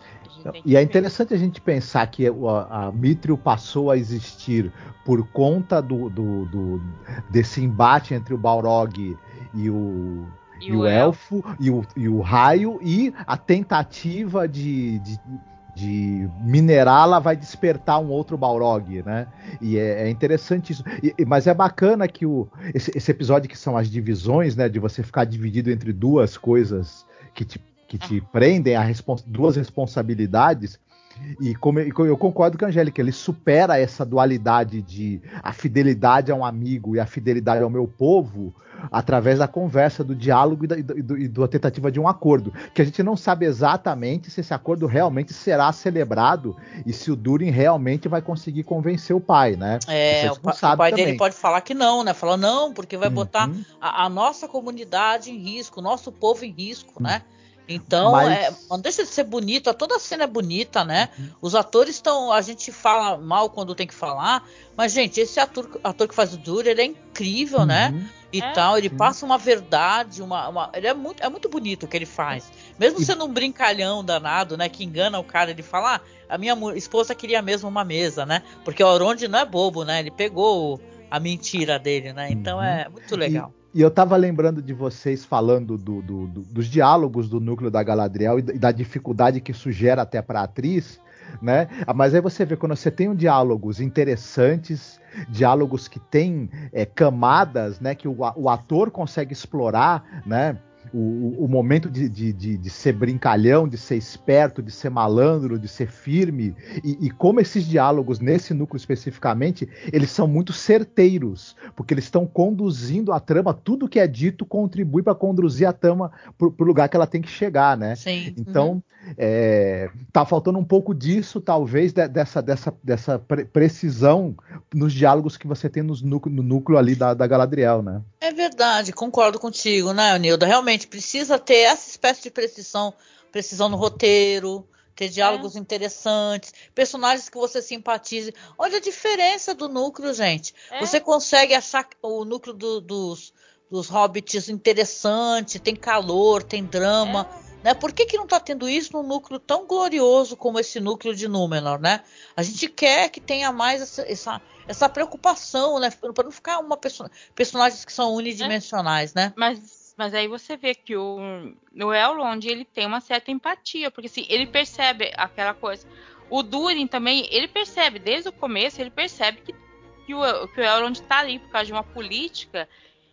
[SPEAKER 3] E é interessante a gente pensar que a, a Mithril passou a existir por conta do, do, do desse embate entre o Balrog e o,
[SPEAKER 2] e
[SPEAKER 3] e
[SPEAKER 2] o
[SPEAKER 3] o elfo, elfo e, o, e o raio, e a tentativa de, de, de minerá-la vai despertar um outro Balrog, né? E é, é interessante isso. E, mas é bacana que o, esse, esse episódio que são as divisões, né? De você ficar dividido entre duas coisas que te que te prendem a respons- duas responsabilidades, e como eu, eu concordo com a Angélica, ele supera essa dualidade de a fidelidade a um amigo e a fidelidade ao meu povo através da conversa, do diálogo e da, e do, e da tentativa de um acordo, que a gente não sabe exatamente se esse acordo realmente será celebrado e se o Durin realmente vai conseguir convencer o pai, né?
[SPEAKER 1] É, o, pa, o pai
[SPEAKER 3] também.
[SPEAKER 1] dele pode falar que não, né? Falar não, porque vai
[SPEAKER 3] uhum.
[SPEAKER 1] botar a, a nossa comunidade em risco, o nosso povo em risco, uhum. né? Então,
[SPEAKER 3] Mas...
[SPEAKER 1] é, não deixa de ser bonito, toda a cena é bonita, né? Uhum. Os atores estão, a gente fala mal quando tem que falar, mas, gente, esse ator, ator que faz o Durin, ele é incrível, uhum. né? E é, tal, ele sim. passa uma verdade, uma, uma, ele é muito, é muito bonito o que ele faz. Mesmo e... sendo um brincalhão danado, né? Que engana o cara, ele fala, ah, a minha esposa queria mesmo uma mesa, né? Porque o Elrond não é bobo, né? Ele pegou a mentira dele, né? Então uhum. é muito legal.
[SPEAKER 3] E... E eu tava lembrando de vocês falando do, do, do, dos diálogos do núcleo da Galadriel e da dificuldade que isso gera até para a atriz, né? Mas aí você vê, quando você tem um diálogos interessantes, diálogos que têm é, camadas, né? Que o, o ator consegue explorar, né? O, o momento de, de, de, de ser brincalhão, de ser esperto, de ser malandro, de ser firme, e, e como esses diálogos, nesse núcleo especificamente, eles são muito certeiros, porque eles estão conduzindo a trama, tudo que é dito contribui para conduzir a trama para o lugar que ela tem que chegar, né?
[SPEAKER 1] Sim.
[SPEAKER 3] Então, uhum. é, tá faltando um pouco disso, talvez, de, dessa, dessa, dessa pre- precisão nos diálogos que você tem nos núcleo, no núcleo ali da, da Galadriel, né?
[SPEAKER 1] É verdade, concordo contigo, né, Nilda? Realmente precisa ter essa espécie de precisão, precisão no roteiro, ter diálogos é. interessantes, personagens que você simpatize. Olha a diferença do núcleo, gente. É. Você consegue achar o núcleo do, dos, dos hobbits interessante, tem calor, tem drama. É. Né? Por que, que não está tendo isso num núcleo tão glorioso como esse núcleo de Númenor, né? A gente quer que tenha mais essa, essa, essa preocupação, né? Para não ficar uma pessoa, personagens que são unidimensionais, é. né?
[SPEAKER 2] Mas Mas aí você vê que o, o Elrond, ele tem uma certa empatia, porque assim, ele percebe aquela coisa. O Durin também, ele percebe, desde o começo, ele percebe que, que, o, que o Elrond tá ali por causa de uma política,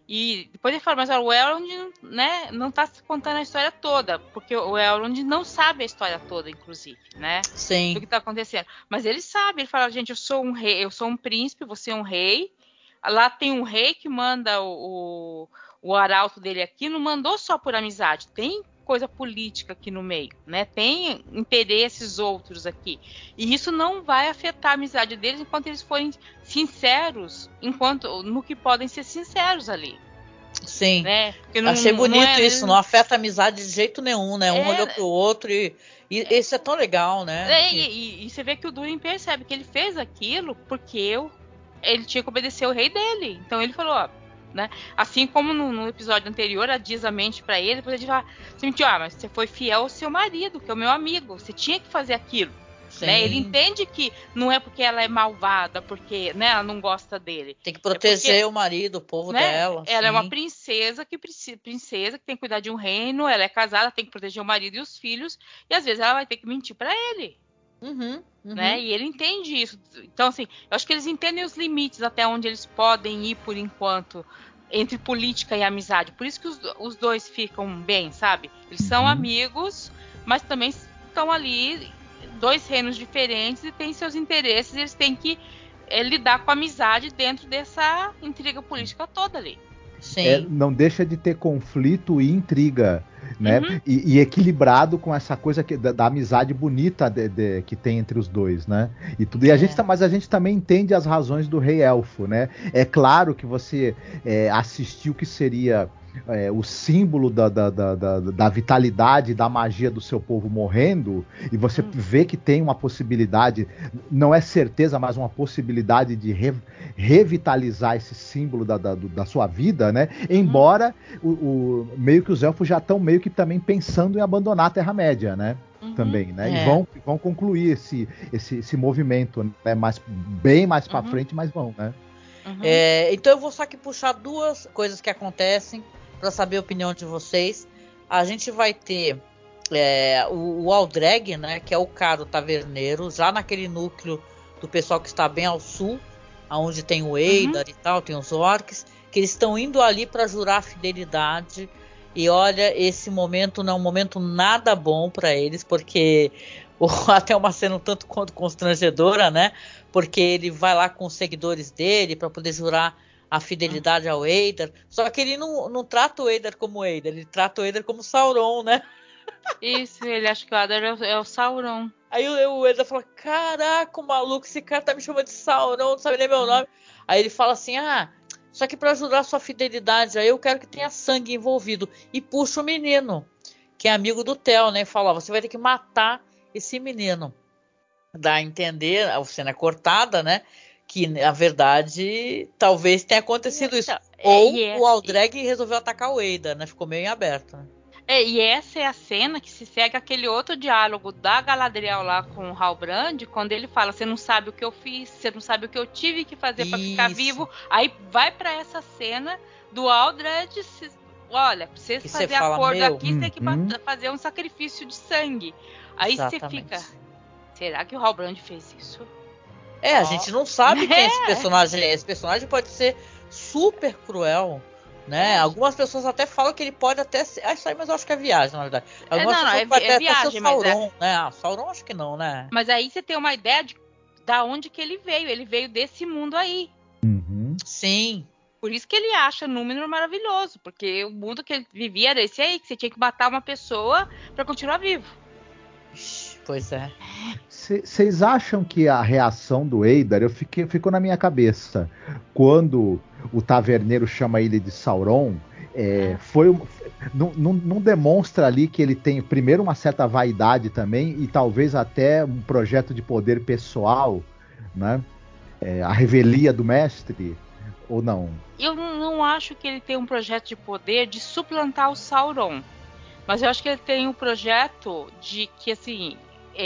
[SPEAKER 2] e depois ele fala, mas o Elrond, né, não tá contando a história toda, porque o Elrond não sabe a história toda, inclusive, né?
[SPEAKER 1] Sim.
[SPEAKER 2] Do que tá acontecendo. Mas ele sabe, ele fala, gente, eu sou um rei, eu sou um príncipe, você é um rei, lá tem um rei que manda o... o O arauto dele aqui não mandou só por amizade, tem coisa política aqui no meio, né? Tem interesses outros aqui. E isso não vai afetar a amizade deles enquanto eles forem sinceros, enquanto no que podem ser sinceros ali.
[SPEAKER 1] Sim.
[SPEAKER 2] Né?
[SPEAKER 1] Não, Achei bonito não é, isso, não afeta a amizade de jeito nenhum, né? Um é, olhou pro outro e, e é, isso é tão legal, né?
[SPEAKER 2] É, e, e, e você vê que o Durin percebe que ele fez aquilo porque eu, ele tinha que obedecer o rei dele. Então ele falou, ó, né? Assim como no, no episódio anterior, ela diz a mente pra ele, depois ele fala, assim, ah, mas você foi fiel ao seu marido, que é o meu amigo, você tinha que fazer aquilo. Né? Ele entende que não é porque ela é malvada, porque, né, ela não gosta dele.
[SPEAKER 1] Tem que proteger é porque, o marido, o povo, né, dela.
[SPEAKER 2] Ela
[SPEAKER 1] sim.
[SPEAKER 2] é uma princesa que princesa que tem que cuidar de um reino, ela é casada, tem que proteger o marido e os filhos, e às vezes ela vai ter que mentir pra ele.
[SPEAKER 1] Uhum, uhum.
[SPEAKER 2] Né? E ele entende isso. Então, assim, eu acho que eles entendem os limites até onde eles podem ir por enquanto entre política e amizade. Por isso que os, os dois ficam bem, sabe? Eles são uhum. amigos, mas também estão ali, dois reinos diferentes e têm seus interesses. Eles têm que é, lidar com a amizade dentro dessa intriga política toda ali.
[SPEAKER 1] Sim.
[SPEAKER 3] É, não deixa de ter conflito e intriga, né?
[SPEAKER 2] Uhum.
[SPEAKER 3] E, e equilibrado com essa coisa que, da, da amizade bonita de, de, que tem entre os dois, né? E tudo. E a
[SPEAKER 1] É.
[SPEAKER 3] gente, mas a gente também entende as razões do Rei Elfo, né? É claro que você é, assistiu que seria é, o símbolo da, da, da, da, da vitalidade, da magia do seu povo morrendo, e você
[SPEAKER 2] Uhum.
[SPEAKER 3] vê que tem uma possibilidade, não é certeza, mas uma possibilidade de re, revitalizar esse símbolo da, da, da sua vida, né? Embora o, o, meio que os elfos já estão meio que também pensando em abandonar a Terra-média, né?
[SPEAKER 2] Uhum.
[SPEAKER 3] Também, né?
[SPEAKER 1] É.
[SPEAKER 3] E vão, vão concluir esse, esse, esse movimento, né? Mais, bem mais para
[SPEAKER 2] Uhum.
[SPEAKER 3] frente, mas vão, né?
[SPEAKER 1] Uhum. É, então eu vou só aqui puxar duas coisas que acontecem para saber a opinião de vocês. A gente vai ter é, o, o Aldreg, né? Que é o cara, o taverneiro, já naquele núcleo do pessoal que está bem ao sul, onde tem o Eidar uhum. e tal, tem os orcs, que eles estão indo ali para jurar fidelidade. E olha, esse momento não é um momento nada bom para eles, porque até uma cena um tanto quanto constrangedora, né? Porque ele vai lá com os seguidores dele para poder jurar a fidelidade ao Eidar. Só que ele não, não trata o Eidar como Eidar, ele trata o Eidar como Sauron, né?
[SPEAKER 2] Isso, ele acha que o Eidar é o, é o Sauron.
[SPEAKER 1] Aí o, o Eidar fala, caraca, maluco, esse cara tá me chamando de Sauron, não sabe nem meu nome. Aí ele fala assim, ah, só que para jurar sua fidelidade, aí eu quero que tenha sangue envolvido. E puxa o menino, que é amigo do Theo, né? E fala, ó, você vai ter que matar esse menino. Dá a entender, a cena é cortada, né? Que na verdade talvez tenha acontecido isso.
[SPEAKER 2] Então,
[SPEAKER 1] Ou
[SPEAKER 2] é,
[SPEAKER 1] o Aldreg e... resolveu atacar o Eidar, né? Ficou meio em aberto, né?
[SPEAKER 2] É, e essa é a cena que se segue aquele outro diálogo da Galadriel lá com o Halbrand, quando ele fala, você não sabe o que eu fiz, você não sabe o que eu tive que fazer para ficar vivo. Aí vai para essa cena do Aldred, se, olha, pra você
[SPEAKER 1] que
[SPEAKER 2] fazer
[SPEAKER 1] fala,
[SPEAKER 2] acordo
[SPEAKER 1] meu,
[SPEAKER 2] aqui, você
[SPEAKER 3] hum,
[SPEAKER 2] tem que
[SPEAKER 3] hum.
[SPEAKER 2] fazer um sacrifício de sangue. Aí
[SPEAKER 1] exatamente.
[SPEAKER 2] você fica, será que o Halbrand fez isso?
[SPEAKER 1] É,
[SPEAKER 2] oh.
[SPEAKER 1] a gente não sabe quem é esse personagem é. Esse personagem pode ser super cruel, né? É. Algumas pessoas até falam que ele pode até ser... Ah, isso aí, mas eu acho que é viagem, na verdade. Algumas
[SPEAKER 2] é, não,
[SPEAKER 1] pessoas
[SPEAKER 2] não,
[SPEAKER 1] podem
[SPEAKER 2] é,
[SPEAKER 1] até,
[SPEAKER 2] é viagem,
[SPEAKER 1] até ser o Sauron,
[SPEAKER 2] mas é...
[SPEAKER 1] né? Ah, Sauron acho que não, né?
[SPEAKER 2] Mas aí você tem uma ideia de da onde que ele veio. Ele veio desse mundo aí.
[SPEAKER 3] Uhum.
[SPEAKER 1] Sim.
[SPEAKER 2] Por isso que ele acha Númenor maravilhoso, porque o mundo que ele vivia era esse aí, que você tinha que matar uma pessoa para continuar vivo.
[SPEAKER 1] Pois é.
[SPEAKER 3] Vocês acham que a reação do Eidar, eu fiquei, ficou na minha cabeça, quando o taverneiro chama ele de Sauron, É, foi um- não, não- não demonstra ali que ele tem primeiro uma certa vaidade também e talvez até um projeto de poder pessoal, né? É, a revelia do mestre ou não?
[SPEAKER 2] Eu não não acho que ele tem um projeto de poder de suplantar o Sauron. Mas eu acho que ele tem um projeto de que, assim,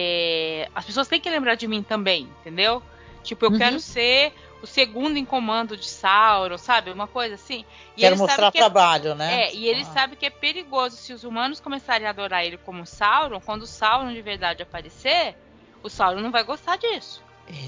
[SPEAKER 2] é, as pessoas têm que lembrar de mim também, entendeu? Tipo, eu
[SPEAKER 1] Uhum.
[SPEAKER 2] quero ser o segundo em comando de Sauron, sabe? Uma coisa assim. E
[SPEAKER 1] Quero
[SPEAKER 2] ele sabe
[SPEAKER 1] mostrar
[SPEAKER 2] que é-
[SPEAKER 1] trabalho, né?
[SPEAKER 2] É, e ele
[SPEAKER 1] Ah.
[SPEAKER 2] sabe que é perigoso se os humanos começarem a adorar ele como Sauron, quando o Sauron de verdade aparecer, o Sauron não vai gostar disso.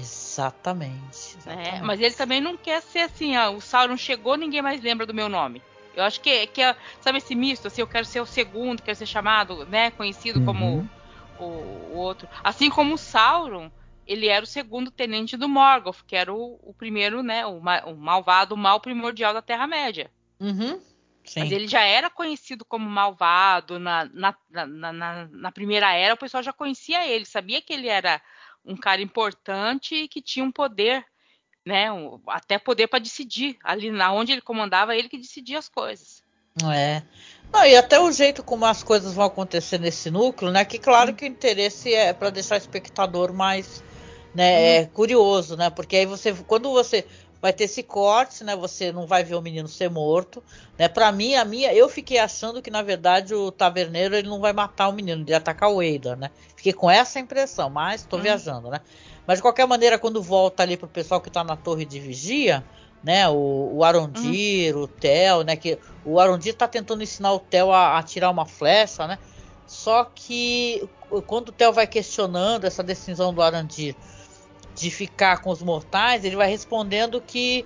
[SPEAKER 1] Exatamente.
[SPEAKER 2] Né?
[SPEAKER 1] exatamente.
[SPEAKER 2] Mas ele também não quer ser assim, ó, o Sauron chegou, ninguém mais lembra do meu nome. Eu acho que, que é, sabe esse misto, assim, eu quero ser o segundo, quero ser chamado, né, conhecido
[SPEAKER 3] Uhum.
[SPEAKER 2] como o, o outro. Assim como o Sauron, ele era o segundo tenente do Morgoth, que era o, o primeiro, né, o, ma- o malvado, o mal primordial da Terra-média.
[SPEAKER 1] Uhum.
[SPEAKER 2] Mas
[SPEAKER 1] Sim.
[SPEAKER 2] ele já era conhecido como malvado na, na, na, na, na primeira era, o pessoal já conhecia ele, sabia que ele era um cara importante e que tinha um poder, né, um- até poder para decidir. Ali na onde ele comandava, ele que decidia as coisas.
[SPEAKER 1] É. Não, e até o jeito como as coisas vão acontecer nesse núcleo, né? Que claro que o interesse é para deixar o espectador mais, né, é, curioso, né? Porque aí você, quando você vai ter esse corte, né? Você não vai ver o menino ser morto, né? Para mim, a minha, eu fiquei achando que na verdade o taverneiro ele não vai matar o menino, ele ia atacar o Ada, né? Fiquei com essa impressão, mas tô
[SPEAKER 2] Hum.
[SPEAKER 1] viajando, né? Mas de qualquer maneira, quando volta ali pro pessoal que tá na torre de vigia, né? O, o Arondir, o Theo, né? Que o Arondir tá tentando ensinar o Theo a, a tirar uma flecha, né? Só que quando o Theo vai questionando essa decisão do Arondir de ficar com os mortais, ele vai respondendo que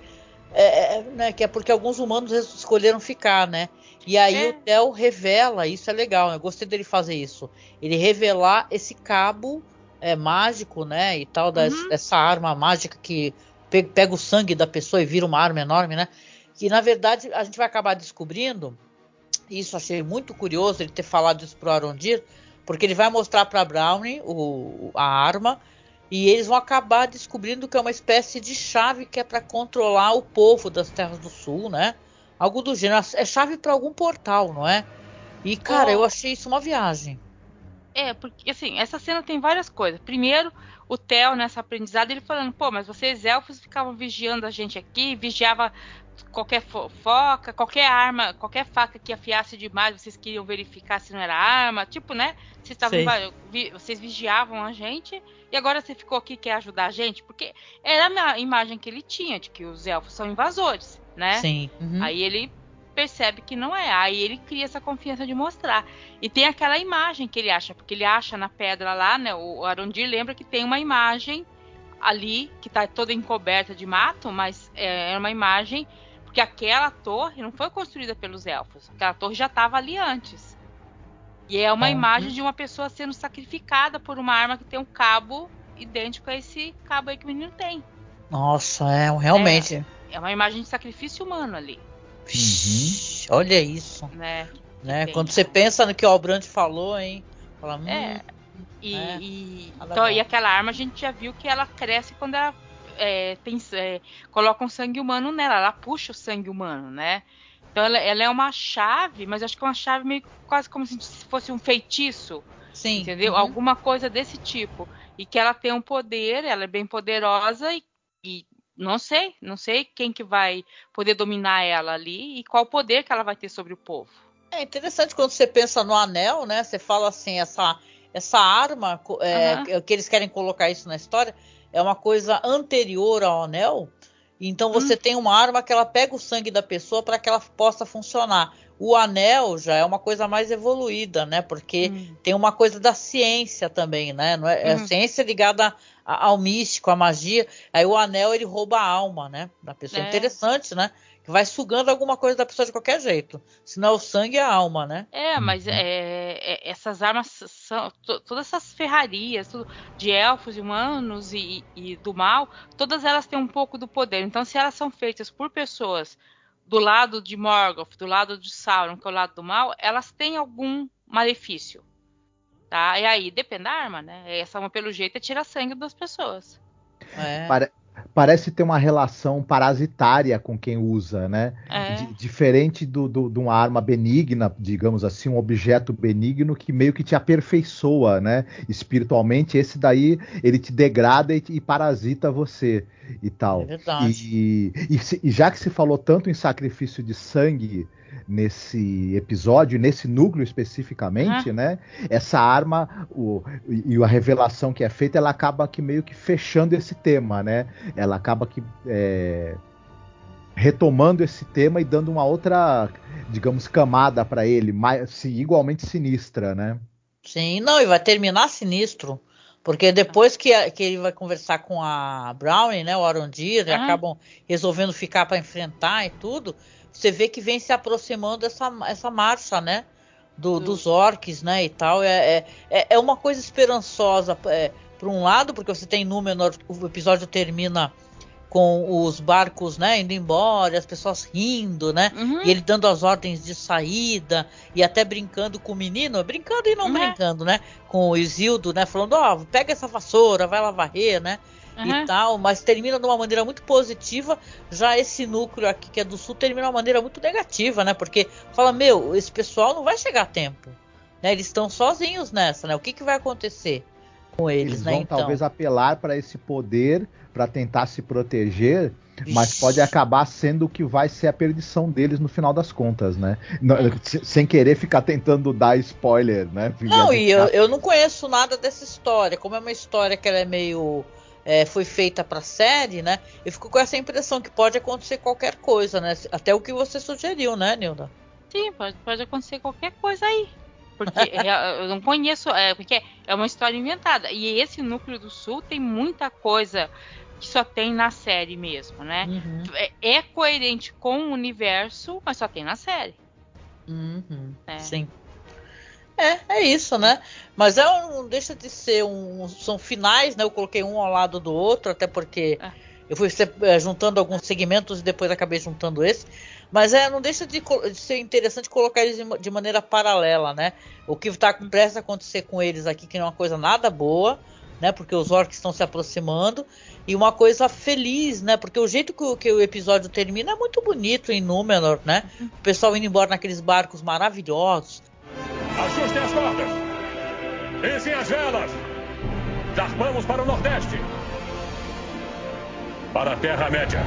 [SPEAKER 1] é, né, que é porque alguns humanos escolheram ficar, né? E aí
[SPEAKER 2] É.
[SPEAKER 1] o Theo revela, isso é legal, eu gostei dele fazer isso. Ele revelar esse cabo é, mágico, né? E tal, das,
[SPEAKER 2] Uhum.
[SPEAKER 1] dessa arma mágica que pe- pega o sangue da pessoa e vira uma arma enorme, né? Que na verdade a gente vai acabar descobrindo. Isso achei muito curioso ele ter falado isso pro Arondir, porque ele vai mostrar para Brownie o, a arma e eles vão acabar descobrindo que é uma espécie de chave que é para controlar o povo das Terras do Sul, né? Algo do gênero. É chave para algum portal, não é? E cara, eu
[SPEAKER 2] O-
[SPEAKER 1] achei isso uma viagem.
[SPEAKER 2] É, porque assim, essa cena tem várias coisas. Primeiro, o Theo, nessa aprendizada, ele falando, pô, mas vocês elfos ficavam vigiando a gente aqui, vigiava qualquer fofoca, qualquer arma, qualquer faca que afiasse demais, vocês queriam verificar se não era arma, tipo, né? Vocês estavam
[SPEAKER 1] Sei.
[SPEAKER 2] inva- vi- vocês vigiavam a gente e agora você ficou aqui e quer ajudar a gente? Porque era a imagem que ele tinha de que os elfos são invasores, né?
[SPEAKER 1] Sim. Uhum.
[SPEAKER 2] Aí ele percebe que não é, aí ele cria essa confiança de mostrar. E tem aquela imagem que ele acha, porque ele acha na pedra lá, né? O Arondir lembra que tem uma imagem ali que tá toda encoberta de mato, mas é uma imagem porque aquela torre não foi construída pelos elfos, aquela torre já estava ali antes. E é uma
[SPEAKER 1] Uhum.
[SPEAKER 2] imagem de uma pessoa sendo sacrificada por uma arma que tem um cabo idêntico a esse cabo aí que o menino tem.
[SPEAKER 1] Nossa, é realmente.
[SPEAKER 2] É uma imagem de sacrifício humano ali,
[SPEAKER 1] Vixe, olha isso,
[SPEAKER 2] né? Que
[SPEAKER 1] né?
[SPEAKER 2] tem,
[SPEAKER 1] Quando você
[SPEAKER 2] ah,
[SPEAKER 1] pensa no que o Albrand falou, hein? Fala, hum,
[SPEAKER 2] é. E,
[SPEAKER 1] é,
[SPEAKER 2] e,
[SPEAKER 1] nada
[SPEAKER 2] então,
[SPEAKER 1] bom.
[SPEAKER 2] e aquela arma a gente já viu que ela cresce quando ela é, tem, é, coloca um sangue humano nela, ela puxa o sangue humano, né? Então ela, ela é uma chave, mas acho que é uma chave meio quase como se fosse um feitiço,
[SPEAKER 1] Sim.
[SPEAKER 2] entendeu?
[SPEAKER 1] Uhum.
[SPEAKER 2] Alguma coisa desse tipo. E que ela tem um poder, ela é bem poderosa e, e não sei, não sei quem que vai poder dominar ela ali e qual poder que ela vai ter sobre o povo.
[SPEAKER 1] É interessante quando você pensa no anel, né? Você fala assim, essa, essa arma, co- é,
[SPEAKER 2] Aham.
[SPEAKER 1] que eles querem colocar isso na história, é uma coisa anterior ao anel. Então você
[SPEAKER 2] Hum.
[SPEAKER 1] tem uma arma que ela pega o sangue da pessoa para que ela possa funcionar. O anel já é uma coisa mais evoluída, né? Porque
[SPEAKER 2] Hum.
[SPEAKER 1] tem uma coisa da ciência também, né? Não é, é a
[SPEAKER 2] Uhum.
[SPEAKER 1] ciência ligada a- ao místico, à magia. Aí o anel ele rouba a alma, né? Da pessoa.
[SPEAKER 2] É.
[SPEAKER 1] Interessante, né? Que vai sugando alguma coisa da pessoa de qualquer jeito. Se não é o sangue, é a alma, né?
[SPEAKER 2] É, mas é, é, essas armas são to, todas essas ferrarias tudo, de elfos, humanos e, e do mal, todas elas têm um pouco do poder. Então, se elas são feitas por pessoas do lado de Morgoth, do lado de Sauron, que é o lado do mal, elas têm algum malefício, tá? E aí depende da arma, né? Essa arma pelo jeito é tirar sangue das pessoas.
[SPEAKER 1] É.
[SPEAKER 3] Pare- parece ter uma relação parasitária com quem usa, né?
[SPEAKER 2] É.
[SPEAKER 3] D- diferente do, do, de uma arma benigna, digamos assim, um objeto benigno que meio que te aperfeiçoa, né? Espiritualmente, esse daí, ele te degrada e, e parasita você e
[SPEAKER 1] É
[SPEAKER 3] tal.
[SPEAKER 1] verdade.
[SPEAKER 3] E, e, se- e já que se falou tanto em sacrifício de sangue nesse episódio, nesse núcleo especificamente,
[SPEAKER 2] Aham.
[SPEAKER 3] né? Essa arma o, e e a revelação que é feita, ela acaba que meio que fechando esse tema, né? Ela acaba que é, retomando esse tema e dando uma outra, digamos, camada para ele, mais, se- igualmente sinistra, né?
[SPEAKER 1] Sim, não, e vai terminar sinistro. Porque depois que, a- que ele vai conversar com a Brownie, né, o Arondir, e
[SPEAKER 2] Aham.
[SPEAKER 1] acabam resolvendo ficar para enfrentar e tudo, você vê que vem se aproximando essa, essa marcha, né, do,
[SPEAKER 2] Do-
[SPEAKER 1] dos orcs, né, e tal. É, é, é é uma coisa esperançosa, é, por um lado, porque você tem Númenor, o episódio termina com os barcos, né, indo embora, as pessoas rindo, né, e
[SPEAKER 2] Uhum.
[SPEAKER 1] ele dando as ordens de saída e até brincando com o menino, brincando e não
[SPEAKER 2] Uhum.
[SPEAKER 1] brincando, né, com o Isildo, né, falando, ó, pega essa vassoura, vai lá varrer, né, e
[SPEAKER 2] Uhum.
[SPEAKER 1] tal, mas termina de uma maneira muito positiva. Já esse núcleo aqui que é do sul termina de uma maneira muito negativa, né, porque fala, meu, esse pessoal não vai chegar a tempo, né, eles estão sozinhos nessa, né, o que que vai acontecer com eles,
[SPEAKER 3] Eles
[SPEAKER 1] né,
[SPEAKER 3] vão
[SPEAKER 1] então.
[SPEAKER 3] talvez apelar para esse poder para tentar se proteger, mas pode
[SPEAKER 1] Vixe.
[SPEAKER 3] acabar sendo o que vai ser a perdição deles no final das contas, né? Não-
[SPEAKER 2] É.
[SPEAKER 3] se- sem querer ficar tentando dar spoiler, né? E
[SPEAKER 1] Não, e eu,
[SPEAKER 3] adivinhar.
[SPEAKER 1] eu não conheço nada dessa história. Como é uma história que ela é meio. É, foi feita pra série, né? Eu fico com essa impressão que pode acontecer qualquer coisa, né? Até o que você sugeriu, né, Nilda?
[SPEAKER 2] Sim, pode, pode acontecer qualquer coisa aí. Porque é, eu não conheço, é, porque é uma história inventada. E esse núcleo do sul tem muita coisa que só tem na série mesmo, né?
[SPEAKER 1] Uhum,
[SPEAKER 2] É, é coerente com o universo, mas só tem na série.
[SPEAKER 1] uhum,
[SPEAKER 2] Né?
[SPEAKER 1] sim. É, é isso, né? Mas é um, não deixa de ser um. São finais, né? Eu coloquei um ao lado do outro, até porque
[SPEAKER 2] É.
[SPEAKER 1] eu fui é, juntando alguns segmentos e depois acabei juntando esse. Mas é, não deixa de, de ser interessante colocar eles de, de maneira paralela, né? O que está prestes a acontecer com eles aqui, que não é uma coisa nada boa, né? Porque os orcs estão se aproximando. E uma coisa feliz, né? Porque o jeito que o, que o episódio termina é muito bonito em Númenor, né? O pessoal indo embora naqueles barcos maravilhosos.
[SPEAKER 8] Ajustem as cordas! Hissem as velas! Zarpamos para o Nordeste! Para a Terra-média!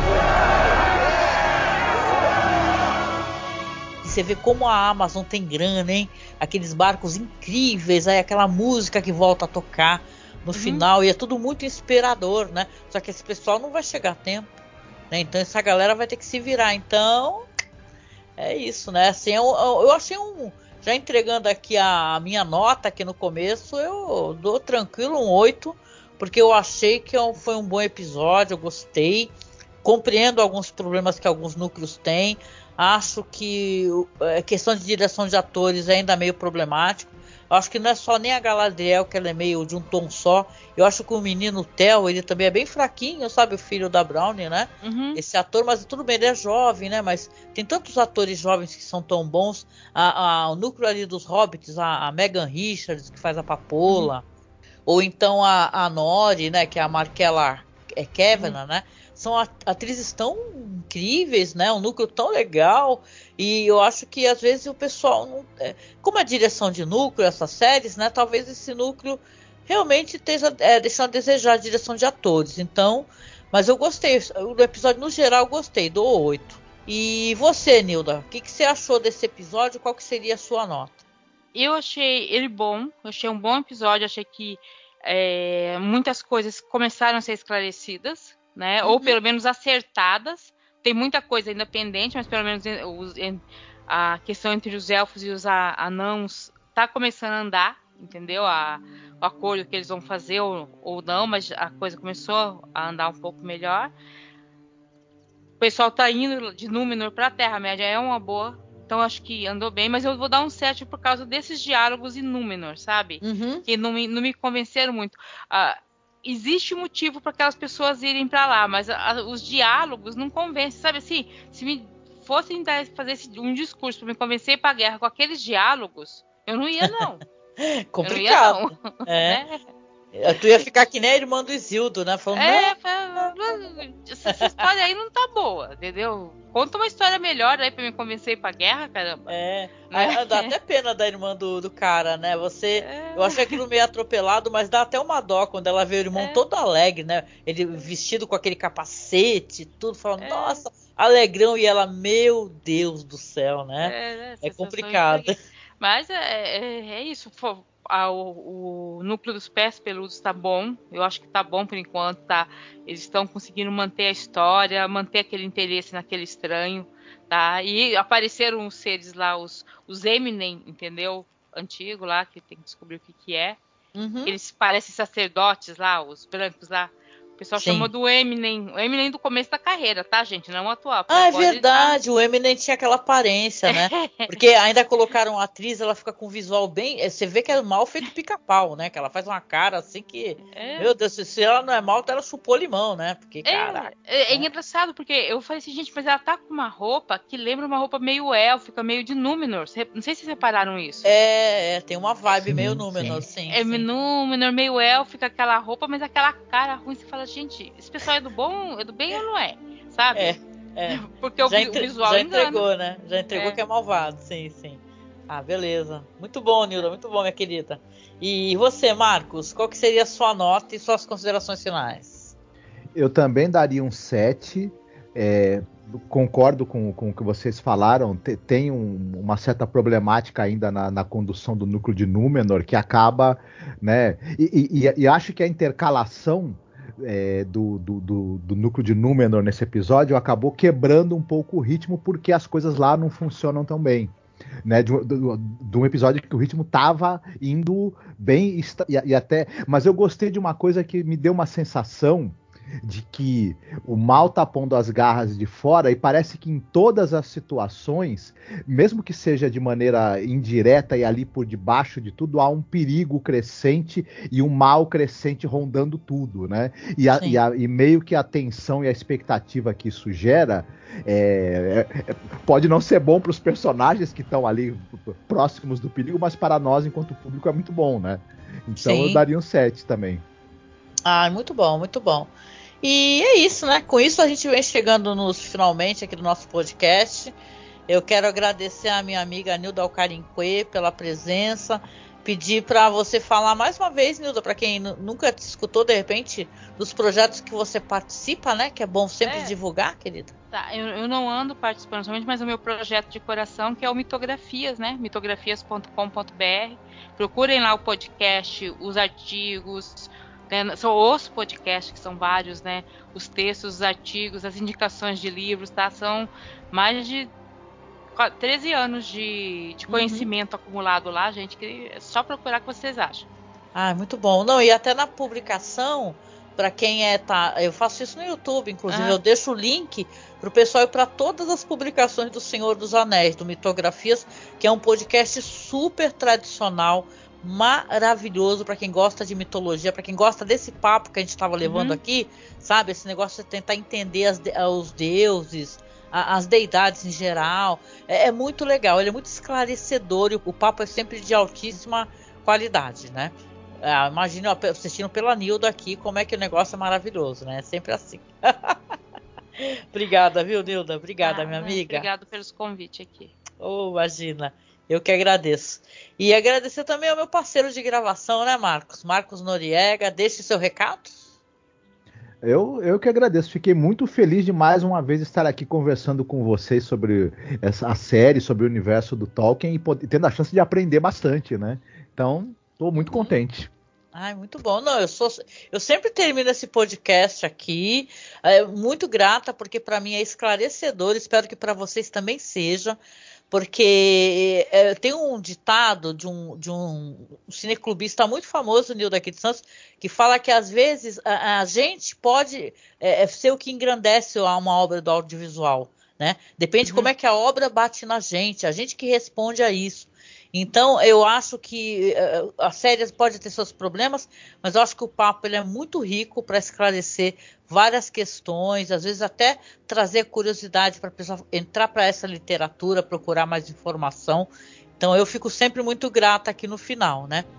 [SPEAKER 1] E você vê como a Amazon tem grana, hein? Aqueles barcos incríveis, aí aquela música que volta a tocar no
[SPEAKER 2] Uhum.
[SPEAKER 1] final, e é tudo muito inspirador, né? Só que esse pessoal não vai chegar a tempo, né? Então essa galera vai ter que se virar. Então, é isso, né? Assim, eu, eu, eu achei um... Já entregando aqui a, a minha nota aqui no começo, eu dou tranquilo um oito, porque eu achei que foi um bom episódio, eu gostei. Compreendo alguns problemas que alguns núcleos têm. Acho que a questão de direção de atores é ainda meio problemático. Eu acho que não é só nem a Galadriel, que ela é meio de um tom só. Eu acho que o menino Theo, ele também é bem fraquinho, sabe? O filho da Brownie, né?
[SPEAKER 2] Uhum.
[SPEAKER 1] Esse ator, mas tudo bem, ele é jovem, né? Mas tem tantos atores jovens que são tão bons. A, a, o núcleo ali dos Hobbits, a, a Megan Richards, que faz a Papola. Uhum. Ou então a, a Nori, né? Que é a Markella é Kavanagh, uhum. né? São atrizes tão incríveis, né? Um núcleo tão legal. E eu acho que às vezes o pessoal não, é, como a direção de núcleo, essas séries, né? Talvez esse núcleo realmente esteja é, deixando a desejar a direção de atores. Então, mas eu gostei. O episódio, no geral, eu gostei, dou oito. E você, Nilda, o que, que você achou desse episódio? Qual que seria a sua nota?
[SPEAKER 2] Eu achei ele bom, eu achei um bom episódio, achei que é, muitas coisas começaram a ser esclarecidas, né? Uhum. Ou pelo menos acertadas. Tem muita coisa ainda pendente, mas pelo menos os, a questão entre os elfos e os anãos tá começando a andar, entendeu? A, o acordo que eles vão fazer ou, ou não, mas a coisa começou a andar um pouco melhor. O pessoal tá indo de Númenor pra Terra-média, é uma boa. Então acho que andou bem, mas eu vou dar um sete por causa desses diálogos em Númenor, sabe?
[SPEAKER 1] Uhum.
[SPEAKER 2] Que não me, não me convenceram muito. Ah, existe motivo para aquelas pessoas irem para lá, mas a, os diálogos não convencem, sabe assim? Se me fossem dar, fazer esse, um discurso para me convencer para a guerra com aqueles diálogos, eu não ia não.
[SPEAKER 1] Complicado.
[SPEAKER 2] Eu não ia, não.
[SPEAKER 1] É.
[SPEAKER 2] Né?
[SPEAKER 1] Tu ia ficar que nem a irmã do Isildo, né? Falando,
[SPEAKER 2] É,
[SPEAKER 1] não,
[SPEAKER 2] essa, essa história aí não tá boa, entendeu? Conta uma história melhor aí pra me convencer a ir pra guerra, caramba.
[SPEAKER 1] É,
[SPEAKER 2] Né?
[SPEAKER 1] dá até pena da irmã do, do cara, né? Você,
[SPEAKER 2] É.
[SPEAKER 1] eu achei aquilo meio atropelado, mas dá até uma dó quando ela vê o irmão
[SPEAKER 2] É.
[SPEAKER 1] todo alegre, né? Ele vestido com aquele capacete, tudo, falando,
[SPEAKER 2] É.
[SPEAKER 1] nossa, alegrão, e ela, meu Deus do céu, né?
[SPEAKER 2] É, né?
[SPEAKER 1] É
[SPEAKER 2] Sensação
[SPEAKER 1] complicado.
[SPEAKER 2] entregue. Mas é, é, é isso. Fo- a- o, o núcleo dos pés peludos tá bom. Eu acho que tá bom por enquanto. Tá? Eles estão conseguindo manter a história, manter aquele interesse naquele estranho. Tá? E apareceram os seres lá, os, os Eminem, entendeu? Antigo lá, que tem que descobrir o que, que é.
[SPEAKER 1] Uhum.
[SPEAKER 2] Eles parecem sacerdotes lá, os brancos lá. O pessoal
[SPEAKER 1] Sim.
[SPEAKER 2] chamou do Eminem. O Eminem do começo da carreira, tá, gente? Não atual.
[SPEAKER 1] Ah, é
[SPEAKER 2] agora ele tá-
[SPEAKER 1] verdade, o Eminem tinha aquela aparência, né? Porque ainda colocaram a atriz, ela fica com um visual bem. eh, Você vê que é mal feito pica-pau, né? Que ela faz uma cara assim que.
[SPEAKER 2] É.
[SPEAKER 1] Meu Deus, se ela não é mal, então ela chupou limão, né? Porque, caraca.
[SPEAKER 2] É, é, é
[SPEAKER 1] né?
[SPEAKER 2] engraçado, porque eu falei assim, gente, mas ela tá com uma roupa que lembra uma roupa meio élfica, meio de Númenor. Cê- Não sei se vocês repararam isso.
[SPEAKER 1] É, é, tem uma vibe
[SPEAKER 3] Sim,
[SPEAKER 1] meio
[SPEAKER 3] sim.
[SPEAKER 1] Númenor, sim.
[SPEAKER 2] É
[SPEAKER 1] sim.
[SPEAKER 2] Númenor, meio élfica, aquela roupa, mas aquela cara ruim. Você fala, gente, esse pessoal é do bom, é do bem ou não é? Sabe?
[SPEAKER 1] É, é.
[SPEAKER 2] Porque o,
[SPEAKER 1] Já,
[SPEAKER 2] vi- o
[SPEAKER 1] entre-
[SPEAKER 2] visual
[SPEAKER 1] já
[SPEAKER 2] engana.
[SPEAKER 1] entregou, né? Já entregou
[SPEAKER 2] É.
[SPEAKER 1] que é malvado, sim, sim. Ah, beleza. Muito bom, Nilda, muito bom, minha querida. E você, Marcos, qual que seria a sua nota e suas considerações finais?
[SPEAKER 3] Eu também daria um sete. É, concordo com, com o que vocês falaram. Te- Tem um- uma certa problemática ainda na, na condução do núcleo de Númenor, que acaba, né? E, e- e- e acho que a intercalação é, do, do- do- do núcleo de Númenor nesse episódio acabou quebrando um pouco o ritmo, porque as coisas lá não funcionam tão bem. Né, de, um- do- de um episódio que o ritmo tava indo bem esta- e, e até, mas eu gostei de uma coisa que me deu uma sensação de que o mal tá pondo as garras de fora, e parece que em todas as situações, mesmo que seja de maneira indireta e ali por debaixo de tudo, há um perigo crescente e um mal crescente rondando tudo, né? E, a-
[SPEAKER 1] Sim.
[SPEAKER 3] e a- e meio que a tensão e a expectativa que isso gera é, é- é- pode não ser bom para os personagens que estão ali próximos do perigo, mas para nós, enquanto público, é muito bom, né? Então eu
[SPEAKER 1] Sim.
[SPEAKER 3] daria um sete também.
[SPEAKER 1] Ah, muito bom, muito bom. E é isso, né? Com isso a gente vem chegando nos finalmente aqui do nosso podcast. Eu quero agradecer a minha amiga Nilda Alcarinque pela presença. Pedir para você falar mais uma vez, Nilda, para quem nu- nunca te escutou, de repente, dos projetos que você participa, né? Que é bom sempre
[SPEAKER 2] É.
[SPEAKER 1] divulgar, querida.
[SPEAKER 2] Tá, eu, eu não ando participando somente, mas o meu projeto de coração, que é o Mitografias, né? mitografias ponto com ponto b r. Procurem lá o podcast, os artigos, né? São os podcasts, que são vários, né? Os textos, os artigos, as indicações de livros, tá? São mais de qua- treze anos de, de conhecimento acumulado lá, gente, que é só procurar o que vocês acham.
[SPEAKER 1] Ah, muito bom. Não, e até na publicação, para quem é tá, eu faço isso no YouTube, inclusive
[SPEAKER 2] Ah.
[SPEAKER 1] eu deixo o link pro pessoal ir para todas as publicações do Senhor dos Anéis, do Mitografias, que é um podcast super tradicional, maravilhoso para quem gosta de mitologia, para quem gosta desse papo que a gente estava levando
[SPEAKER 2] Uhum.
[SPEAKER 1] aqui, sabe? Esse negócio de tentar entender as de- os deuses, a- as deidades em geral. É, é muito legal, ele é muito esclarecedor e o, o papo é sempre de altíssima qualidade, né? Ah, imagina eu assistindo pela Nilda aqui como é que o negócio é maravilhoso, né? É sempre assim. Obrigada, viu, Nilda? Obrigada,
[SPEAKER 2] Ah,
[SPEAKER 1] minha
[SPEAKER 2] né?
[SPEAKER 1] amiga.
[SPEAKER 2] Obrigado pelos convites aqui.
[SPEAKER 1] Oh, imagina. Eu que agradeço. E agradecer também ao meu parceiro de gravação, né, Marcos? Marcos Noriega. Deixe seu recado.
[SPEAKER 3] Eu, eu que agradeço, fiquei muito feliz de mais uma vez estar aqui conversando com vocês sobre essa a série, sobre o universo do Tolkien e pod- tendo a chance de aprender bastante, né? Então, estou muito
[SPEAKER 1] Uhum.
[SPEAKER 3] contente.
[SPEAKER 1] Ai, muito bom. Não, eu sou, eu sempre termino esse podcast aqui, é, muito grata, porque para mim é esclarecedor. Espero que para vocês também seja, porque é, tem um ditado de um, de um cineclubista muito famoso, Nildo aqui de Santos, que fala que às vezes a, a gente pode é, ser o que engrandece uma obra do audiovisual, né? Depende
[SPEAKER 2] Uhum.
[SPEAKER 1] como é que a obra bate na gente, a gente que responde a isso. Então, eu acho que uh, a série pode ter seus problemas, mas eu acho que o papo ele é muito rico para esclarecer várias questões, às vezes até trazer curiosidade para a pessoa entrar para essa literatura, procurar mais informação. Então, eu fico sempre muito grata aqui no final, né?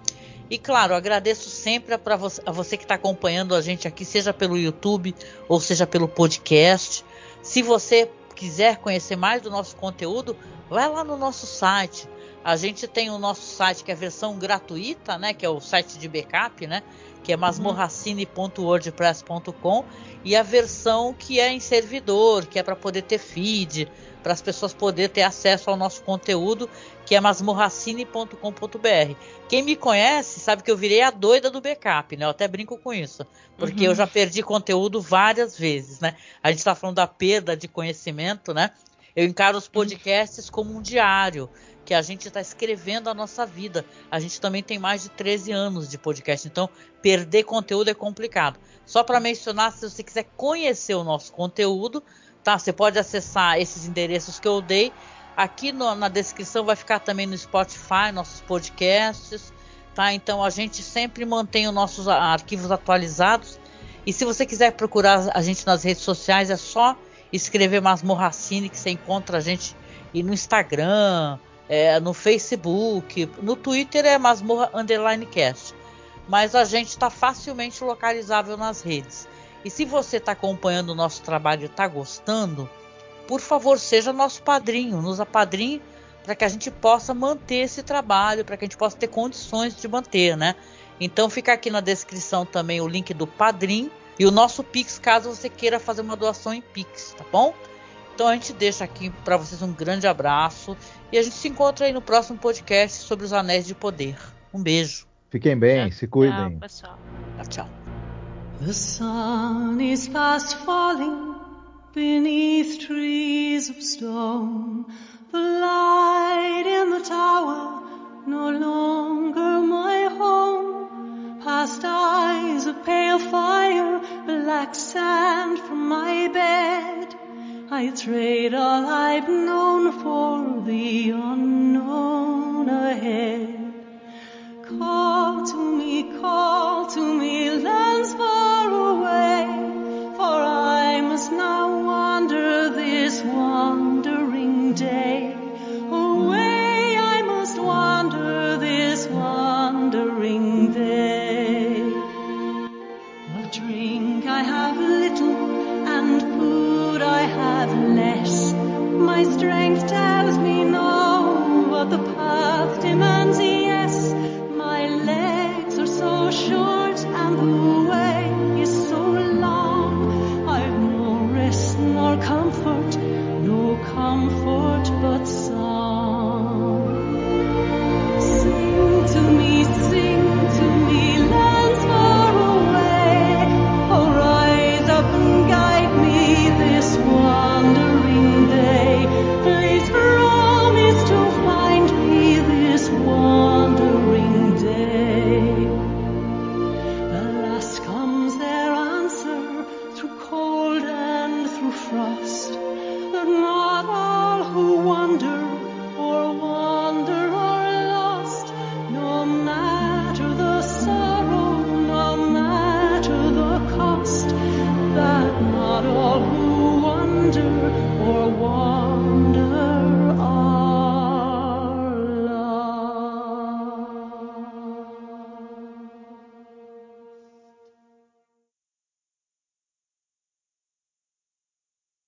[SPEAKER 1] E claro, agradeço sempre a, pra você, a você que está acompanhando a gente aqui, seja pelo YouTube ou seja pelo podcast. Se você quiser conhecer mais do nosso conteúdo, vai lá no nosso site. A gente tem o nosso site que é a versão gratuita, né, que é o site de backup, né, que é masmorracine ponto wordpress ponto com, e a versão que é em servidor, que é para poder ter feed, para as pessoas poderem ter acesso ao nosso conteúdo, que é masmorracine ponto com ponto br. Quem me conhece sabe que eu virei a doida do backup, né? Eu até brinco com isso, porque uhum. eu já perdi conteúdo várias vezes, né? A gente está falando da perda de conhecimento, né? Eu encaro os podcasts como um diário, que a gente está escrevendo a nossa vida. A gente também tem mais de treze anos de podcast, então perder conteúdo é complicado. Só para mencionar, se você quiser conhecer o nosso conteúdo, tá? Você pode acessar esses endereços que eu dei. Aqui no, na descrição vai ficar também no Spotify, nossos podcasts, tá? Então a gente sempre mantém os nossos arquivos atualizados. E se você quiser procurar a gente nas redes sociais, é só escrever Masmorracine, que você encontra a gente e no Instagram, é, no Facebook, no Twitter é Masmorra Underline Cast. Mas a gente está facilmente localizável nas redes. E se você está acompanhando o nosso trabalho e está gostando, por favor, seja nosso padrinho, nos apadrinhe para que a gente possa manter esse trabalho, para que a gente possa ter condições de manter, né? Então fica aqui na descrição também o link do Padrim e o nosso Pix, caso você queira fazer uma doação em Pix, tá bom? Então a gente deixa aqui para vocês um grande abraço e a gente se encontra aí no próximo podcast sobre os Anéis de Poder. Um beijo.
[SPEAKER 3] Fiquem bem, se cuidem.
[SPEAKER 2] Tchau, pessoal.
[SPEAKER 1] Tchau, tchau.
[SPEAKER 7] The sun is fast falling beneath trees of stone. The light in the tower no longer my home. Past eyes of pale fire, black sand from my bed. I trade all I've known for the unknown ahead. Call to me, call to me, lands far away, for I must now wander this wandering day. Away I must wander this wandering day. Of drink I have little, and food I have less. My strength tells me no, but the path demands yes. My legs are so short and the way is so long. I've no rest nor comfort, no comfort but song. Sing to me, sing to me, lands far away. Oh, rise up and guide me this wandering day. Please promise to find me this wandering day. Alas, comes their answer through cold and through frost, that not all who wander or wander are lost. No matter the sorrow, no matter the cost, that not all who wander or wander